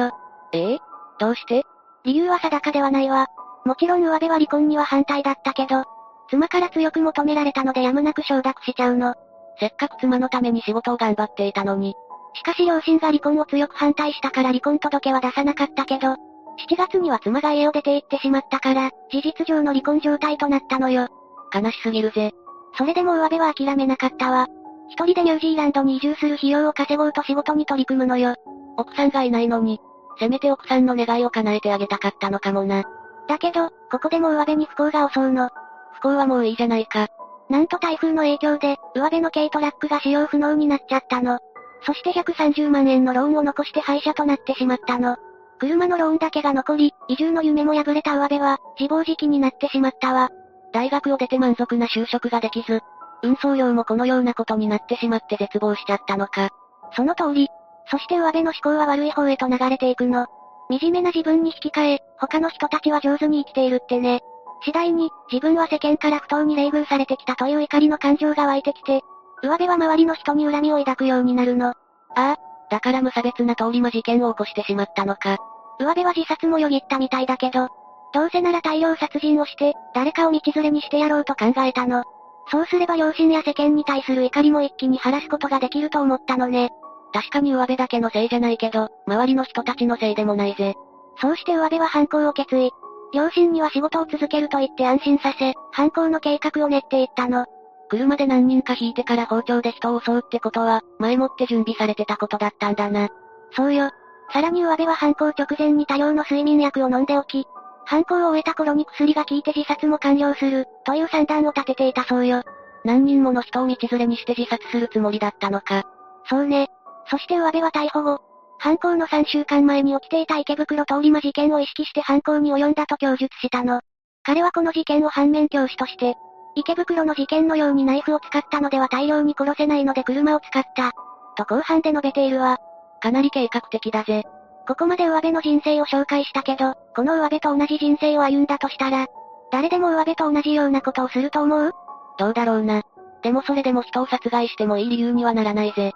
ええどうして？ 理由は定かではないわ。もちろん上辺は離婚には反対だったけど、妻から強く求められたのでやむなく承諾しちゃうの。 せっかく妻のために仕事を頑張っていたのに。 しかし両親が離婚を強く反対したから離婚届は出さなかったけど、しちがつには妻が家を出て行ってしまったから、事実上の離婚状態となったのよ。 悲しすぎるぜ。 それでも上辺は諦めなかったわ。一人でニュージーランドに移住する費用を稼ごうと仕事に取り組むのよ。 奥さんがいないのに、せめて奥さんの願いを叶えてあげたかったのかもな。 だけど、ここでも上辺に不幸が襲うの。 不幸はもういいじゃないか。 なんと台風の影響で、上辺の軽トラックが使用不能になっちゃったの。そしてひゃくさんじゅうまんえんのローンを残して廃車となってしまったの。車のローンだけが残り、移住の夢も破れた上辺は、自暴自棄になってしまったわ。 大学を出て満足な就職ができず、運送料もこのようなことになってしまって絶望しちゃったのか。 その通り。そして上辺の思考は悪い方へと流れていくの。惨めな自分に引き換え、他の人たちは上手に生きているってね。次第に、自分は世間から不当に冷遇されてきたという怒りの感情が湧いてきて、上辺は周りの人に恨みを抱くようになるの。ああ、だから無差別な通り魔事件を起こしてしまったのか。 上辺は自殺もよぎったみたいだけど、どうせなら大量殺人をして、誰かを道連れにしてやろうと考えたの。そうすれば両親や世間に対する怒りも一気に晴らすことができると思ったのね。 確かに上辺だけのせいじゃないけど、周りの人たちのせいでもないぜ。 そうして上辺は犯行を決意。両親には仕事を続けると言って安心させ、犯行の計画を練っていったの。 車で何人か引いてから包丁で人を襲うってことは、前もって準備されてたことだったんだな。 そうよ。さらに上辺は犯行直前に多量の睡眠薬を飲んでおき、犯行を終えた頃に薬が効いて自殺も完了する、という算段を立てていたそうよ。 何人もの人を道連れにして自殺するつもりだったのか。 そうね。そして上辺は逮捕後、犯行のさんしゅうかんまえに起きていた池袋通り魔事件を意識して犯行に及んだと供述したの。彼はこの事件を反面教師として、池袋の事件のようにナイフを使ったのでは大量に殺せないので車を使った。と後半で述べているわ。 かなり計画的だぜ。 ここまで上辺の人生を紹介したけど、この上辺と同じ人生を歩んだとしたら、誰でも上辺と同じようなことをすると思う？ どうだろうな。でもそれでも人を殺害してもいい理由にはならないぜ。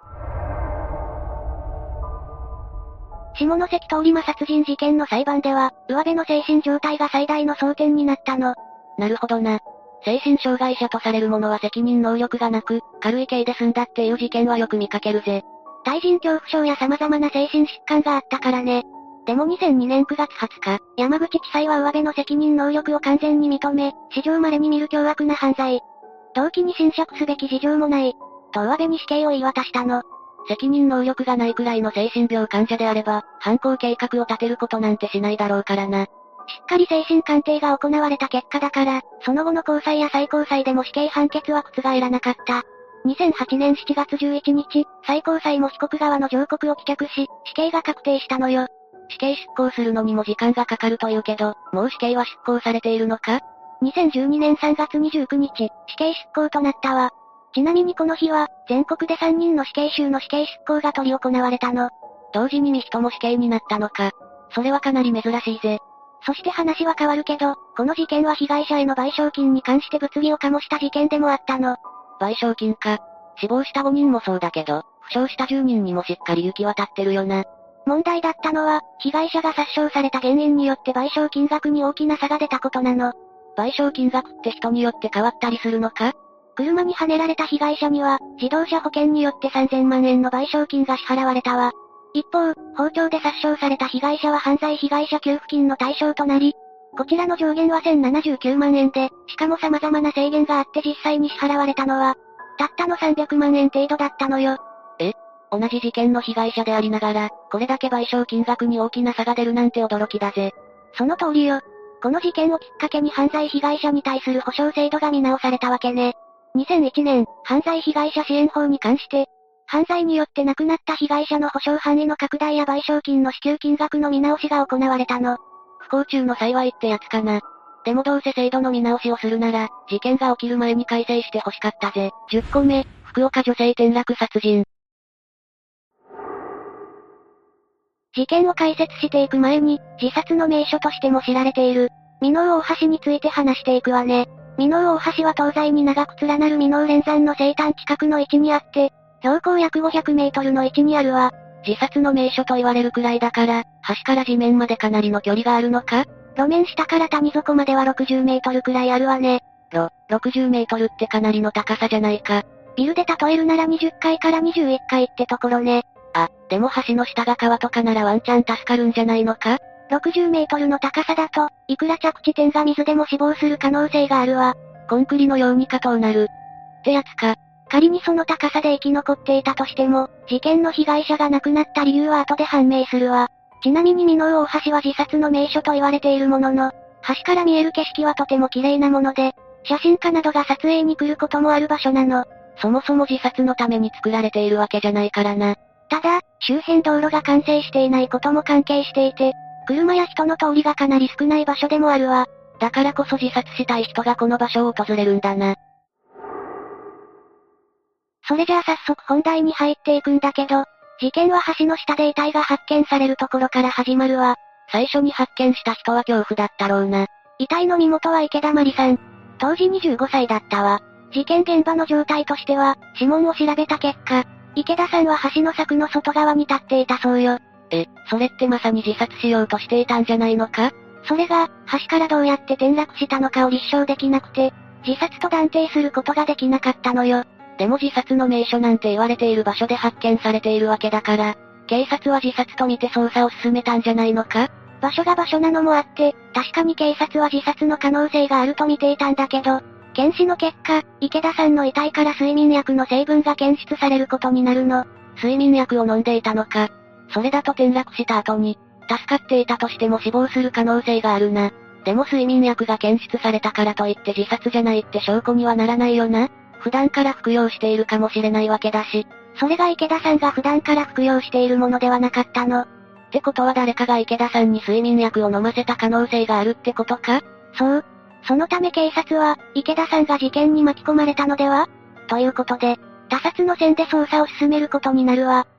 下関通り魔殺人事件の裁判では、上辺の精神状態が最大の争点になったの。 なるほどな。精神障害者とされる者は責任能力がなく、軽い刑で済んだっていう事件はよく見かけるぜ。 対人恐怖症や様々な精神疾患があったからね。でもにせんにねんくがつはつか、山口地裁は上辺の責任能力を完全に認め、史上稀に見る凶悪な犯罪。動機に侵釈すべき事情もない。と上辺に死刑を言い渡したの。 責任能力がないくらいの精神病患者であれば、犯行計画を立てることなんてしないだろうからな。 しっかり精神鑑定が行われた結果だから、その後の高裁や最高裁でも死刑判決は覆らなかった。にせんはちねんしちがつじゅういちにち、最高裁も被告側の上告を棄却し、死刑が確定したのよ。 死刑執行するのにも時間がかかるというけど、もう死刑は執行されているのか？ にせんじゅうにねんさんがつにじゅうくにち、死刑執行となったわ。ちなみにこの日は、全国でさんにんの死刑囚の死刑執行が執り行われたの。 同時ににひとも死刑になったのか。それはかなり珍しいぜ。 そして話は変わるけど、この事件は被害者への賠償金に関して物議を醸した事件でもあったの。 賠償金か。死亡したごにんもそうだけど、負傷したじゅうにんにもしっかり行き渡ってるよな。 問題だったのは、被害者が殺傷された原因によって賠償金額に大きな差が出たことなの。 賠償金額って人によって変わったりするのか？ 車にはねられた被害者には、自動車保険によってさんぜんまんえんの賠償金が支払われたわ。一方、包丁で殺傷された被害者は犯罪被害者給付金の対象となり、こちらの上限はせんななじゅうきゅうまんえんで、しかも様々な制限があって実際に支払われたのは、たったのさんびゃくまんえん程度だったのよ。 え？同じ事件の被害者でありながら、これだけ賠償金額に大きな差が出るなんて驚きだぜ。 その通りよ。この事件をきっかけに犯罪被害者に対する保障制度が見直されたわけね。にせんいちねん、犯罪被害者支援法に関して、犯罪によって亡くなった被害者の保障範囲の拡大や賠償金の支給金額の見直しが行われたの。 不幸中の幸いってやつかな。でもどうせ制度の見直しをするなら、事件が起きる前に改正して欲しかったぜ。じゅっこめ、福岡女性転落殺人。 事件を解説していく前に、自殺の名所としても知られている、箕面大橋について話していくわね。箕面大橋は東西に長く連なる箕面連山の西端近くの位置にあって、標高約ごひゃくメートルの位置にあるわ。 自殺の名所と言われるくらいだから、橋から地面までかなりの距離があるのか？ 路面下から谷底まではろくじゅうメートルくらいあるわね。 ろ、ろくじゅうメートルってかなりの高さじゃないか。 ビルで例えるならにじゅっかいからにじゅういっかいってところね。 あ、でも橋の下が川とかならワンチャン助かるんじゃないのか？ ろくじゅうメートルの高さだと、いくら着地点が水でも死亡する可能性があるわ。 コンクリのように加藤なる。ってやつか。 仮にその高さで生き残っていたとしても、事件の被害者が亡くなった理由は後で判明するわ。ちなみに箕面大橋は自殺の名所と言われているものの、橋から見える景色はとても綺麗なもので、写真家などが撮影に来ることもある場所なの。 そもそも自殺のために作られているわけじゃないからな。 ただ、周辺道路が完成していないことも関係していて、車や人の通りがかなり少ない場所でもあるわ。 だからこそ自殺したい人がこの場所を訪れるんだな。 それじゃあ早速本題に入っていくんだけど、事件は橋の下で遺体が発見されるところから始まるわ。 最初に発見した人は恐怖だったろうな。 遺体の身元は池田まりさん。当時にじゅうごさいだったわ。事件現場の状態としては、指紋を調べた結果、池田さんは橋の柵の外側に立っていたそうよ。 え、それってまさに自殺しようとしていたんじゃないのか？ それが、橋からどうやって転落したのかを立証できなくて、自殺と断定することができなかったのよ。 でも自殺の名所なんて言われている場所で発見されているわけだから、警察は自殺と見て捜査を進めたんじゃないのか？ 場所が場所なのもあって、確かに警察は自殺の可能性があると見ていたんだけど、検視の結果、池田さんの遺体から睡眠薬の成分が検出されることになるの。 睡眠薬を飲んでいたのか。それだと転落した後に、助かっていたとしても死亡する可能性があるな。でも睡眠薬が検出されたからといって自殺じゃないって証拠にはならないよな。普段から服用しているかもしれないわけだし。 それが池田さんが普段から服用しているものではなかったの。 ってことは誰かが池田さんに睡眠薬を飲ませた可能性があるってことか？ そう。そのため警察は、池田さんが事件に巻き込まれたのでは？ということで、他殺の線で捜査を進めることになるわ。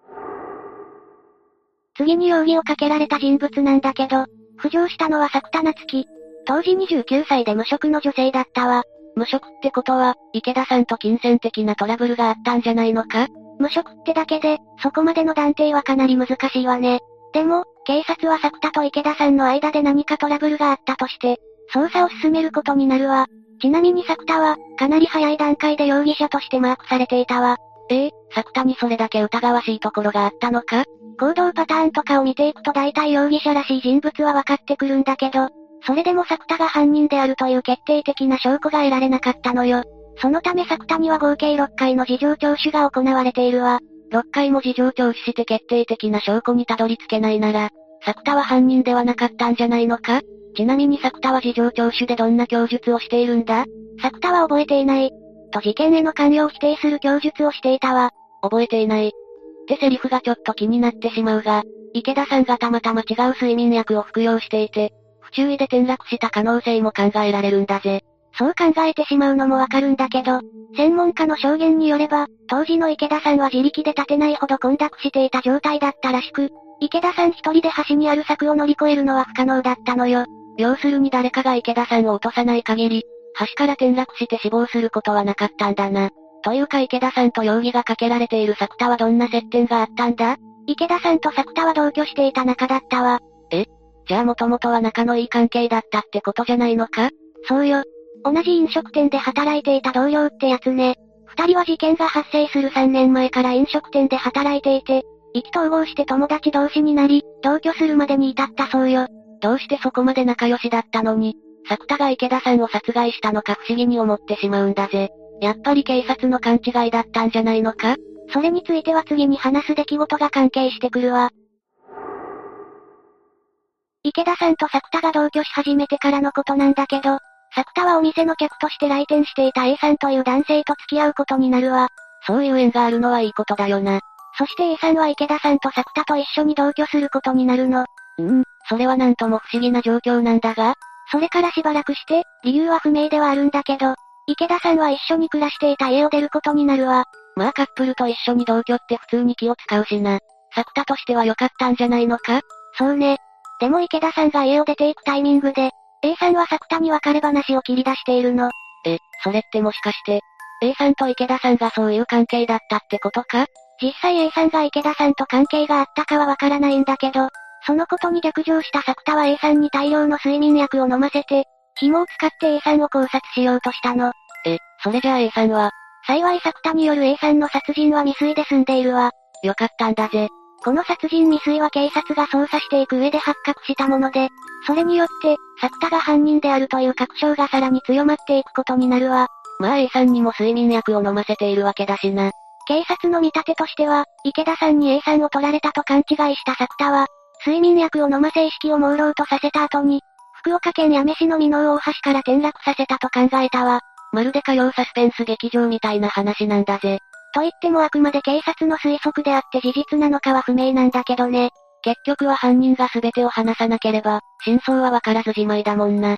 次に容疑をかけられた人物なんだけど、浮上したのは作田夏樹。当時にじゅうきゅうさいで無職の女性だったわ。 無職ってことは、池田さんと金銭的なトラブルがあったんじゃないのか？ 無職ってだけで、そこまでの断定はかなり難しいわね。でも、警察は作田と池田さんの間で何かトラブルがあったとして、捜査を進めることになるわ。ちなみに作田は、かなり早い段階で容疑者としてマークされていたわ。 ええ、作田にそれだけ疑わしいところがあったのか？ 行動パターンとかを見ていくと大体容疑者らしい人物は分かってくるんだけど、それでも作田が犯人であるという決定的な証拠が得られなかったのよ。そのため作田には合計ろっかいの事情聴取が行われているわ。 ろっかいも事情聴取して決定的な証拠にたどり着けないなら、作田は犯人ではなかったんじゃないのか？ちなみに作田は事情聴取でどんな供述をしているんだ？ 作田は覚えていない。と事件への関与を否定する供述をしていたわ。 覚えていない。ってセリフがちょっと気になってしまうが、池田さんがたまたま違う睡眠薬を服用していて、不注意で転落した可能性も考えられるんだぜ。 そう考えてしまうのもわかるんだけど、専門家の証言によれば、当時の池田さんは自力で立てないほど混濁していた状態だったらしく、池田さん一人で橋にある柵を乗り越えるのは不可能だったのよ。 要するに誰かが池田さんを落とさない限り、橋から転落して死亡することはなかったんだな。というか池田さんと容疑がかけられている作田はどんな接点があったんだ？ 池田さんと作田は同居していた仲だったわ。 え？じゃあもともとは仲のいい関係だったってことじゃないのか？ そうよ。同じ飲食店で働いていた同僚ってやつね。二人は事件が発生するさんねんまえから飲食店で働いていて、意気投合して友達同士になり、同居するまでに至ったそうよ。 どうしてそこまで仲良しだったのに、作田が池田さんを殺害したのか不思議に思ってしまうんだぜ。やっぱり警察の勘違いだったんじゃないのか？ それについては次に話す出来事が関係してくるわ。池田さんと作田が同居し始めてからのことなんだけど、作田はお店の客として来店していた A さんという男性と付き合うことになるわ。 そういう縁があるのはいいことだよな。 そして A さんは池田さんと作田と一緒に同居することになるの。 うーん、それはなんとも不思議な状況なんだが。 それからしばらくして、理由は不明ではあるんだけど、池田さんは一緒に暮らしていた家を出ることになるわ。 まあカップルと一緒に同居って普通に気を使うしな。作田としては良かったんじゃないのか？ そうね。でも池田さんが家を出ていくタイミングで、A さんは作田に別れ話を切り出しているの。 え、それってもしかして、A さんと池田さんがそういう関係だったってことか？ 実際 A さんが池田さんと関係があったかはわからないんだけど、そのことに逆上した作田は A さんに大量の睡眠薬を飲ませて、紐を使って A さんを考察しようとしたの。 え、それじゃあ A さんは、 幸い作田による A さんの殺人は未遂で済んでいるわ。 よかったんだぜ。 この殺人未遂は警察が捜査していく上で発覚したもので、それによって、作田が犯人であるという確証がさらに強まっていくことになるわ。 まあ A さんにも睡眠薬を飲ませているわけだしな。 警察の見立てとしては、池田さんに A さんを取られたと勘違いした作田は、睡眠薬を飲ませ意識を朦朧とさせた後に、福岡県八女市の箕面大橋から転落させたと考えたわ。 まるで火曜サスペンス劇場みたいな話なんだぜ。 と言ってもあくまで警察の推測であって事実なのかは不明なんだけどね。 結局は犯人が全てを話さなければ、真相はわからずじまいだもんな。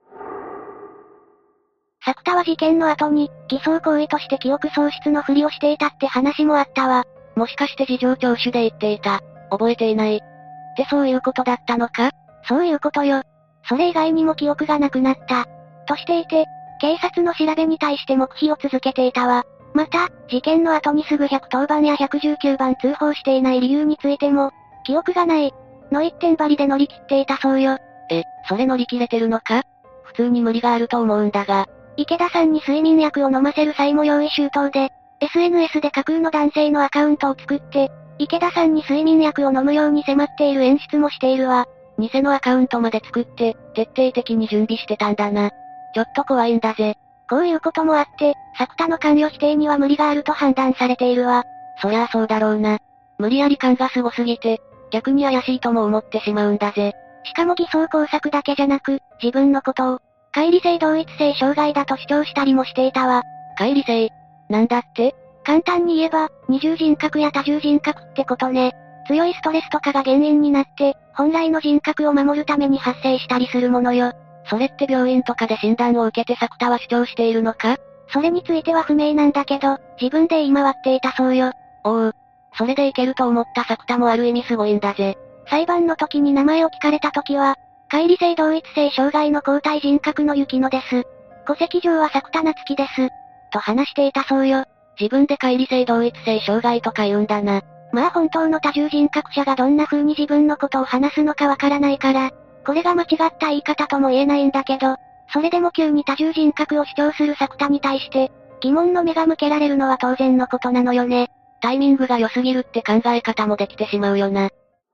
作田は事件の後に、偽装行為として記憶喪失のふりをしていたって話もあったわ。 もしかして事情聴取で言っていた。覚えていない。ってそういうことだったのか？ そういうことよ。それ以外にも記憶がなくなった。としていて、警察の調べに対して黙秘を続けていたわ。また、事件の後にすぐひゃくとおばんやひゃくじゅうきゅうばん通報していない理由についても、記憶がない。の一点張りで乗り切っていたそうよ。 え、それ乗り切れてるのか？普通に無理があると思うんだが。 池田さんに睡眠薬を飲ませる際も用意周到で、エスエヌエス で架空の男性のアカウントを作って、池田さんに睡眠薬を飲むように迫っている演出もしているわ。 偽のアカウントまで作って、徹底的に準備してたんだな。ちょっと怖いんだぜ。 こういうこともあって、作田の関与否定には無理があると判断されているわ。 そりゃあそうだろうな。無理やり感がすごすぎて、逆に怪しいとも思ってしまうんだぜ。 しかも偽装工作だけじゃなく、自分のことを、乖離性同一性障害だと主張したりもしていたわ。 乖離性？なんだって？ 簡単に言えば、二重人格や多重人格ってことね。強いストレスとかが原因になって、本来の人格を守るために発生したりするものよ。 それって病院とかで診断を受けて作田は主張しているのか？ それについては不明なんだけど、自分で言い回っていたそうよ。 おう。それでいけると思った作田もある意味すごいんだぜ。 裁判の時に名前を聞かれた時は、乖離性同一性障害の交代人格の雪乃です。戸籍上は作田夏樹です。と話していたそうよ。 自分で乖離性同一性障害とか言うんだな。 まあ本当の多重人格者がどんな風に自分のことを話すのかわからないから、これが間違った言い方とも言えないんだけど、それでも急に多重人格を主張する作田に対して、疑問の目が向けられるのは当然のことなのよね。 タイミングが良すぎるって考え方もできてしまうよな。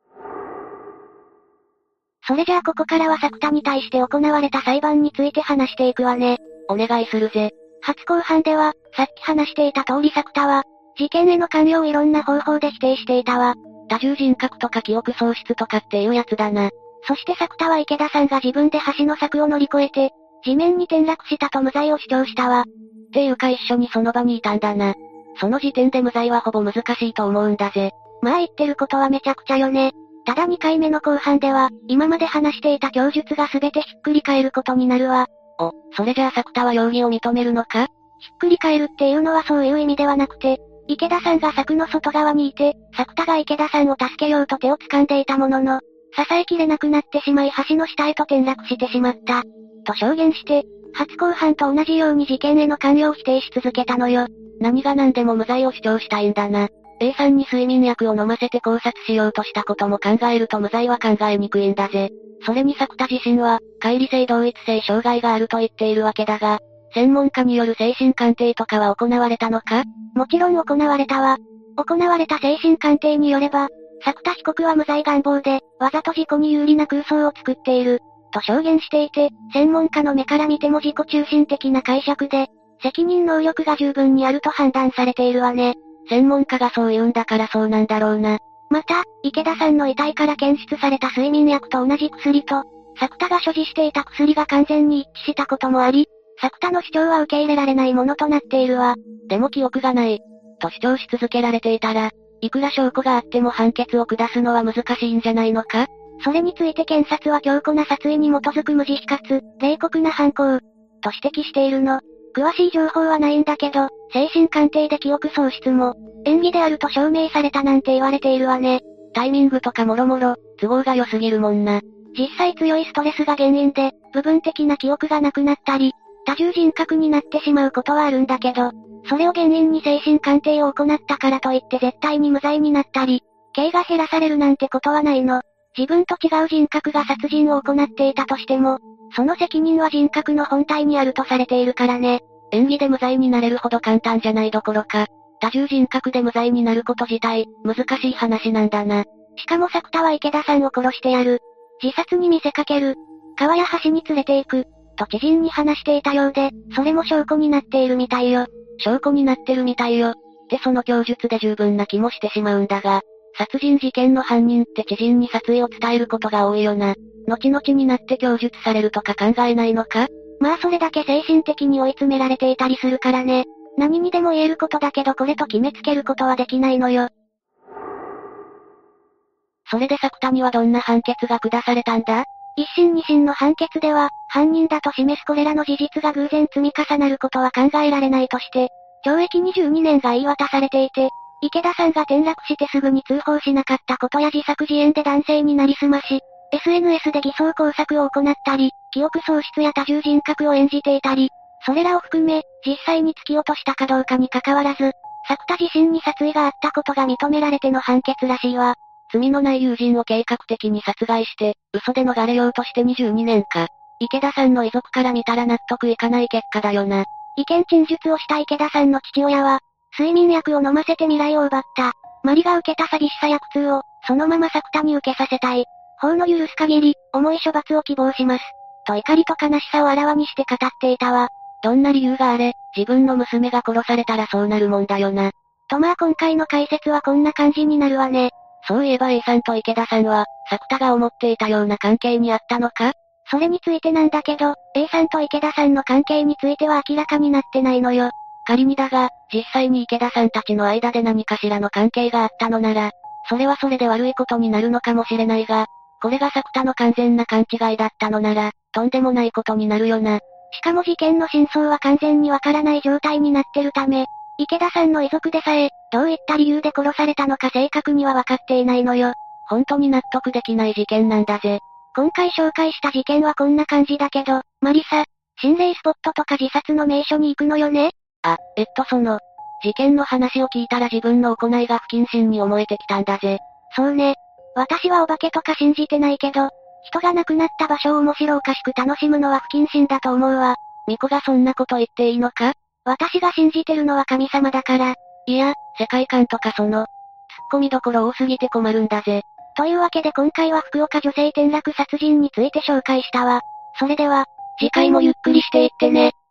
それじゃあここからは作田に対して行われた裁判について話していくわね。 お願いするぜ。 初公判では、さっき話していた通り作田は、事件への関与をいろんな方法で否定していたわ。 多重人格とか記憶喪失とかっていうやつだな。 そして作田は池田さんが自分で橋の柵を乗り越えて、地面に転落したと無罪を主張したわ。 っていうか一緒にその場にいたんだな。その時点で無罪はほぼ難しいと思うんだぜ。 まあ言ってることはめちゃくちゃよね。ただにかいめの公判では、今まで話していた供述が全てひっくり返ることになるわ。 お、それじゃあ作田は容疑を認めるのか？ ひっくり返るっていうのはそういう意味ではなくて、池田さんが柵の外側にいて、作田が池田さんを助けようと手を掴んでいたものの、支えきれなくなってしまい橋の下へと転落してしまった。と証言して、初公判と同じように事件への関与を否定し続けたのよ。 何が何でも無罪を主張したいんだな。A さんに睡眠薬を飲ませて考察しようとしたことも考えると無罪は考えにくいんだぜ。それに作田自身は、乖離性同一性障害があると言っているわけだが、専門家による精神鑑定とかは行われたのか？ もちろん行われたわ。行われた精神鑑定によれば、作田被告は無罪願望で、わざと事故に有利な空想を作っている、と証言していて、専門家の目から見ても自己中心的な解釈で、責任能力が十分にあると判断されているわね。 専門家がそう言うんだからそうなんだろうな。 また、池田さんの遺体から検出された睡眠薬と同じ薬と、作田が所持していた薬が完全に一致したこともあり、作田の主張は受け入れられないものとなっているわ。 でも記憶がない、と主張し続けられていたら、いくら証拠があっても判決を下すのは難しいんじゃないのか？ それについて検察は強固な殺意に基づく無慈悲かつ、冷酷な犯行、と指摘しているの。詳しい情報はないんだけど、精神鑑定で記憶喪失も、演技であると証明されたなんて言われているわね。 タイミングとかもろもろ、都合が良すぎるもんな。 実際強いストレスが原因で、部分的な記憶がなくなったり、 多重人格になってしまうことはあるんだけど、それを原因に精神鑑定を行ったからといって絶対に無罪になったり、刑が減らされるなんてことはないの。自分と違う人格が殺人を行っていたとしても、その責任は人格の本体にあるとされているからね。 演技で無罪になれるほど簡単じゃないどころか、多重人格で無罪になること自体、難しい話なんだな。 しかも作田は池田さんを殺してやる。自殺に見せかける。川や橋に連れて行く。と知人に話していたようで、それも証拠になっているみたいよ。 証拠になってるみたいよ。ってその供述で十分な気もしてしまうんだが、殺人事件の犯人って知人に殺意を伝えることが多いよな。後々になって供述されるとか考えないのか？ まあそれだけ精神的に追い詰められていたりするからね。何にでも言えることだけどこれと決めつけることはできないのよ。 それで作田にはどんな判決が下されたんだ？ 一審二審の判決では、犯人だと示すこれらの事実が偶然積み重なることは考えられないとして、懲役にじゅうにねんが言い渡されていて、池田さんが転落してすぐに通報しなかったことや自作自演で男性になりすまし、エスエヌエス で偽装工作を行ったり、記憶喪失や多重人格を演じていたり、それらを含め、実際に突き落としたかどうかに関わらず、作田自身に殺意があったことが認められての判決らしいわ。 罪のない友人を計画的に殺害して、嘘で逃れようとしてにじゅうにねんか。池田さんの遺族から見たら納得いかない結果だよな。 意見陳述をした池田さんの父親は、睡眠薬を飲ませて未来を奪った。マリが受けた寂しさや苦痛を、そのまま作田に受けさせたい。法の許す限り、重い処罰を希望します。と怒りと悲しさをあらわにして語っていたわ。 どんな理由があれ、自分の娘が殺されたらそうなるもんだよな。 とまあ今回の解説はこんな感じになるわね。 そういえば A さんと池田さんは、作田が思っていたような関係にあったのか？ それについてなんだけど、A さんと池田さんの関係については明らかになってないのよ。 仮にだが、実際に池田さんたちの間で何かしらの関係があったのなら、それはそれで悪いことになるのかもしれないが、これが作田の完全な勘違いだったのなら、とんでもないことになるよな。 しかも事件の真相は完全にわからない状態になってるため、池田さんの遺族でさえ、どういった理由で殺されたのか正確にはわかっていないのよ。 本当に納得できない事件なんだぜ。 今回紹介した事件はこんな感じだけど、マリサ、心霊スポットとか自殺の名所に行くのよね？ あ、えっとその、事件の話を聞いたら自分の行いが不謹慎に思えてきたんだぜ。 そうね。私はお化けとか信じてないけど、人が亡くなった場所を面白おかしく楽しむのは不謹慎だと思うわ。 巫女がそんなこと言っていいのか？ 私が信じてるのは神様だから。 いや、世界観とかその、突っ込みどころ多すぎて困るんだぜ。 というわけで今回は福岡女性転落殺人について紹介したわ。それでは、 次回もゆっくりしていってね。